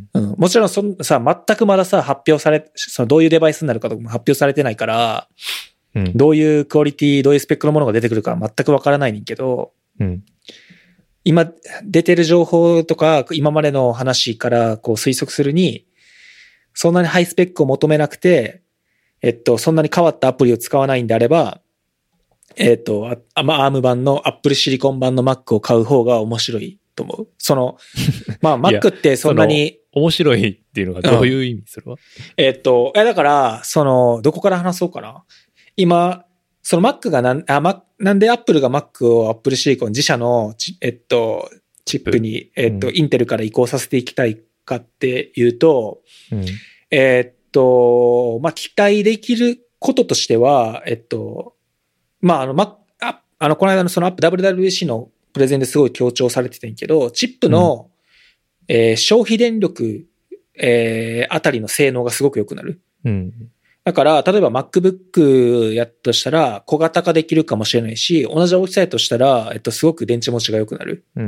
うん。もちろんそんさ、全くまださ、発表され、そのどういうデバイスになるかとかも発表されてないから、うん、どういうクオリティ、どういうスペックのものが出てくるかは全くわからないねんけど、 うん、 今出てる情報とか、今までの話からこう推測するに、そんなにハイスペックを求めなくて、えっと、そんなに変わったアプリを使わないんであれば、えっと、あ、まあ、アーム 版の Apple Silicon 版の Mac を買う方が面白いと思う。その、まあ、Mac ってそんなに。 面白いっていうのがどういう意味、うん、それはえっと、え、だから、その、どこから話そうかな。今、その Mac がなん、あ、ま、なんで Apple が Mac を Apple Silicon 自社のチ、えっと、チップに、えっと、うん、インテルから移行させていきたいかっていうと、うん、えっと、と、まあ、期待できることとしては、えっと、まあ、あの、ま、あ、あの、この間のその ダブリューダブリューシー のプレゼンですごい強調されてたんやけど、チップの、うん、えー、消費電力、えー、あたりの性能がすごく良くなる。 うん。 だから、例えば MacBook やとしたら小型化できるかもしれないし、同じ大きさやとしたら、えっと、すごく電池持ちが良くなる。 うん。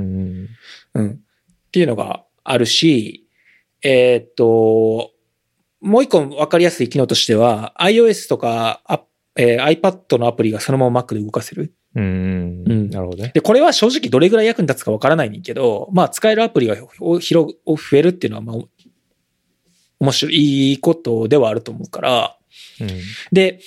うん。っていうのがあるし、えー、っと、もう一個分かりやすい機能としては、iOS とか、えー、iPad のアプリがそのまま Mac で動かせる。 うん。うん。なるほどね。 で、これは正直どれぐらい役に立つか分からないねんけど、まあ使えるアプリが広、増えるっていうのは、まあ、面白い、いいことではあると思うから。 うん、 で、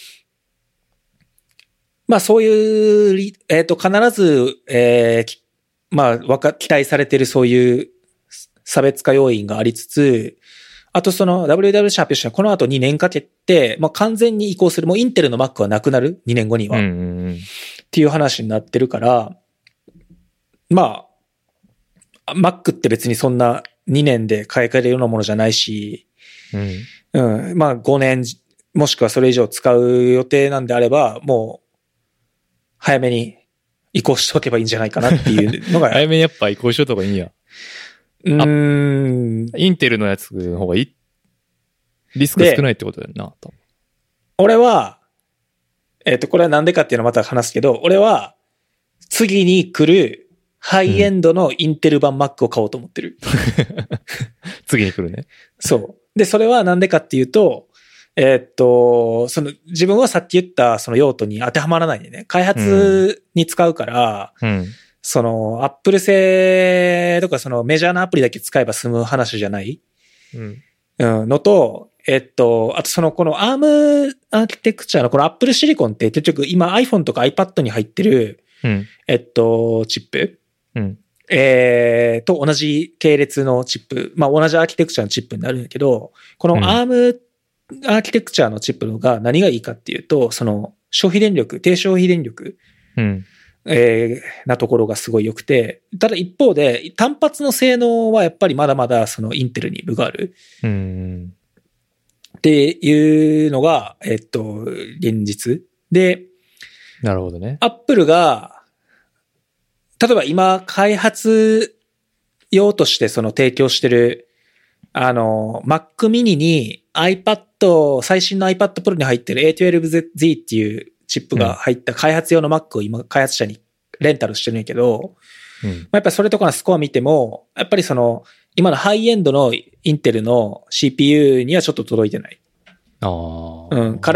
まあそういう、えっと、必ず、えー、まあ、わか、期待されているそういう差別化要因がありつつ、あとその ダブリューダブリューシー 発表したこの後にねんかけて、まあ完全に移行する。もうインテルの Mac はなくなる ?に 年後には、 うんうんうん。 っていう話になってるから、まあ、Mac って別にそんなにねんで買い替えるようなものじゃないし、 うん。 うん。まあごねん、もしくはそれ以上使う予定なんであれば、もう、早めに移行しておけばいいんじゃないかなっていうのが。 早めにやっぱ移行しといた方がいいんや。 うーん。 インテルのやつの方がいい。リスク少ないってことだよな。 俺は、えっと、これはなんでかっていうのはまた話すけど、俺は、次に来るハイエンドのインテル版 Mac を買おうと思ってる。 うん、次に来るね。 そう。で、それはなんでかっていうと、えー、っと、その、自分はさっき言ったその用途に当てはまらないんでね。開発に使うから、 うん、 その、アップル製とかそのメジャーなアプリだけ使えば済む話じゃない、 うんうん、のと、えっと、あとそのこの Arm アーキテクチャのこの Apple Silicon って結局今 iPhone とか iPad に入ってる、 うん、 えっと、チップ、 うん、 えー、と同じ系列のチップ、まあ同じアーキテクチャのチップになるんだけど、この Arm アーキテクチャのチップが何がいいかっていうと、その消費電力、低消費電力、 うんえー、なところがすごい良くて、ただ一方で単発の性能はやっぱりまだまだそのインテルに分がある。 うんっていうのが、えっと、現実。で、 なるほどね。 アップルが、例えば今開発用としてその提供してる、あの、Mac mini に iPad、最新の iPad Pro に入ってる エートゥエルブゼット っていうチップが入った開発用の Mac を今開発者にレンタルしてるんやけど、 うん、 まあ、やっぱりそれとかのスコア見ても、やっぱりその、今のハイエンドのインテルの シーピーユー にはちょっと届いてない。 あうん。から、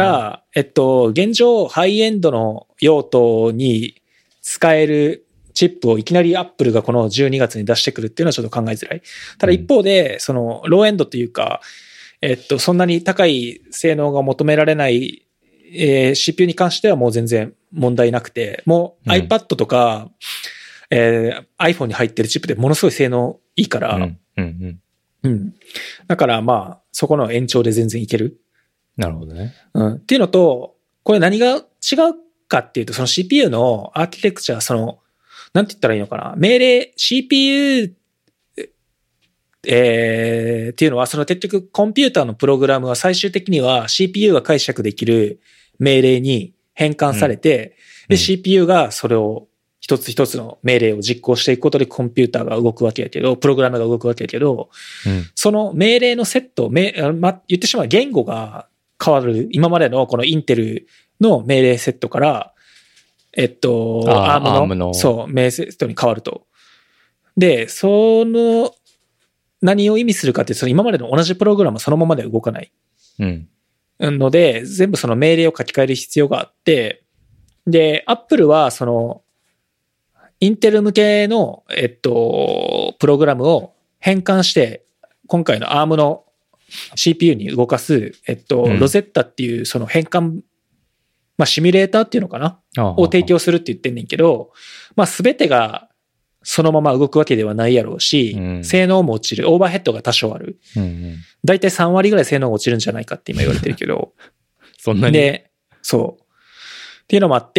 えっと、現状ハイエンドの用途に使えるチップをいきなりアップルがこのじゅうにがつに出してくるっていうのはちょっと考えづらい。ただ一方で、その、ローエンドというか、えっと、そんなに高い性能が求められない、えー、シーピーユー に関してはもう全然問題なくて、もう iPad とか、うん、えー、iPhone に入ってるチップでものすごい性能いいから、 うんうんうん。だからまあ、そこの延長で全然いける。 なるほどね。 うん。っていうのと、これ何が違うかっていうと、その シーピーユー のアーキテクチャ、その、なんて言ったらいいのかな。命令、シーピーユー、えー、っていうのは、その結局コンピューターのプログラムは最終的には シーピーユー が解釈できる命令に変換されて、うん、で、うん、シーピーユー がそれを一つ一つの命令を実行していくことでコンピューターが動くわけやけど、プログラムが動くわけやけど、 うん、 その命令のセット、めま、言ってしまう言語が変わる。今までのこのインテルの命令セットから、えっと、アームの、アームのそう、命令セットに変わると。で、その、何を意味するかって、その今までの同じプログラムはそのままでは動かない。 うん。 ので、全部その命令を書き換える必要があって、で、Apple はその、インテル向けの、えっと、プログラムを変換して、今回の Arm の シーピーユー に動かす、えっと、うん、ロゼッタっていうその変換、まあ、シミュレーターっていうのかなを提供するって言ってんねんけど、まあ、すべてがそのまま動くわけではないやろうし、うん、性能も落ちる。オーバーヘッドが多少ある。うんうん、だいたいさんわりぐらい性能が落ちるんじゃないかって今言われてるけど。 そんなに？ で、そう。っていうのもあって、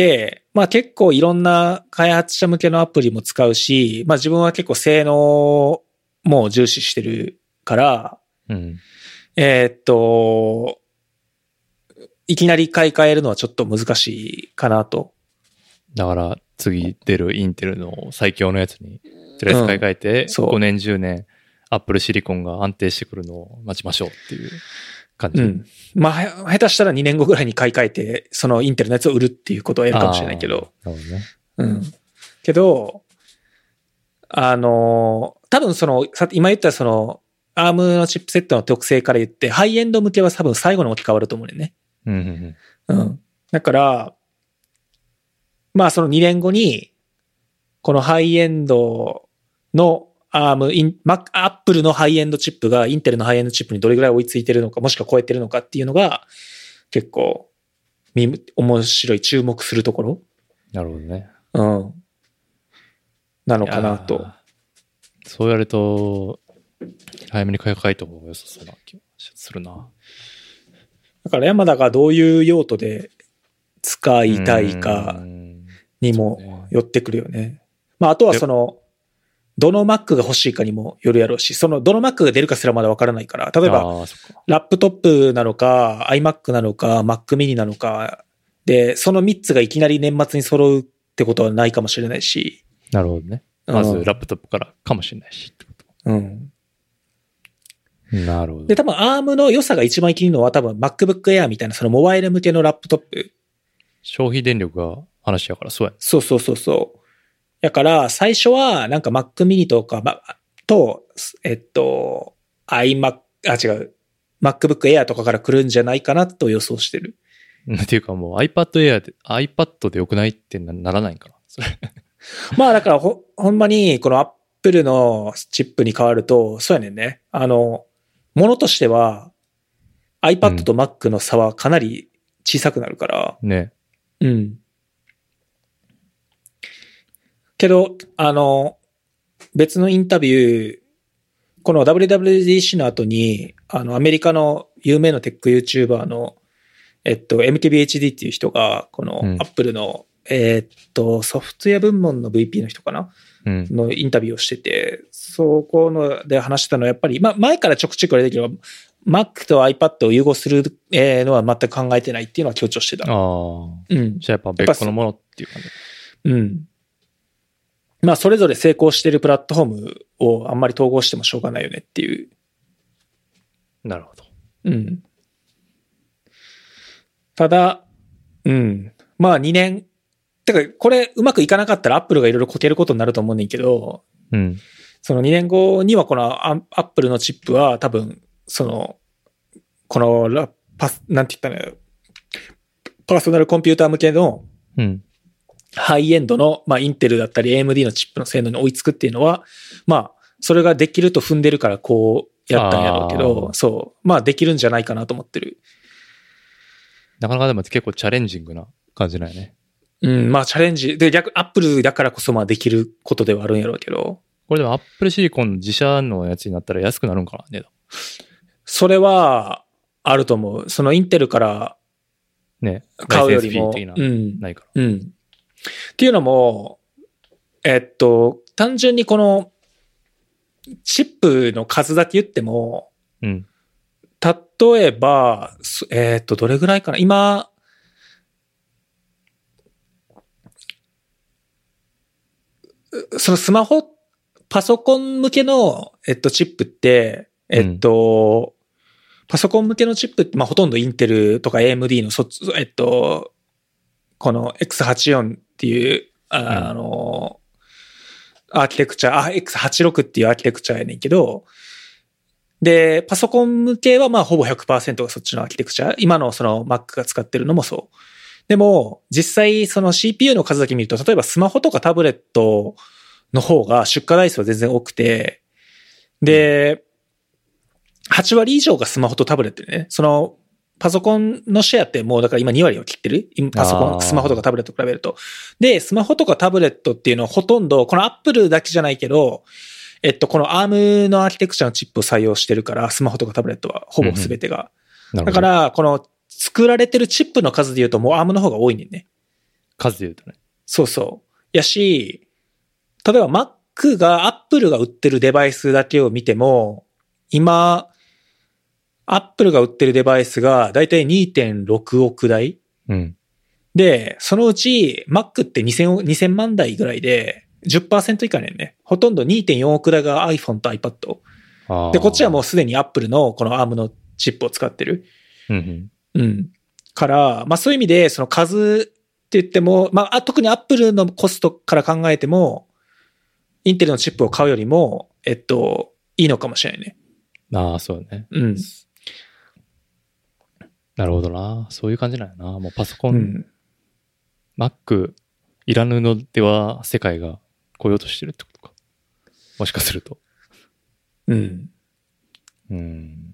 まあ結構いろんな開発者向けのアプリも使うし、まあ自分は結構性能も重視してるから、うん、えー、っと、いきなり買い替えるのはちょっと難しいかなと。 だから次出るインテルの最強のやつにとりあえず買い替えて、うん、ごねんじゅうねんアップルシリコンが安定してくるのを待ちましょうっていう感じ。 うん。まあ下手したらにねんごぐらいに買い替えてそのインテルのやつを売るっていうことはやるかもしれないけど。 なるほどね。 うん。けど、あの、多分その、今言ったその、アームのチップセットの特性から言って、ハイエンド向けは多分最後に置き換わると思うねんね。 うんうんうん。 うん。だから、まあそのにねんごに、このハイエンドのアーム、イン、マアップルのハイエンドチップがインテルのハイエンドチップにどれぐらい追いついてるのか、もしくは超えてるのかっていうのが、結構、面白い注目するところ。 なるほどね。 うん。なのかなと。 そうやると、早めに買い替えた方が良さそうな気がするな。 だから山田がどういう用途で使いたいかにもよってくるよね。まああとはその、どの Mac が欲しいかにもよるやろうし、そのどの Mac が出るかすらまだわからないから、例えば、ラップトップなのか、iMac なのか、Mac mini なのか、で、そのみっつがいきなり年末に揃うってことはないかもしれないし。 なるほどね。まずラップトップからかもしれないしってこと。 うん。 なるほど。 で、多分 Arm の良さが一番生きるのは多分 MacBook Air みたいなそのモバイル向けのラップトップ。 消費電力が話やからそうや、ね。 そうそうそうそう。だから最初はなんか Mac mini とか、ま、と、えっと、iMac、あ、違う。MacBook Air とかから来るんじゃないかなと予想してる。 っていうかもう iPad Air で、iPad でよくないってならないんかな。それまあだからほ、ほんまにこの Apple のチップに変わると、そうやねんね。あの、ものとしては iPad と Mac の差はかなり小さくなるから。 うん、ね。 うん。けど、あの、別のインタビュー、この ダブリューダブリューディーシー の後に、あの、アメリカの有名なテック YouTuber の、えっと、エムケービーエイチディー っていう人が、この Apple の、うん、えー、っと、ソフトウェア部門の ブイピー の人かな、うん、のインタビューをしてて、そこので話してたのはやっぱり、まあ、前からちょくちょく言われたけど、Mac と iPad を融合するのは全く考えてないっていうのは強調してた。 ああ。うん。じゃあやっぱ別個のものっていう感じ。 うん。まあ、それぞれ成功してるプラットフォームをあんまり統合してもしょうがないよねっていう。 なるほど。 うん。ただ、うん。まあにねん、てかこれうまくいかなかったら Apple がいろいろこけることになると思うねんけど、 うん。 そのにねんごにはこの Apple のチップは多分、その、このラパス、なんて言ったのよ。パーソナルコンピューター向けの、 うん。 ハイエンドの、まあ、インテルだったり エーエムディー のチップの性能に追いつくっていうのは、まあ、それができると踏んでるからこうやったんやろうけど、そう。まあ、できるんじゃないかなと思ってる。 なかなかでも結構チャレンジングな感じなんやね。 うん、まあ、チャレンジ。で、逆、アップルだからこそまあできることではあるんやろうけど。 これでもアップルシリコンの自社のやつになったら安くなるんかな、値段。 それは、あると思う。そのインテルから、 ね、 買うよりも。 ライセンスフィー的な、うん、ないから。 うん。っていうのも、えっと、単純にこの、チップの数だけ言っても、 うん。 例えば、えっと、どれぐらいかな今、そのスマホ、パソコン向けの、えっと、チップって、えっと、 パソコン向けのチップって、まあ、ほとんどインテルとか エーエムディー のそ、えっと、この エックスはちじゅうよん っていう、あ、あの、うん、アーキテクチャ、あ、エックスはちじゅうろく っていうアーキテクチャやねんけど、で、パソコン向けはまあほぼ ひゃくパーセント がそっちのアーキテクチャ。今のその Mac が使ってるのもそう。でも、実際その シーピーユー の数だけ見ると、例えばスマホとかタブレットの方が出荷台数は全然多くて、で、はち割以上がスマホとタブレットでね、そのパソコンのシェアってもうだから今に割を切ってる？パソコン、スマホとかタブレットと比べると。で、スマホとかタブレットっていうのはほとんど、この Apple だけじゃないけど、えっと、この アーム のアーキテクチャのチップを採用してるから、スマホとかタブレットはほぼ全てが。うんうん、だから、この作られてるチップの数で言うともう アーム の方が多いねんね。 数で言うとね。 そうそう。やし、例えば Mac が Apple が売ってるデバイスだけを見ても、今、Apple が売ってるデバイスがだいたい にてんろくおくだい、うん、で、そのうち Mac ってにせん、にせんまんだいぐらいで、じゅっパーセント 以下ねんね。ほとんど にてんよんおくだいが iPhone と iPad。で、こっちはもうすでに Apple のこの アーム のチップを使ってる。うん、うん。うん。から、まあそういう意味で、その数って言っても、まあ特に Apple のコストから考えても、インテルのチップを買うよりも、えっと、いいのかもしれないね。 ああ、そうね。 うん。 なるほどな。そういう感じなんやな。もうパソコン、うん、Mac いらぬのでは世界が来ようとしてるってことか。もしかすると。 うん。 うん。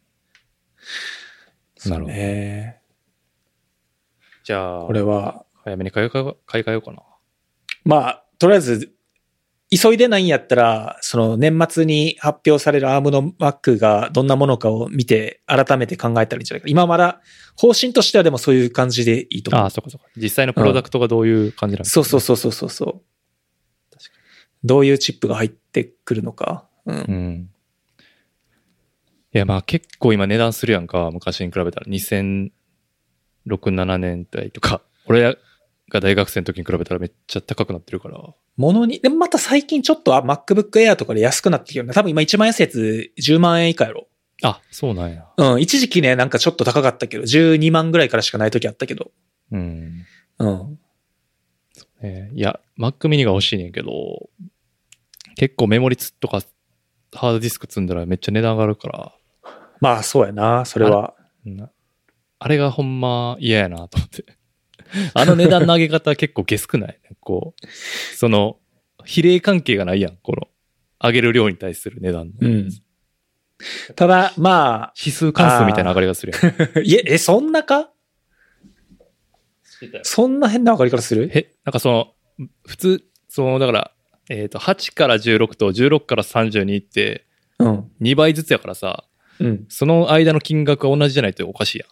なるほどね。 じゃあ、 これは、 早めに買い替え、買い替えようかな。 まあ、とりあえず、急いでないんやったら、その年末に発表される アーム の Mac がどんなものかを見て、改めて考えたらいいんじゃないか。今まだ、方針としてはでもそういう感じでいいと思う。 ああ、そうかそうか。実際のプロダクトがどういう感じなんですか、ね、 うん、そうそうそうそうそう。確かに。どういうチップが入ってくるのか。うん。うん、 いや、まあ結構今値段するやんか。昔に比べたら。にせんろく、ななねんだいとか。俺が大学生の時に比べたらめっちゃ高くなってるから。 ものに、でもまた最近ちょっと MacBook Air とかで安くなってきてるね。多分今一番安いやつじゅうまんえん以下やろ。 あ、そうなんや。 うん、一時期ね、なんかちょっと高かったけど、じゅうにまんぐらいからしかない時あったけど。 うん。 うん。 そうね、いや、Mac mini が欲しいねんけど、結構メモリとかハードディスク積んだらめっちゃ値段上がるから。 まあそうやな、それは。 あれ、あれがほんま嫌やなと思って。あの値段の上げ方結構ゲスくない？こう、その、比例関係がないやん。この、上げる量に対する値段の。 うん。ただ、まあ。 指数関数みたいな上がりがするやん。いえ、え、そんなか？そんな変な上がり方する？ え、なんかその、普通、その、だから、えっと、はちからじゅうろくとじゅうろくからさんじゅうにって、にばいずつやからさ、うん、その間の金額が同じじゃないとおかしいやん。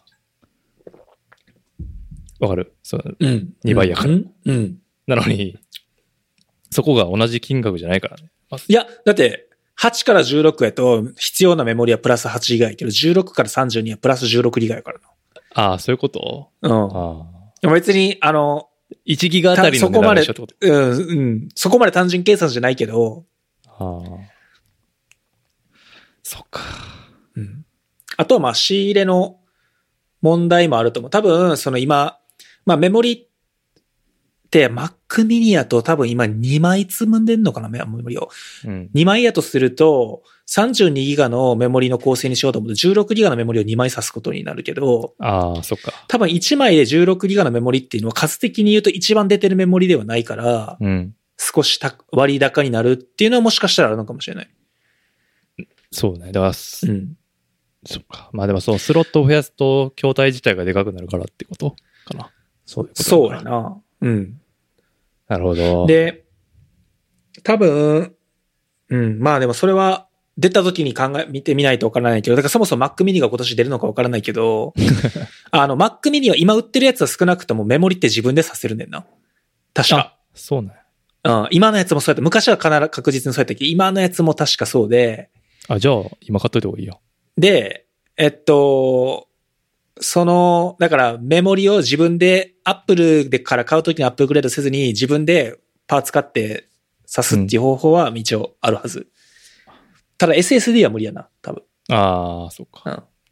わかる？そう、うん、にばいやから、うんうん。なのに、そこが同じ金額じゃないからね。 いや、だって、はちからじゅうろくやと必要なメモリはプラスはちギガやけど、じゅうろくからさんじゅうにはプラスじゅうろくギガやからな。 ああ、そういうこと？ うん。ああ。別に、あの、 いちギガあたりの値段でしょってこと？ うん、うん。そこまで単純計算じゃないけど。 ああ。そっか。 うん。あとはまあ仕入れの問題もあると思う。多分、その今、まあメモリって Mac mini やと多分今にまい積んでんのかな、メモリを。うん、にまいやとすると、さんじゅうにギガのメモリの構成にしようと思うとじゅうろくギガのメモリをにまい挿すことになるけど、 ああ、そっか。 多分いちまいでじゅうろくギガのメモリっていうのは数的に言うと一番出てるメモリではないから、うん、少した割高になるっていうのはもしかしたらあるのかもしれない。 そうね。だから、うん、そっか。まあでもそのスロットを増やすと筐体自体がでかくなるからってことかな。そういうことか。 そうやな。うん。 なるほど。 で、多分、うん、まあでもそれは出た時に考え、見てみないとわからないけど、だからそもそも Mac mini が今年出るのかわからないけど、あの Mac mini は今売ってるやつは少なくともメモリって自分でさせるねんな。確か。 あ、そうね。 うん、今のやつもそうやった。昔は必ず確実にそうやったけど、今のやつも確かそうで。 あ、じゃあ今買っといた方がいいよ。 で、えっと、その、だからメモリを自分で Apple でから買うときにアップグレードせずに自分でパーツ買って挿すっていう方法は一応あるはず。うん、ただ エスエスディー は無理やな、多分。 ああ、そうか。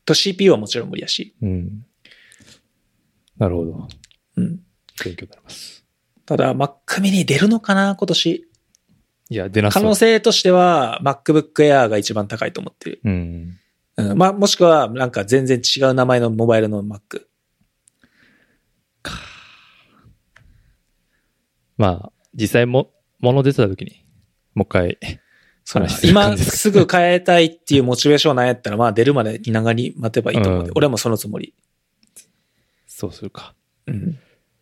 と シーピーユー はもちろん無理やし。 うん。なるほど。 うん。 勉強になります。 ただ、Mac mini 出るのかな、今年。 いや、出なそう。 可能性としては、MacBook Air が一番高いと思ってる。 うん。 うん、まあ、もしくは、なんか全然違う名前のモバイルの Mac。 か。まあ、実際も、物出てた時に、もう一回、 そう今すぐ変えたいっていうモチベーションなんやったら、まあ出るまで気長に待てばいいと思う、うん。俺もそのつもり。 そうするか。 うん。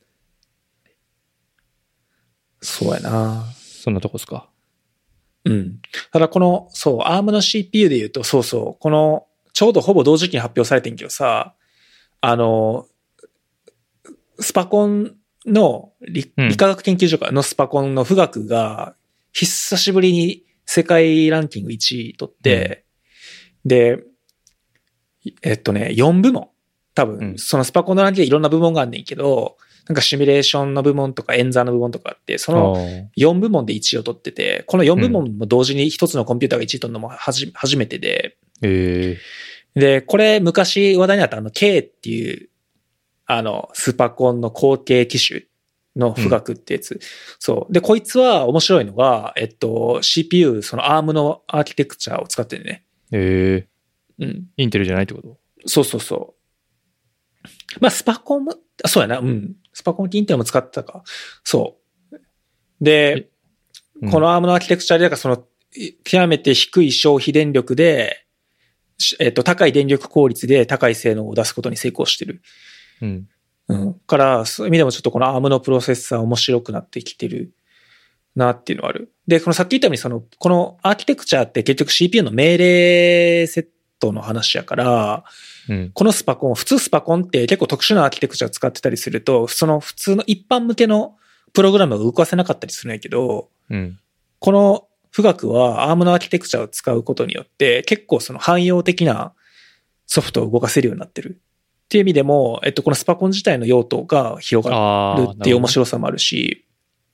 そうやな。 そんなとこですか。 うん。ただこの、そう、アーム の シーピーユー で言うと、そうそう、この、ちょうどほぼ同時期に発表されてんけどさ、あの、スパコンの理、理化学研究所のスパコンの富岳が、久しぶりに世界ランキングいちい取って、うん、で、えっとね、よんぶもん。多分、うん、そのスパコンのランキングいろんな部門があんねんけど、なんかシミュレーションの部門とか演算の部門とかあって、そのよんぶもんでいちいを取ってて、このよんぶもんも同時に一つのコンピューターがいちい取るのもはじ、初めてで、 えー、で、これ昔話題になったあの K っていう、あの、スパコンの後継機種の富岳ってやつ、うん。そう。で、こいつは面白いのが、えっと、シーピーユー、その アーム のアーキテクチャを使ってるね。 えー、うん。 インテルじゃないってこと？ そうそうそう。まあ、スパコンも、あ、そうやな、うん。スパコンってインテルも使ってたか。そう。で、うん、この アーム のアーキテクチャで、だからその、極めて低い消費電力で、えっと、高い電力効率で高い性能を出すことに成功してる。 うん。 うん。から、そういう意味でもちょっとこの アーム のプロセッサー面白くなってきてるなっていうのはある。で、このさっき言ったようにその、このアーキテクチャって結局 シーピーユー の命令セットの話やから、 うん、 このスパコン、普通スパコンって結構特殊なアーキテクチャを使ってたりすると、その普通の一般向けのプログラムを動かせなかったりするんやけど、 うん、 この富岳は アーム のアーキテクチャを使うことによって結構その汎用的なソフトを動かせるようになってる。っていう意味でも、えっと、このスパコン自体の用途が広がるっていう面白さもあるし、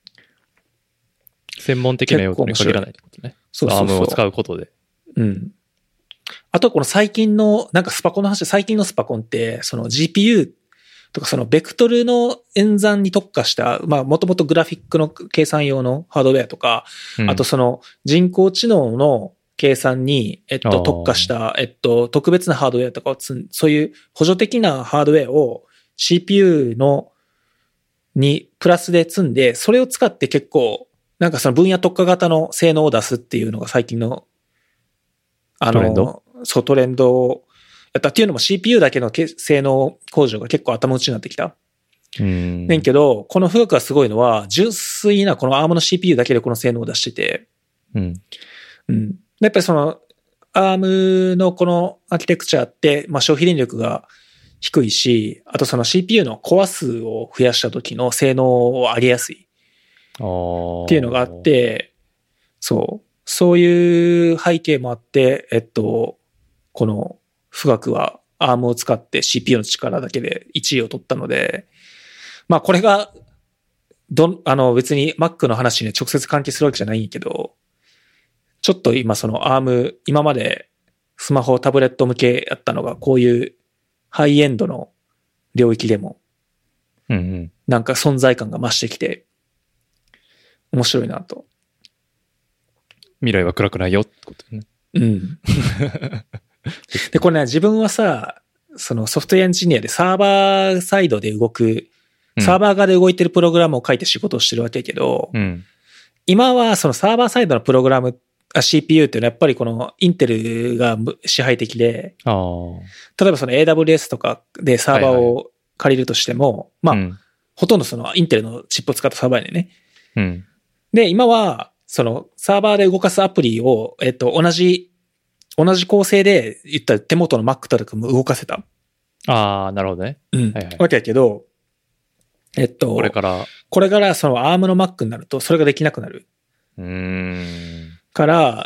専門的な用途に限らないってことね。そうそうそう。アームを使うことで。 うん。あとこの最近の、なんかスパコンの話で最近のスパコンって、その ジーピーユー とかそのベクトルの演算に特化した、まあもともとグラフィックの計算用のハードウェアとか、うん、あとその人工知能の計算に、えっと、特化した、えっと、特別なハードウェアとかをつん、そういう補助的なハードウェアを シーピーユー の、にプラスで積んで、それを使って結構、なんかその分野特化型の性能を出すっていうのが最近の、あの、そうトレンドをやったっていうのも シーピーユー だけの性能向上が結構頭打ちになってきた。 うん。 ねんけど、この富岳がすごいのは、純粋なこの アーム の シーピーユー だけでこの性能を出してて、 うん。 うん。やっぱりその、アーム のこのアーキテクチャって、まあ消費電力が低いし、あとその シーピーユー のコア数を増やした時の性能を上げやすい。っていうのがあって、そう。そういう背景もあって、えっと、この富岳は アーム を使って シーピーユー の力だけでいちいを取ったので、まあこれが、ど、あの別に Mac の話に直接関係するわけじゃないんやけど、ちょっと今その アーム、今までスマホ、タブレット向けやったのがこういうハイエンドの領域でも、なんか存在感が増してきて、面白いなと。 未来は暗くないよってことね。 うん。で、これね、自分はさ、そのソフトウェアエンジニアでサーバーサイドで動く、サーバー側で動いてるプログラムを書いて仕事をしてるわけやけど、 うん、 今はそのサーバーサイドのプログラム、シーピーユー っていうのはやっぱりこのインテルが支配的で、 あ例えばその エーダブリューエス とかでサーバーを借りるとしても、はいはい、まあ、うん、ほとんどそのインテルのチップを使ったサーバーやね。 うん、 で、今は、そのサーバーで動かすアプリを、えっと、同じ、同じ構成で言ったら手元の Mac とかも動かせた。 ああ、なるほどね。 うん。 はいはい、 わけやけど、えっと、 これから、 これからその アーム の Mac になると、それができなくなる。 うーん。 から、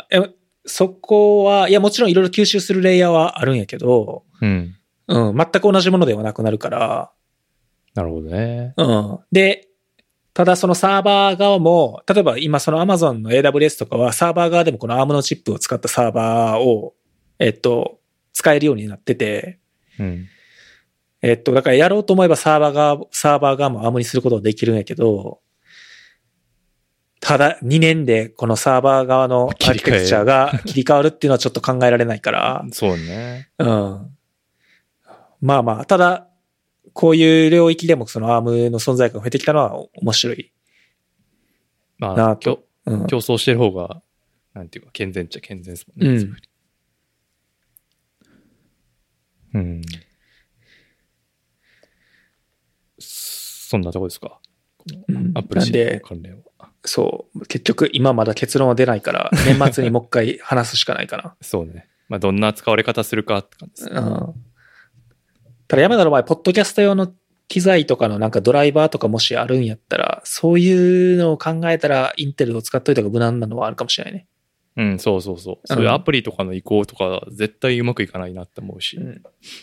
え、そこは、いや、もちろんいろいろ吸収するレイヤーはあるんやけど、 うん。 うん、全く同じものではなくなるから。 なるほどね。 うん。で、ただそのサーバー側も、例えば今その Amazon の エーダブリューエス とかはサーバー側でもこの アーム のチップを使ったサーバーを、えっと、 使えるようになってて、 うん、 えっと、だからやろうと思えばサーバー側、サーバー側も アーム にすることができるんやけど、ただにねんでこのサーバー側のアーキテクチャが切り替わるっていうのはちょっと考えられないから。 そうね。 うん。まあまあ、ただ、こういう領域でもその アーム の存在感が増えてきたのは面白い。 まあ、競争してる方が、なんていうか、健全っちゃ健全ですもんね。うん。うん、そんなとこですか。アップルシードの関連は。 そう。結局、今まだ結論は出ないから、年末にもう一回話すしかないかな。 そうね。まあ、どんな使われ方するかって感じですね。うん。 ただ、山田の場合、ポッドキャスト用の機材とかのなんかドライバーとかもしあるんやったら、そういうのを考えたら、インテルを使っといた方が無難なのはあるかもしれないね。 うん、そうそうそう。そういうアプリとかの移行とか、絶対うまくいかないなって思うし。うん、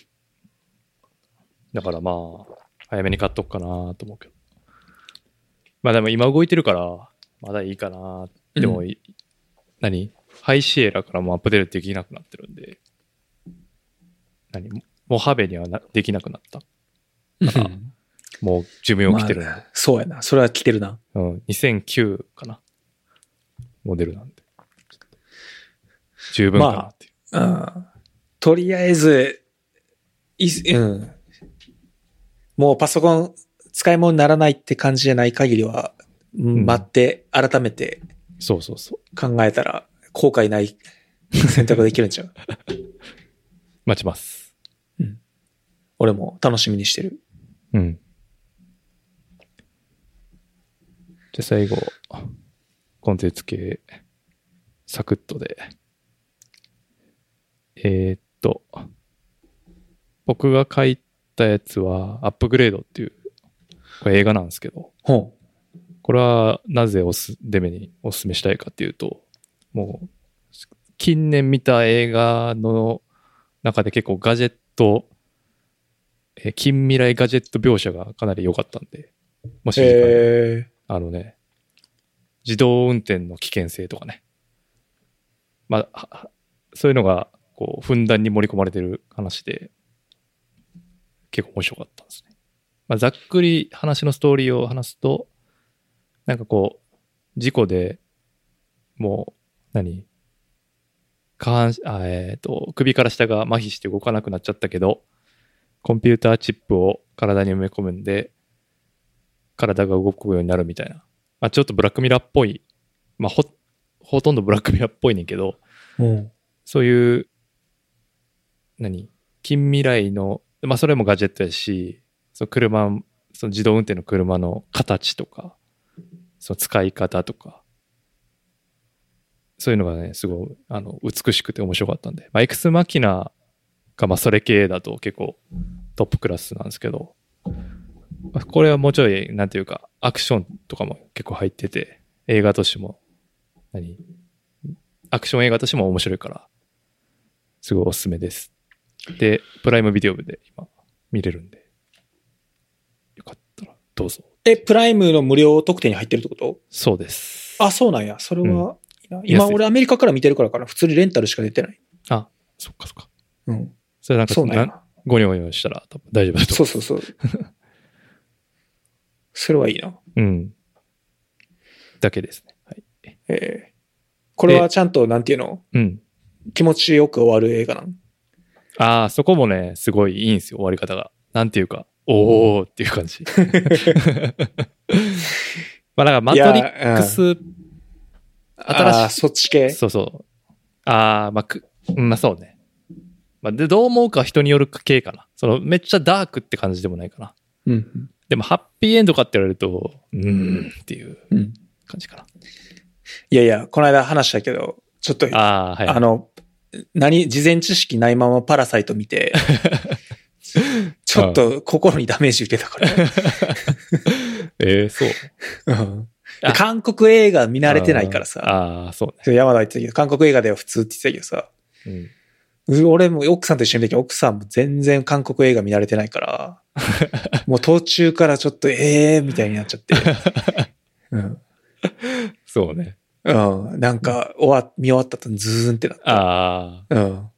だからまあ、早めに買っとくかなと思うけど。まあでも今動いてるから、まだいいかな。でも、うん、何ハイシエラからもアップデートできなくなってるんで、何モハベにはなできなくなった。だからもう寿命来てるな、まあ。 そうやな。それは来てるな。 うん。にせんきゅうかな。モデルなんで。十分かなっていう。 まあ、うん。とりあえず、いうん。もうパソコン使い物にならないって感じじゃない限りは、うん、待って改めてそうそうそう考えたら後悔ない選択できるんちゃう待ちます、 うん、俺も楽しみにしてる。 うんじゃあ最後コンテンツ系サクッとでえー、っと僕が書いたやつはアップグレードっていうこれ映画なんですけど、 ほうこれはなぜおすデメにおすすめしたいかっていうと、もう近年見た映画の中で結構ガジェット、え近未来ガジェット描写がかなり良かったんで、もし時間、えー、あのね自動運転の危険性とかね、まあそういうのがこうふんだんに盛り込まれてる話で結構面白かったんですね。まあ、ざっくり話のストーリーを話すと、なんかこう事故でもう何下半身あえっと首から下が麻痺して動かなくなっちゃったけど、コンピューターチップを体に埋め込むんで体が動くようになるみたいな、まあ、ちょっとブラックミラーっぽい、まあ、ほほとんどブラックミラーっぽいねんけど、 うん、 そういう何近未来のまあそれもガジェットやし、その車その自動運転の車の形とかその使い方とかそういうのがねすごいあの美しくて面白かったんで、まあ、エクスマキナがまあそれ系だと結構トップクラスなんですけど、まあ、これはもうちょいなんていうかアクションとかも結構入ってて映画としても何アクション映画としても面白いからすごいおすすめです。でプライムビデオで今見れるんでよかったらどうぞ。 えプライムの無料特典に入ってるってこと？そうです。 あそうなんや。それは、うん、今俺アメリカから見てるからかな。普通にレンタルしか出てない。 あそっかそっか。 うんそれなんかそうなんやな。 ゴニョゴニョしたら多分大丈夫だと思う。そうそうそうそれはいいな。 うんだけですね。はい。 えー、これはちゃんとなんていうの、 うん、 気持ちよく終わる映画なの？ ああそこもねすごいいいんですよ終わり方が。なんていうかおーっていう感じまあだからマトリックス、うん、 新しいあそっち系そうそうああまあくまあそうね、まあ、でどう思うか人による系かな。そのめっちゃダークって感じでもないかな、 うん、 でもハッピーエンドかって言われるとうーんっていう感じかな、うん、 いやいやこの間話したけどちょっとあ、はい、 あの何事前知識ないままパラサイト見てちょっと心にダメージ受けたからえー、そう、 うん、韓国映画見慣れてないからさああそうね山田言ってたけど韓国映画では普通って言ってたけどさ、うん、俺も奥さんと一緒に見たけど奥さんも全然韓国映画見慣れてないからもう途中からちょっとえーみたいになっちゃって、うん、 そうねうん、なんか終わ見終わった後にズーンってなった。 ああ、 うん、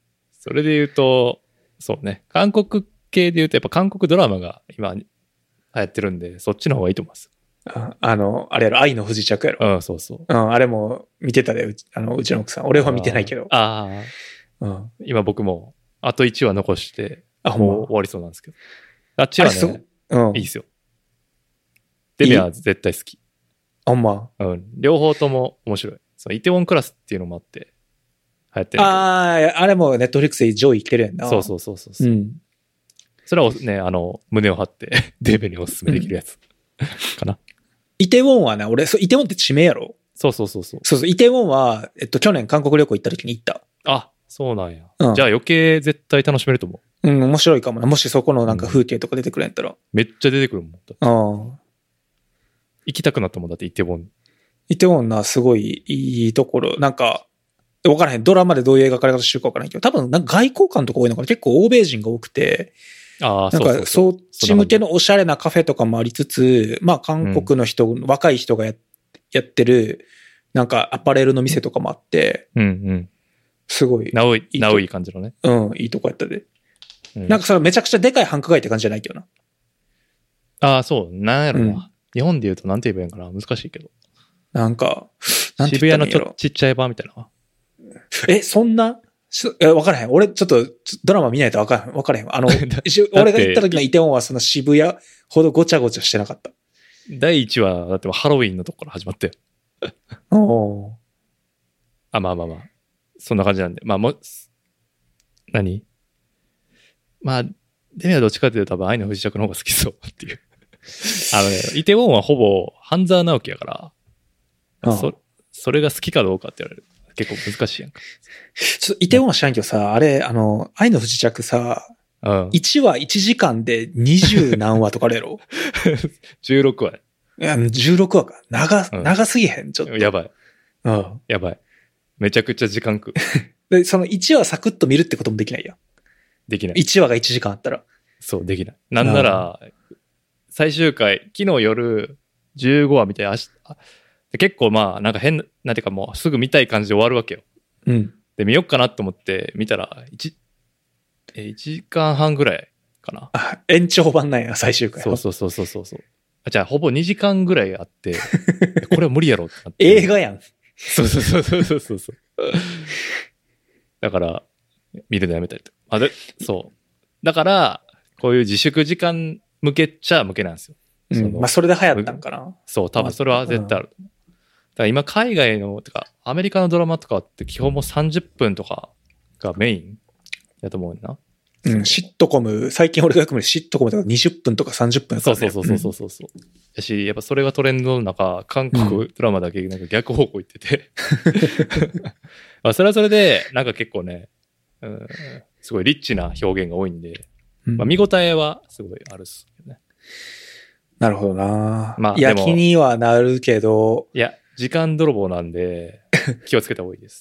それで言うと、そうね、韓国系で言うとやっぱ韓国ドラマが今流行ってるんで、そっちの方がいいと思います。 あ, あの、あれやろ、愛の不時着やろ。 うん、そうそう。 うん、あれも見てたで、うち、あの、うちの奥さん。俺は見てないけど。 ああ、うん。今僕も、あといちわ残して、あ、もう終わりそうなんですけど。あっちはね、うん、いいですよ。デミは絶対好き。 あんま。 うん。両方とも面白い。そのイテウォンクラスっていうのもあって、流行ってる。 ああ、あれもネットフリックスで上位いってるやんな。 そうそうそうそう。うん。それはね、あの、胸を張って、デベにおすすめできるやつ。うん、かな。 イテウォンはね、俺、そう、イテウォンって地名やろ？ そうそうそうそう。 そうそう、イテウォンは、えっと、去年韓国旅行行った時に行った。 あ、そうなんや。うん、じゃあ余計絶対楽しめると思う。うん、面白いかもな。もしそこのなんか風景とか出てくるんやったら。うん、 めっちゃ出てくるもん。 ああ。 行きたくなったもんだってイテウォン。 イテウォンな、すごいいいところ。なんか、わからへん。ドラマでどういう描かれ方してるかわからないけど、多分なんか外交官とか多いのかな。結構欧米人が多くて、 ああ、 なんかそっち向けのおしゃれなカフェとかもありつつ、まあ韓国の人、うん、若い人が や, やってる、なんかアパレルの店とかもあって、 うんうん。 すごい。 なおい、なおい感じのね。 うん、いいとこやったで。うん、なんかそれめちゃくちゃでかい繁華街って感じじゃないけどな。 ああ、そう。なんやろな、うん。日本で言うとなんて言えばいいんかな。難しいけど。 なんか、 なんて言ったらいいんやろ。渋谷のちょっとちっちゃいバーみたいな。 え、そんなえ、わからへん。俺、ちょっと、ドラマ見ないとわからへん。わからへん。あの、俺が行った時のイテウォンはその渋谷ほどごちゃごちゃしてなかった。 だいいちわ、だってハロウィンのとこから始まったよ。 おー。 あ、まあまあまあ。そんな感じなんで。まあも、何まあ、デミはどっちかというと多分愛の不時着の方が好きそうっていう。あのね、イテウォンはほぼ半沢直樹やから、ああそ、それが好きかどうかって言われる。結構難しいやんか。 ちょっとイテウォンは知らんけどさ、あれ、あの、愛の不時着さ、うん、いちわいちじかんでにじゅう何話とかあるやろじゅうろくわ。 いや、じゅうろくわか。長、うん、長すぎへん、ちょっと。 やばい。 うん。 やばい。めちゃくちゃ時間食う。 で、そのいちわサクッと見るってこともできないやん。 できない。 いちわがいちじかんあったら。 そう、できない。なんなら、最終回、昨日夜じゅうごわみたいな、明日、結構まあ、なんか変な、なんていうかもうすぐ見たい感じで終わるわけよ。 うん。 で、見よっかなと思って見たら、いち、え、いちじかんはんぐらいかな。 あ、延長版なんや、最終回。 そうそうそうそうそう。あ、じゃあ、ほぼにじかんぐらいあって、これは無理やろってなって。 映画やん。 そうそうそうそうそうそう。だから、見るのやめたりとか。あ、で、そう。だから、こういう自粛時間向けっちゃ向けなんですよ。 うん、まあ、それで流行ったんかな。 そう、多分それは絶対ある。うん、だから今、海外の、てか、アメリカのドラマとかって基本もさんじゅっぷんとかがメインやと思うな。 うん、シットコム、最近俺がよく見るシットコムとかにじゅっぷんとかさんじゅっぷんとか、ね。 そうそうそうそうそうそう。うん、やし、やっぱそれがトレンドの中、韓国ドラマだけなんか逆方向行ってて。まあそれはそれで、なんか結構ね、うん、すごいリッチな表現が多いんで、まあ、見応えはすごいあるっすよね。 なるほどな。 まあ、 いや、気にはなるけど。 いや、時間泥棒なんで、気をつけた方がいいです。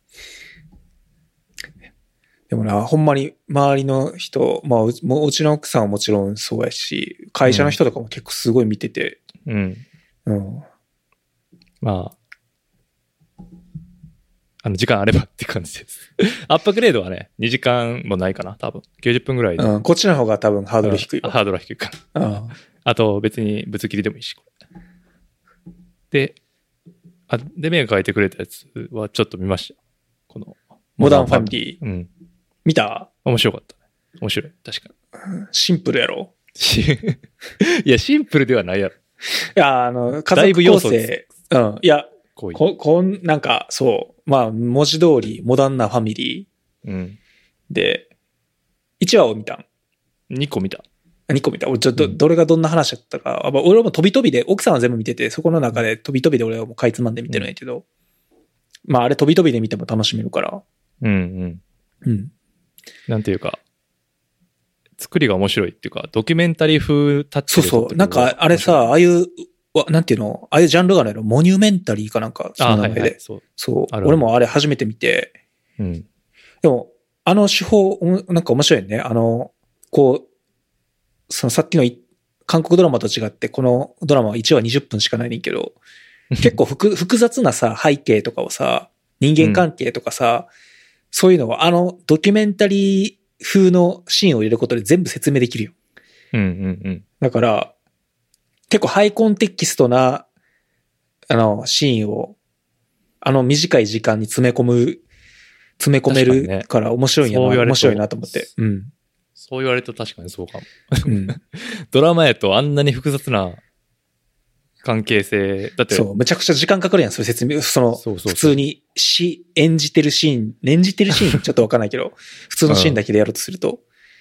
でもな、ほんまに周りの人、まあ、う, もううちの奥さんはもちろんそうやし、会社の人とかも結構すごい見てて。 うん。 うん。 まあ、あの、時間あればって感じです。アップグレードはね、にじかんもないかな、多分。きゅうじゅっぷんぐらいで。 うん、こっちの方が多分ハードル低いわ。 ハードルは低いから。 うん。 あと、別にぶつ切りでもいいし、これ。で、あ、デメが書いてくれたやつはちょっと見ました。この、 モダンファミリー。 うん。 見た？ 面白かったね。面白い。確かに。シンプルやろ？ いや、シンプルではないやろ。いや、あの、家族構成。うん。いや、 ここ、こん、なんか、そう。まあ、文字通り、モダンなファミリー。うん。 で、いちわを見たん。 にこ見た。 にこ見た。俺ちょっと、どれがどんな話だったか。うん、俺も飛び飛びで、奥さんは全部見てて、そこの中で飛び飛びで俺はもうかいつまんで見てるんやけど、うん、まあ、あれ飛び飛びで見ても楽しめるから。 うんうん。 うん。 なんていうか、作りが面白いっていうか、ドキュメンタリー風タッチで。 そうそう。なんか、あれさ、ああいう、なんていうの、ああいうジャンルがないの、モニュメンタリーかなんか、その名前で。はいはい、そう。そうあるある。俺もあれ初めて見て。 うん。 でも、あの手法、なんか面白いね。あの、こう、そのさっきの韓国ドラマと違って、このドラマはいちわにじゅっぷんしかないねんけど、結構複、複雑なさ、背景とかをさ、人間関係とかさ、 そういうのをあのドキュメンタリー風のシーンを入れることで全部説明できるよ。 うんうんうん。 だから、結構ハイコンテキストな、あの、シーンを、あの短い時間に詰め込む、詰め込めるから面白いんやな、面白いなと思って。うん。 そう言われると確かにそうかも。 うん、 ドラマやとあんなに複雑な関係性。だって。 そう、めちゃくちゃ時間かかるやん、それ説明。その、そうそうそう、普通にし、演じてるシーン、演じてるシーンちょっとわかんないけど、普通のシーンだけでやろうとすると。うん、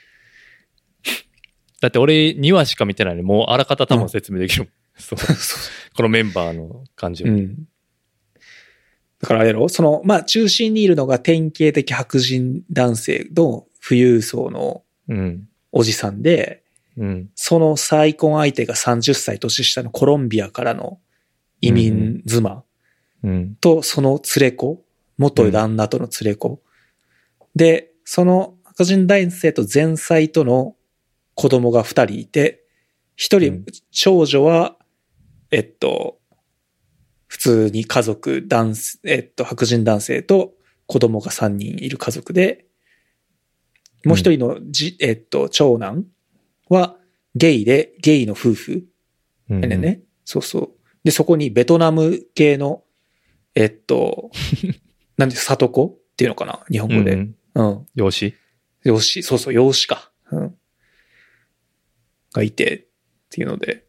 だって俺にわしか見てないのに、もうあらかた多分説明できるもん。うん、そうこのメンバーの感じを。うん。 だからあれやろその、まあ中心にいるのが典型的白人男性の富裕層のおじさんで、うん、その再婚相手がさんじゅっさい年下のコロンビアからの移民妻とその連れ子、元旦那との連れ子、うん、で、その白人男性と前妻との子供がふたりいて、ひとり、うん、長女は、えっと、普通に家族、男、えっと、白人男性と子供がさんにんいる家族で、もう一人のじ、うん、えっと、長男はゲイで、ゲイの夫婦。うん、ねね。そうそう。で、そこにベトナム系の、えっと、なんで、里子っていうのかな日本語で。うん、うん。 養子養子、そうそう、養子か。うん。がいて、っていうので。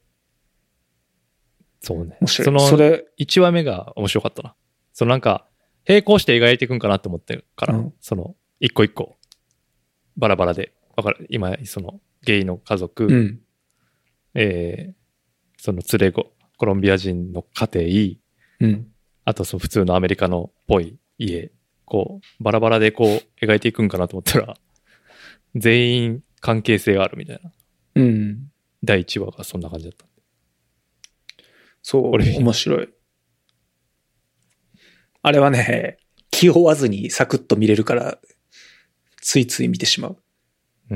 そうね。面白い。その、それ、いちわめが面白かったな。そのなんか、並行して描いていくんかなって思ってるから、うん、その、一個一個、バラバラで、わかる、今、その、ゲイの家族、うん、えー、その連れ子、コロンビア人の家庭、うん、あとその普通のアメリカのっぽい家、こう、バラバラでこう、描いていくんかなと思ったら、全員関係性があるみたいな。 うん。 だいいちわがそんな感じだった。 そう、面白い。あれはね、気負わずにサクッと見れるから、ついつい見てしまう。 うん。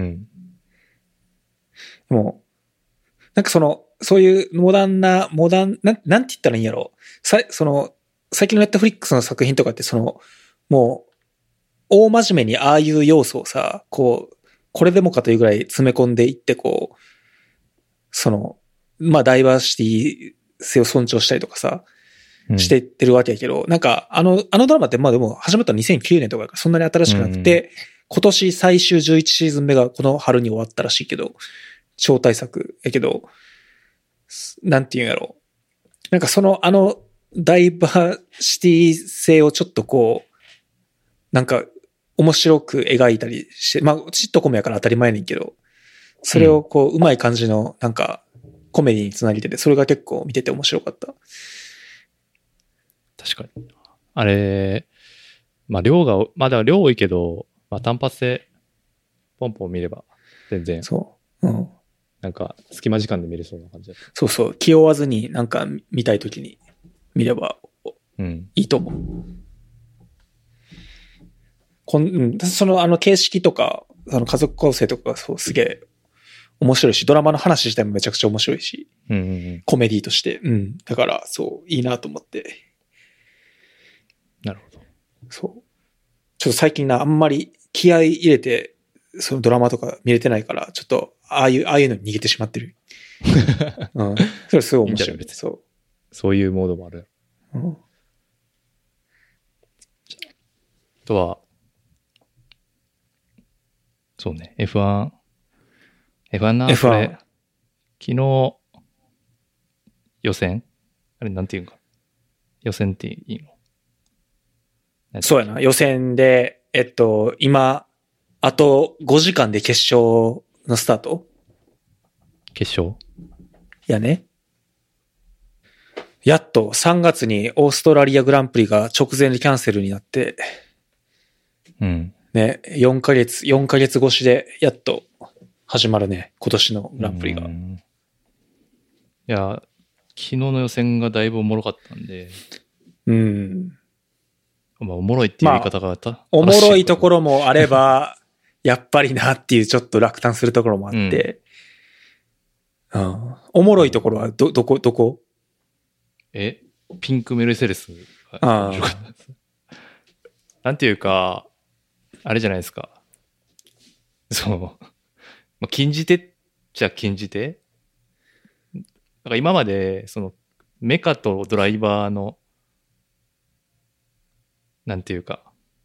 もう、なんかその、そういうモダンな、モダン、なん、なんて言ったらいいんやろう。さ、その、最近のネットフリックスの作品とかってその、もう、大真面目にああいう要素をさ、こう、これでもかというぐらい詰め込んでいって、こう、その、まあ、ダイバーシティ性を尊重したりとかさ、していってるわけやけど、うん、なんか、あの、あのドラマってまあでも始まったのにせんきゅうねんとかだからそんなに新しくなくて、うん、今年最終じゅういちシーズン目がこの春に終わったらしいけど、超大作やけど、なんていうんやろ。なんかその、あの、ダイバーシティ性をちょっとこう、なんか、面白く描いたりして、まあ、シットコムやから当たり前ねんけど、それをこう、うまい感じの、なんか、コメディにつなげてて、それが結構見てて面白かった。 確かに。あれ、まあ、量が、まあ、だから量多いけど、まあ、単発で、ポンポン見れば、全然。 そう。うん。 なんか、隙間時間で見れそうな感じだった。 そうそう。気負わずになんか見たいときに見れば、 うん。 いいと思う。こん、そのあの形式とか、その家族構成とかがそうすげえ面白いし、ドラマの話自体もめちゃくちゃ面白いし、 うんうんうん、 コメディとして、うん。だから、そう、いいなと思って。 なるほど。 そう。ちょっと最近な、あんまり気合い入れて、そのドラマとか見れてないから、ちょっと、ああいう、ああいうのに逃げてしまってる。うん。それすごい面白い。いい別にそう。 そういうモードもある。 うん。 あとは、そうね、エフワン。エフワン な、 エフワン。 これ、昨日、予選あれ、なんていうんか。予選っていいの？ そうやな。予選で、えっと、今、あとごじかんで決勝のスタート？ 決勝？ やね。やっとさんがつにオーストラリアグランプリが直前でキャンセルになって、 うん。 ね、よんかげつ、よんかげつ越しでやっと始まるね、今年のグランプリが。 いや、昨日の予選がだいぶおもろかったんで。 うん。 まあ、おもろいっていう言い方があった、まあ、 おもろいところもあれば、やっぱりなっていうちょっと落胆するところもあって。うん。うん、おもろいところはど、どこ、どこ？ えピンクメルセデスが面白かったです。なんていうか、 あれじゃないですか。そう。まあ、禁じ手っちゃ禁じ手？だから今まで、その、メカとドライバーの、なんていうか、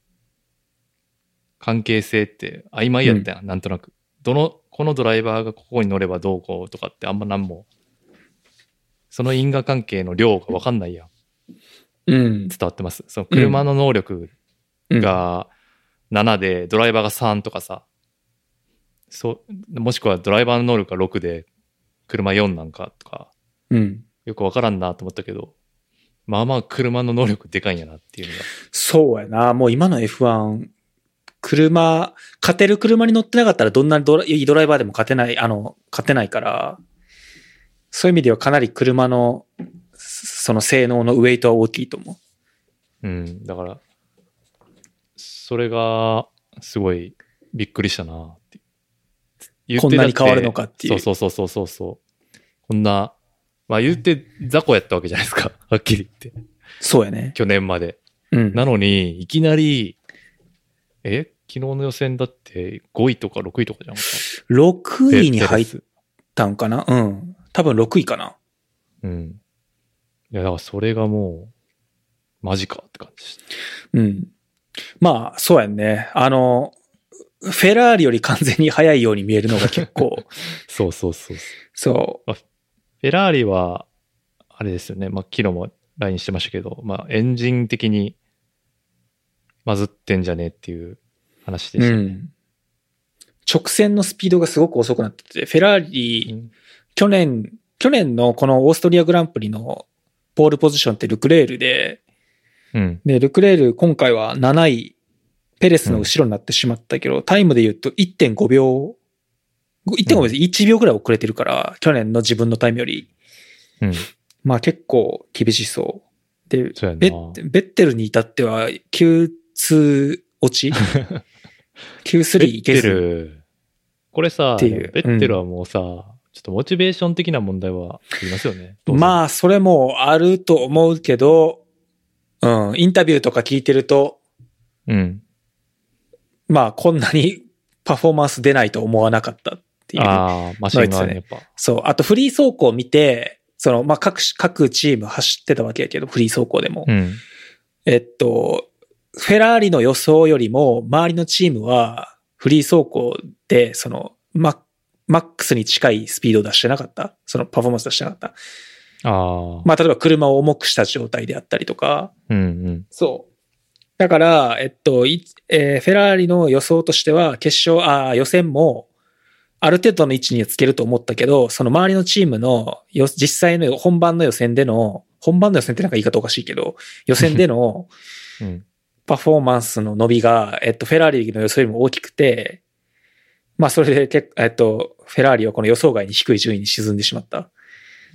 関係性って曖昧やったやん、うん、なんとなく。どの、このドライバーがここに乗ればどうこうとかってあんまなんも、その因果関係の量が分かんないやん。 うん。 伝わってます。その車の能力がななで、ドライバーがさんとかさ、そう、もしくはドライバーの能力がろくで、車よんなんかとか、 うん。 よく分からんなと思ったけど、まあまあ車の能力でかいんやなっていうのが。 そうやな。もう今の エフワン、車、勝てる車に乗ってなかったらどんなドラいいドライバーでも勝てない、あの、勝てないから、そういう意味ではかなり車の、その性能のウェイトは大きいと思う。うん、だから、それが、すごいびっくりしたなって言って。 こんなに変わるのかっていう。 そうそうそうそうそう。こんな、まあ言って雑魚やったわけじゃないですか。はっきり言って。 そうやね。 去年まで。 うん。 なのに、いきなり、え昨日の予選だってごいとかろくいとかじゃん。 ろくいに入ったんかな？うん。多分ろくいかな。 うん。いや、だからそれがもう、マジかって感じでした。 うん。まあ、そうやんね。あの、フェラーリより完全に速いように見えるのが結構。 そうそうそうそう。 そう。 フェラーリは、あれですよね。まあ、昨日も ライン してましたけど、まあ、エンジン的に、まずってんじゃねえっていう話でしたね。うん、 直線のスピードがすごく遅くなってて、フェラーリ、うん、去年、去年のこのオーストリアグランプリのポールポジションってルクレールで、 うん、 で、ルクレール今回はなないペレスの後ろになってしまったけど、うん、タイムで言うと いってんごびょう、いってんごびょうでいちびょうぐらい遅れてるから、うん、去年の自分のタイムより。 うん、 まあ結構厳しそう。で、ベッ、ベッテルに至っては キューツー 落ちキュースリー いけず。 ベッテル、これさ、ベッテルはもうさ、うん、ちょっとモチベーション的な問題はありますよね。 まあ、それもあると思うけど、うん、インタビューとか聞いてると、 うん。 まあ、こんなにパフォーマンス出ないと思わなかったっていう。 ああ、マシンガンやっぱ。 そう。あと、フリー走行を見て、その、まあ、各、各チーム走ってたわけやけど、フリー走行でも。 うん、 えっと、フェラーリの予想よりも、周りのチームは、フリー走行で、その、マ、マックスに近いスピードを出してなかった。そのパフォーマンス出してなかった。 ああ。 まあ、例えば車を重くした状態であったりとか。 うんうん。 そう。だから、えっと、いえー、フェラーリの予想としては、決勝、あ予選も、ある程度の位置にはつけると思ったけど、その周りのチームの、実際の本番の予選での、本番の予選ってなんか言い方おかしいけど、予選での、 うん、 パフォーマンスの伸びが、えっと、フェラーリの予想よりも大きくて、まあ、それで結構、えっと、フェラーリはこの予想外に低い順位に沈んでしまった。 うん。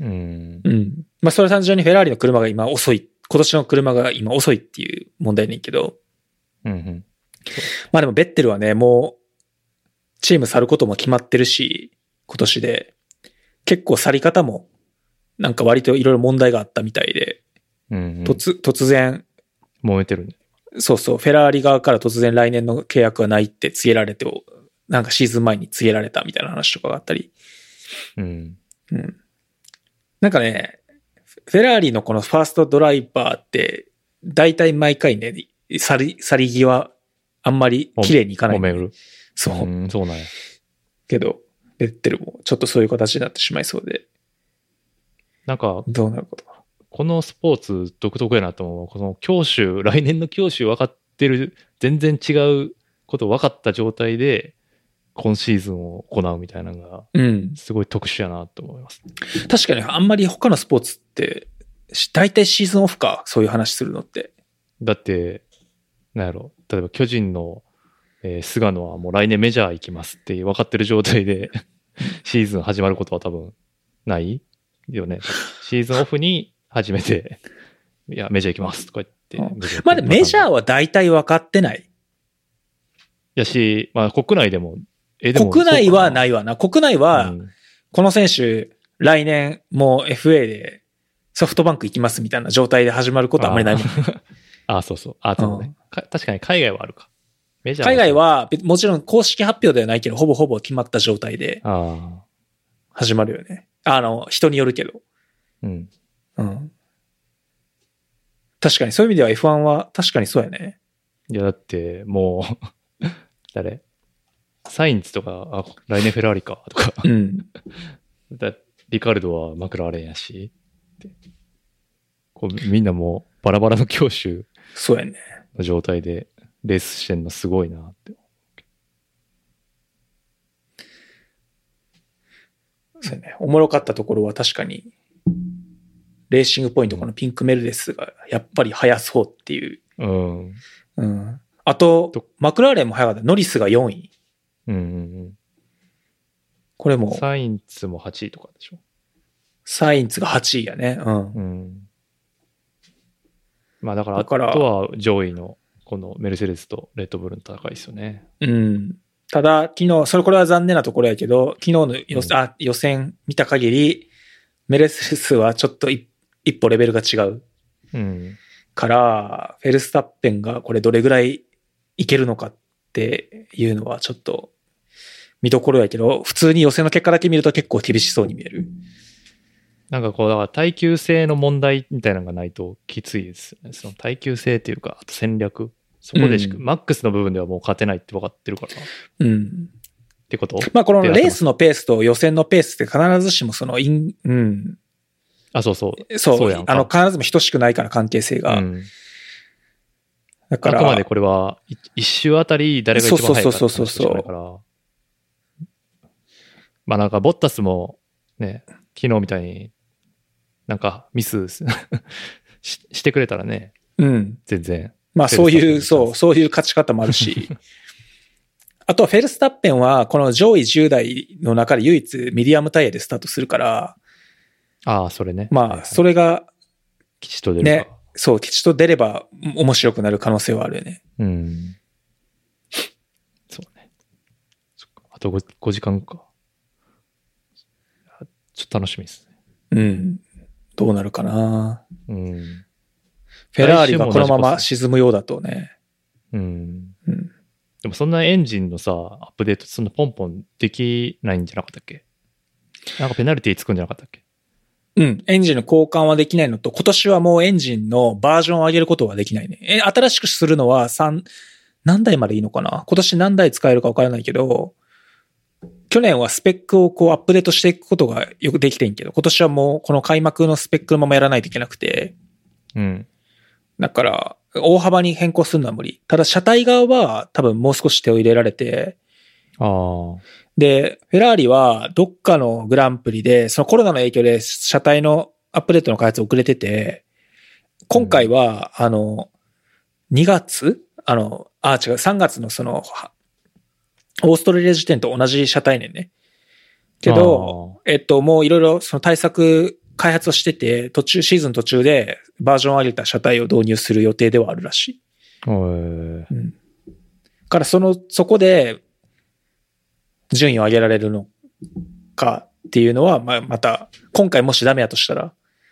うん。まあ、それは単純にフェラーリの車が今遅い。今年の車が今遅いっていう問題ねんけど。 うんうん。 まあでも、ベッテルはね、もう、チーム去ることも決まってるし、今年で。結構去り方も、なんか割といろいろ問題があったみたいで。 うんうん、 突、突然。 揉めてるね。 そうそう。フェラーリ側から突然来年の契約はないって告げられて、なんかシーズン前に告げられたみたいな話とかがあったり。 うん。 うん。なんかね、フェラーリのこのファーストドライバーって、大体毎回ね、去り、去り際、あんまり綺麗にいかない、 ね。揉める。 そう。 うん、そうなんや。 けど、ベッテルもちょっとそういう形になってしまいそうで。 なんか、 どうなることか。 このスポーツ独特やなと思う。この教習、来年の教習分かってる、全然違うこと分かった状態で、今シーズンを行うみたいなのが、すごい特殊やなと思います、 うん。確かにあんまり他のスポーツって、大体シーズンオフか、そういう話するのって。 だって、なんやろ、例えば巨人の、えー、菅野はもう来年メジャー行きますって分かってる状態で、シーズン始まることは多分ないよね。シーズンオフに初めて、いや、メジャー行きますとか言って。 うん、まあでメジャーは大体分かってない。 やし、まあ国内でも、 えでも国内はないわな。国内は、この選手、来年もう エフエー でソフトバンク行きますみたいな状態で始まることはあんまりないもん。 ああ、そうそう。ああ、そうね、うん。確かに海外はあるか。 メジャー海外はもちろん公式発表ではないけど、ほぼほぼ決まった状態で始まるよね。あの、人によるけど。 うん。 うん。確かにそういう意味では エフワン は確かにそうやね。 いや、だってもう、誰サインツとか、あ、来年フェラーリかとか。 うん。 だリカルドはマクラーレンやし。こうみんなもうバラバラの教習そうやね。 の状態でレースしてんのすごいなって。 そうやね。おもろかったところは確かに、レーシングポイントこのピンクメルデスがやっぱり速そうっていう。 うん。 うん。あと、マクラーレンも速かった。ノリスがよんい。 うんうんうん。 これも。 サインツもはちいとかでしょ。 サインツがはちいやね。うん。 うん。まあだから、あとは上位のこのメルセデスとレッドブルの戦いですよね。 うん。ただ、昨日、それこれは残念なところやけど、昨日の予,、うん、あ予選見た限り、メルセデスはちょっと一歩レベルが違う。 うん。 から、フェルスタッペンがこれどれぐらいいけるのかっていうのはちょっと見どころやけど、普通に予選の結果だけ見ると結構厳しそうに見える。 なんかこう、だから耐久性の問題みたいなのがないときついですよね。その耐久性っていうか、あと戦略。そこでしか、うん、マックスの部分ではもう勝てないって分かってるから。 うん。 ってこと？ まあこのレースのペースと予選のペースって必ずしもそのイン、うん。 あ、そうそう。 そう。そうやんか。あの、必ずしも等しくないから関係性が。うん、だから。 あくまでこれは一周あたり誰が一番速いかって話しかないから。まあなんかボッタスもね、昨日みたいになんかミスし, してくれたらね、 うん、 全然。 まあそういう、そう、そういう勝ち方もあるし。あとはフェルスタッペンはこの上位じゅう代の中で唯一ミディアムタイヤでスタートするから。 ああ、それね。 まあそれが、 吉と出るか。 ね、そう、吉と出れば面白くなる可能性はあるよね。 うん。そうね。そっか。あと 5, ごじかんか。ちょっと楽しみですね。 うん。どうなるかな。 うん。 フェラーリがこのまま沈むようだとね。 うん。うん。でもそんなエンジンのさ、アップデートそんなポンポンできないんじゃなかったっけ？なんかペナルティつくんじゃなかったっけ？ うん。エンジンの交換はできないのと、今年はもうエンジンのバージョンを上げることはできないね。え、新しくするのはさん、何台までいいのかな？今年何台使えるか分からないけど、去年はスペックをこうアップデートしていくことがよくできてんけど、今年はもうこの開幕のスペックのままやらないといけなくて。 うん。 だから、大幅に変更するのは無理。ただ車体側は多分もう少し手を入れられて。 ああ。 で、フェラーリはどっかのグランプリで、そのコロナの影響で車体のアップデートの開発遅れてて、今回は、うん、あの、にがつあの、あ、違う、さんがつのその、オーストラリア時点と同じ車体年ね。けど、えっと、もういろいろその対策開発をしてて、途中、シーズン途中でバージョンを上げた車体を導入する予定ではあるらしい。 へー。 うん。からその、そこで、順位を上げられるのかっていうのは、まあ、また、今回もしダメやとしたら。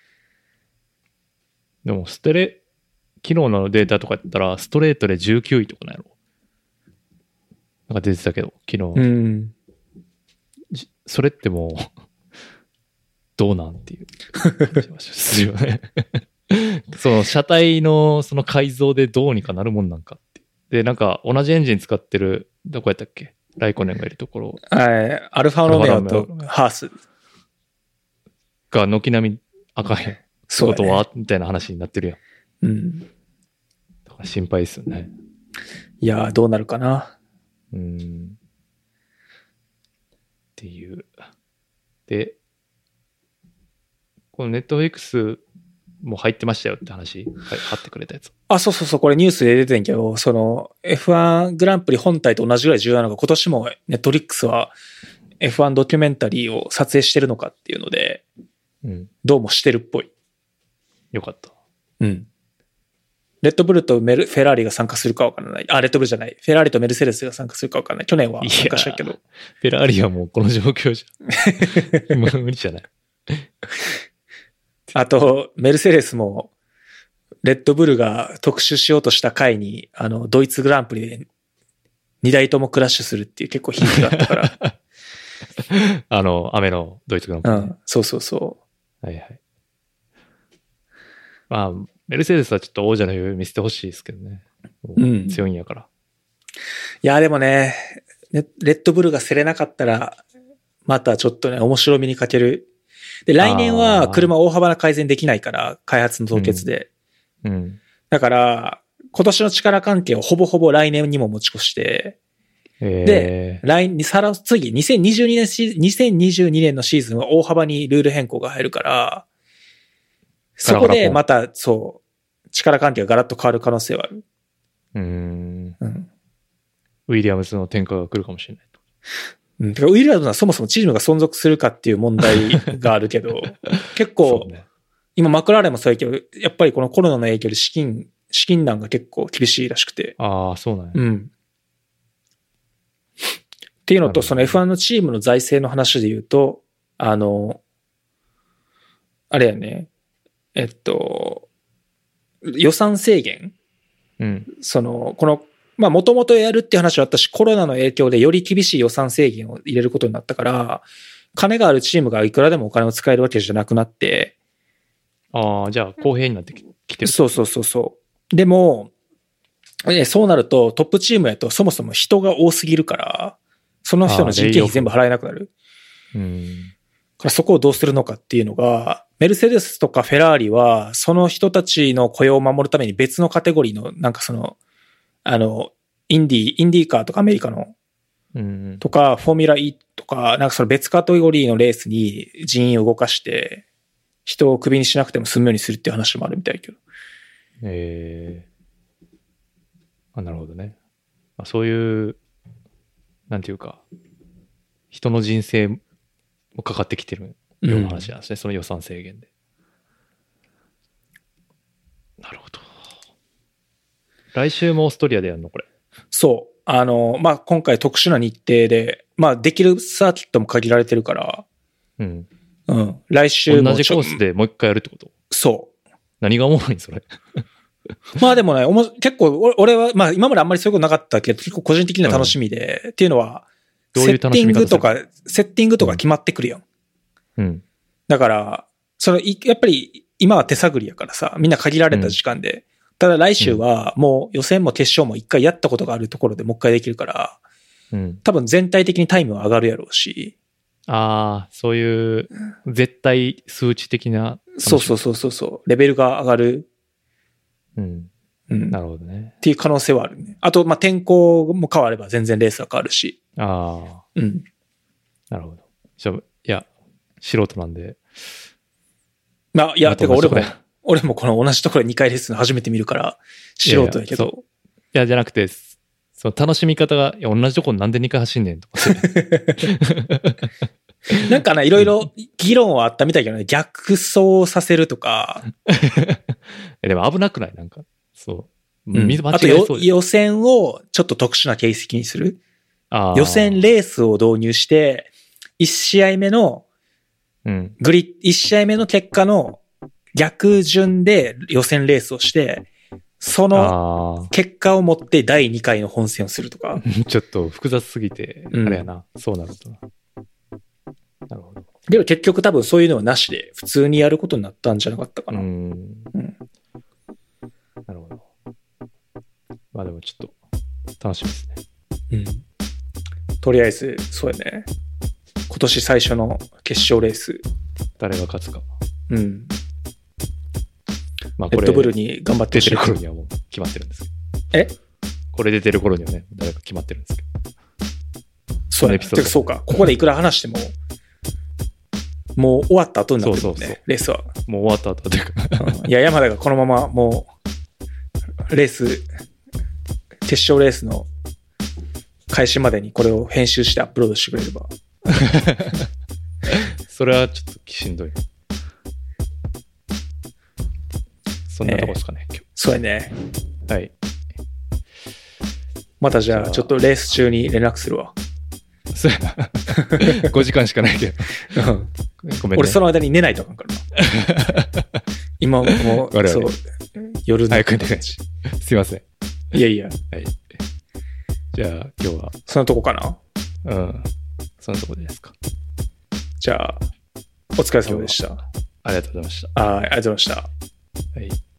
でも、ステレ、昨日のデータとかやったら、ストレートでじゅうきゅういとかなんやろ。なんか出てたけど、昨日。 うん。 それってもう、どうなんっていう感じはするよね。その車体のその改造でどうにかなるもんなんかって。で、なんか同じエンジン使ってる、どこやったっけ？ライコネンがいるところ。 はい。アルファロメオとハース。 が軒並み赤い。そういうことは、ね、みたいな話になってるやん。うん。 だから心配ですよね。 いやー、どうなるかな。 うん。っていう。で、このネットフリックスも入ってましたよって話、貼ってくれたやつ。 あ、そうそうそう、これニュースで出てんけど、その エフワン グランプリ本体と同じぐらい重要なのが、今年もネットフリックスは エフワン ドキュメンタリーを撮影してるのかっていうので、 うん、 どうもしてるっぽい。 よかった。 うん。レッドブルとメルフェラーリが参加するかわからない。あ、レッドブルじゃない。フェラーリとメルセデスが参加するかわからない。去年は参加したけど。 フェラーリはもうこの状況じゃん。もう無理じゃない。 あと、メルセデスも、レッドブルが特集しようとした回に、あの、ドイツグランプリで二台ともクラッシュするっていう結構悲劇だったから。 あの、雨のドイツグランプリ、ね。 うん、そうそうそう。 はいはい。まあ、メルセデスはちょっと王者の余裕見せてほしいですけどね。うん。強いんやから。 いや、でもね、レッドブルが競れなかったら、またちょっとね、面白みに欠ける。で、来年は車大幅な改善できないから、開発の凍結で。 うん。うん、だから、今年の力関係をほぼほぼ来年にも持ち越して、 えー、 で、来年、さら、次、にせんにじゅうにねんシーズン、にせんにじゅうにねんのシーズンは大幅にルール変更が入るから、そこでまた、そう、力関係がガラッと変わる可能性はある。 うーん。うん。ウィリアムズの転換が来るかもしれないと。 うん。てか、ウィリアムズはそもそもチームが存続するかっていう問題があるけど、結構、ね、今マクラーレンもそうやけど、やっぱりこのコロナの影響で資金、資金難が結構厳しいらしくて。 ああ、そうなんや。 うん。っていうのと、その エフワン のチームの財政の話で言うと、あの、あれやね、えっと、予算制限、 うん、 その、この、まあ、もともとやるって話はあったし、コロナの影響でより厳しい予算制限を入れることになったから、金があるチームがいくらでもお金を使えるわけじゃなくなって、 ああ、じゃあ公平になってきてる。 そうそうそうそう。でも、そうなるとトップチームやとそもそも人が多すぎるから、その人の人件費全部払えなくなる。 うん。 からそこをどうするのかっていうのが、メルセデスとかフェラーリは、その人たちの雇用を守るために別のカテゴリーの、なんかその、あの、インディー、インディーカーとかアメリカの、 うん、 とか、フォーミュラ E とか、なんかその別カテゴリーのレースに人員を動かして、人をクビにしなくても済むようにするっていう話もあるみたいけど。 えー。あ、なるほどね。あ、そういう、なんていうか、人の人生もかかってきてるような話なんですね、うん、その予算制限で。なるほど。来週もオーストリアでやるのこれ。 そう。あの、まあ、今回特殊な日程で、まあ、できるサーキットも限られてるから、 うん。 うん。来週も。 同じコースでもう一回やるってこと？ そう。 何がおもろいんそれ。 まあでもね、おも結構、俺は、まあ今まであんまりそういうことなかったけど、結構個人的には楽しみで、うん、っていうのは、 どういう楽しみ方セッティングとか、セッティングとか決まってくるやん。 うん。 だから、その、やっぱり今は手探りやからさ、みんな限られた時間で、うん、ただ来週はもう予選も決勝も一回やったことがあるところでもう一回できるから、 うん、 多分全体的にタイムは上がるやろうし。 ああ、そういう絶対数値的な。 そうそうそうそうそう。レベルが上がる。 うん。 うん。 なるほどね。 っていう可能性はあるね。あと、まあ、天候も変われば全然レースは変わるし。 ああ。 うん。 なるほど。じゃあ、いや、素人なんで。 まあ、いや、てか俺も、俺もこの同じところにかいレース初めて見るから、素人だけど。いやいや、 いやじゃなくて、その楽しみ方が、いや、同じところなんでにかい走んねんとか。 なんかね、いろいろ議論はあったみたいけどね、逆走させるとか。 でも危なくないなんか。そう。 うん、あと予選をちょっと特殊な形式にする。 あ予選レースを導入して、いち試合目の、グリッ、うん、いち試合目の結果の逆順で予選レースをして、その結果を持ってだいにかいの本戦をするとか。 ちょっと複雑すぎて、あれやな、うん、そうなるとな。なるほど。 でも結局多分そういうのはなしで普通にやることになったんじゃなかったかな。 うん。うん、なるほど。まあでもちょっと楽しみですね。 うん。とりあえずそうやね。今年最初の決勝レース。 誰が勝つか。 うん。 まあこれレッドブルに頑張って出てる頃にはもう決まってるんですけど。え？ これ出てる頃にはね、誰か決まってるんですけど。 そうね。てかそうか。ここでいくら話しても、もう終わった後になってるもんね。そうそうそうレースは。 もう終わった後というか、 うん。いや、山田がこのままもう、レース、決勝レースの開始までにこれを編集してアップロードしてくれれば。 それはちょっとしんどい。そんなとこですかね、 今日。そうやね。 はい。 またじゃあ、ちょっとレース中に連絡するわ。 そうやな。ごじかんしかないけど。 ごめんね。俺その間に寝ないとあかんからな。今もう、そう、夜の。 早く寝ないし。すいません。 いやいや。 はい。 じゃあ今日は。 そのとこかな？ うん。そのとこですか。 じゃあ、お疲れ様でした。 ありがとうございました。 あありがとうございました。 はい。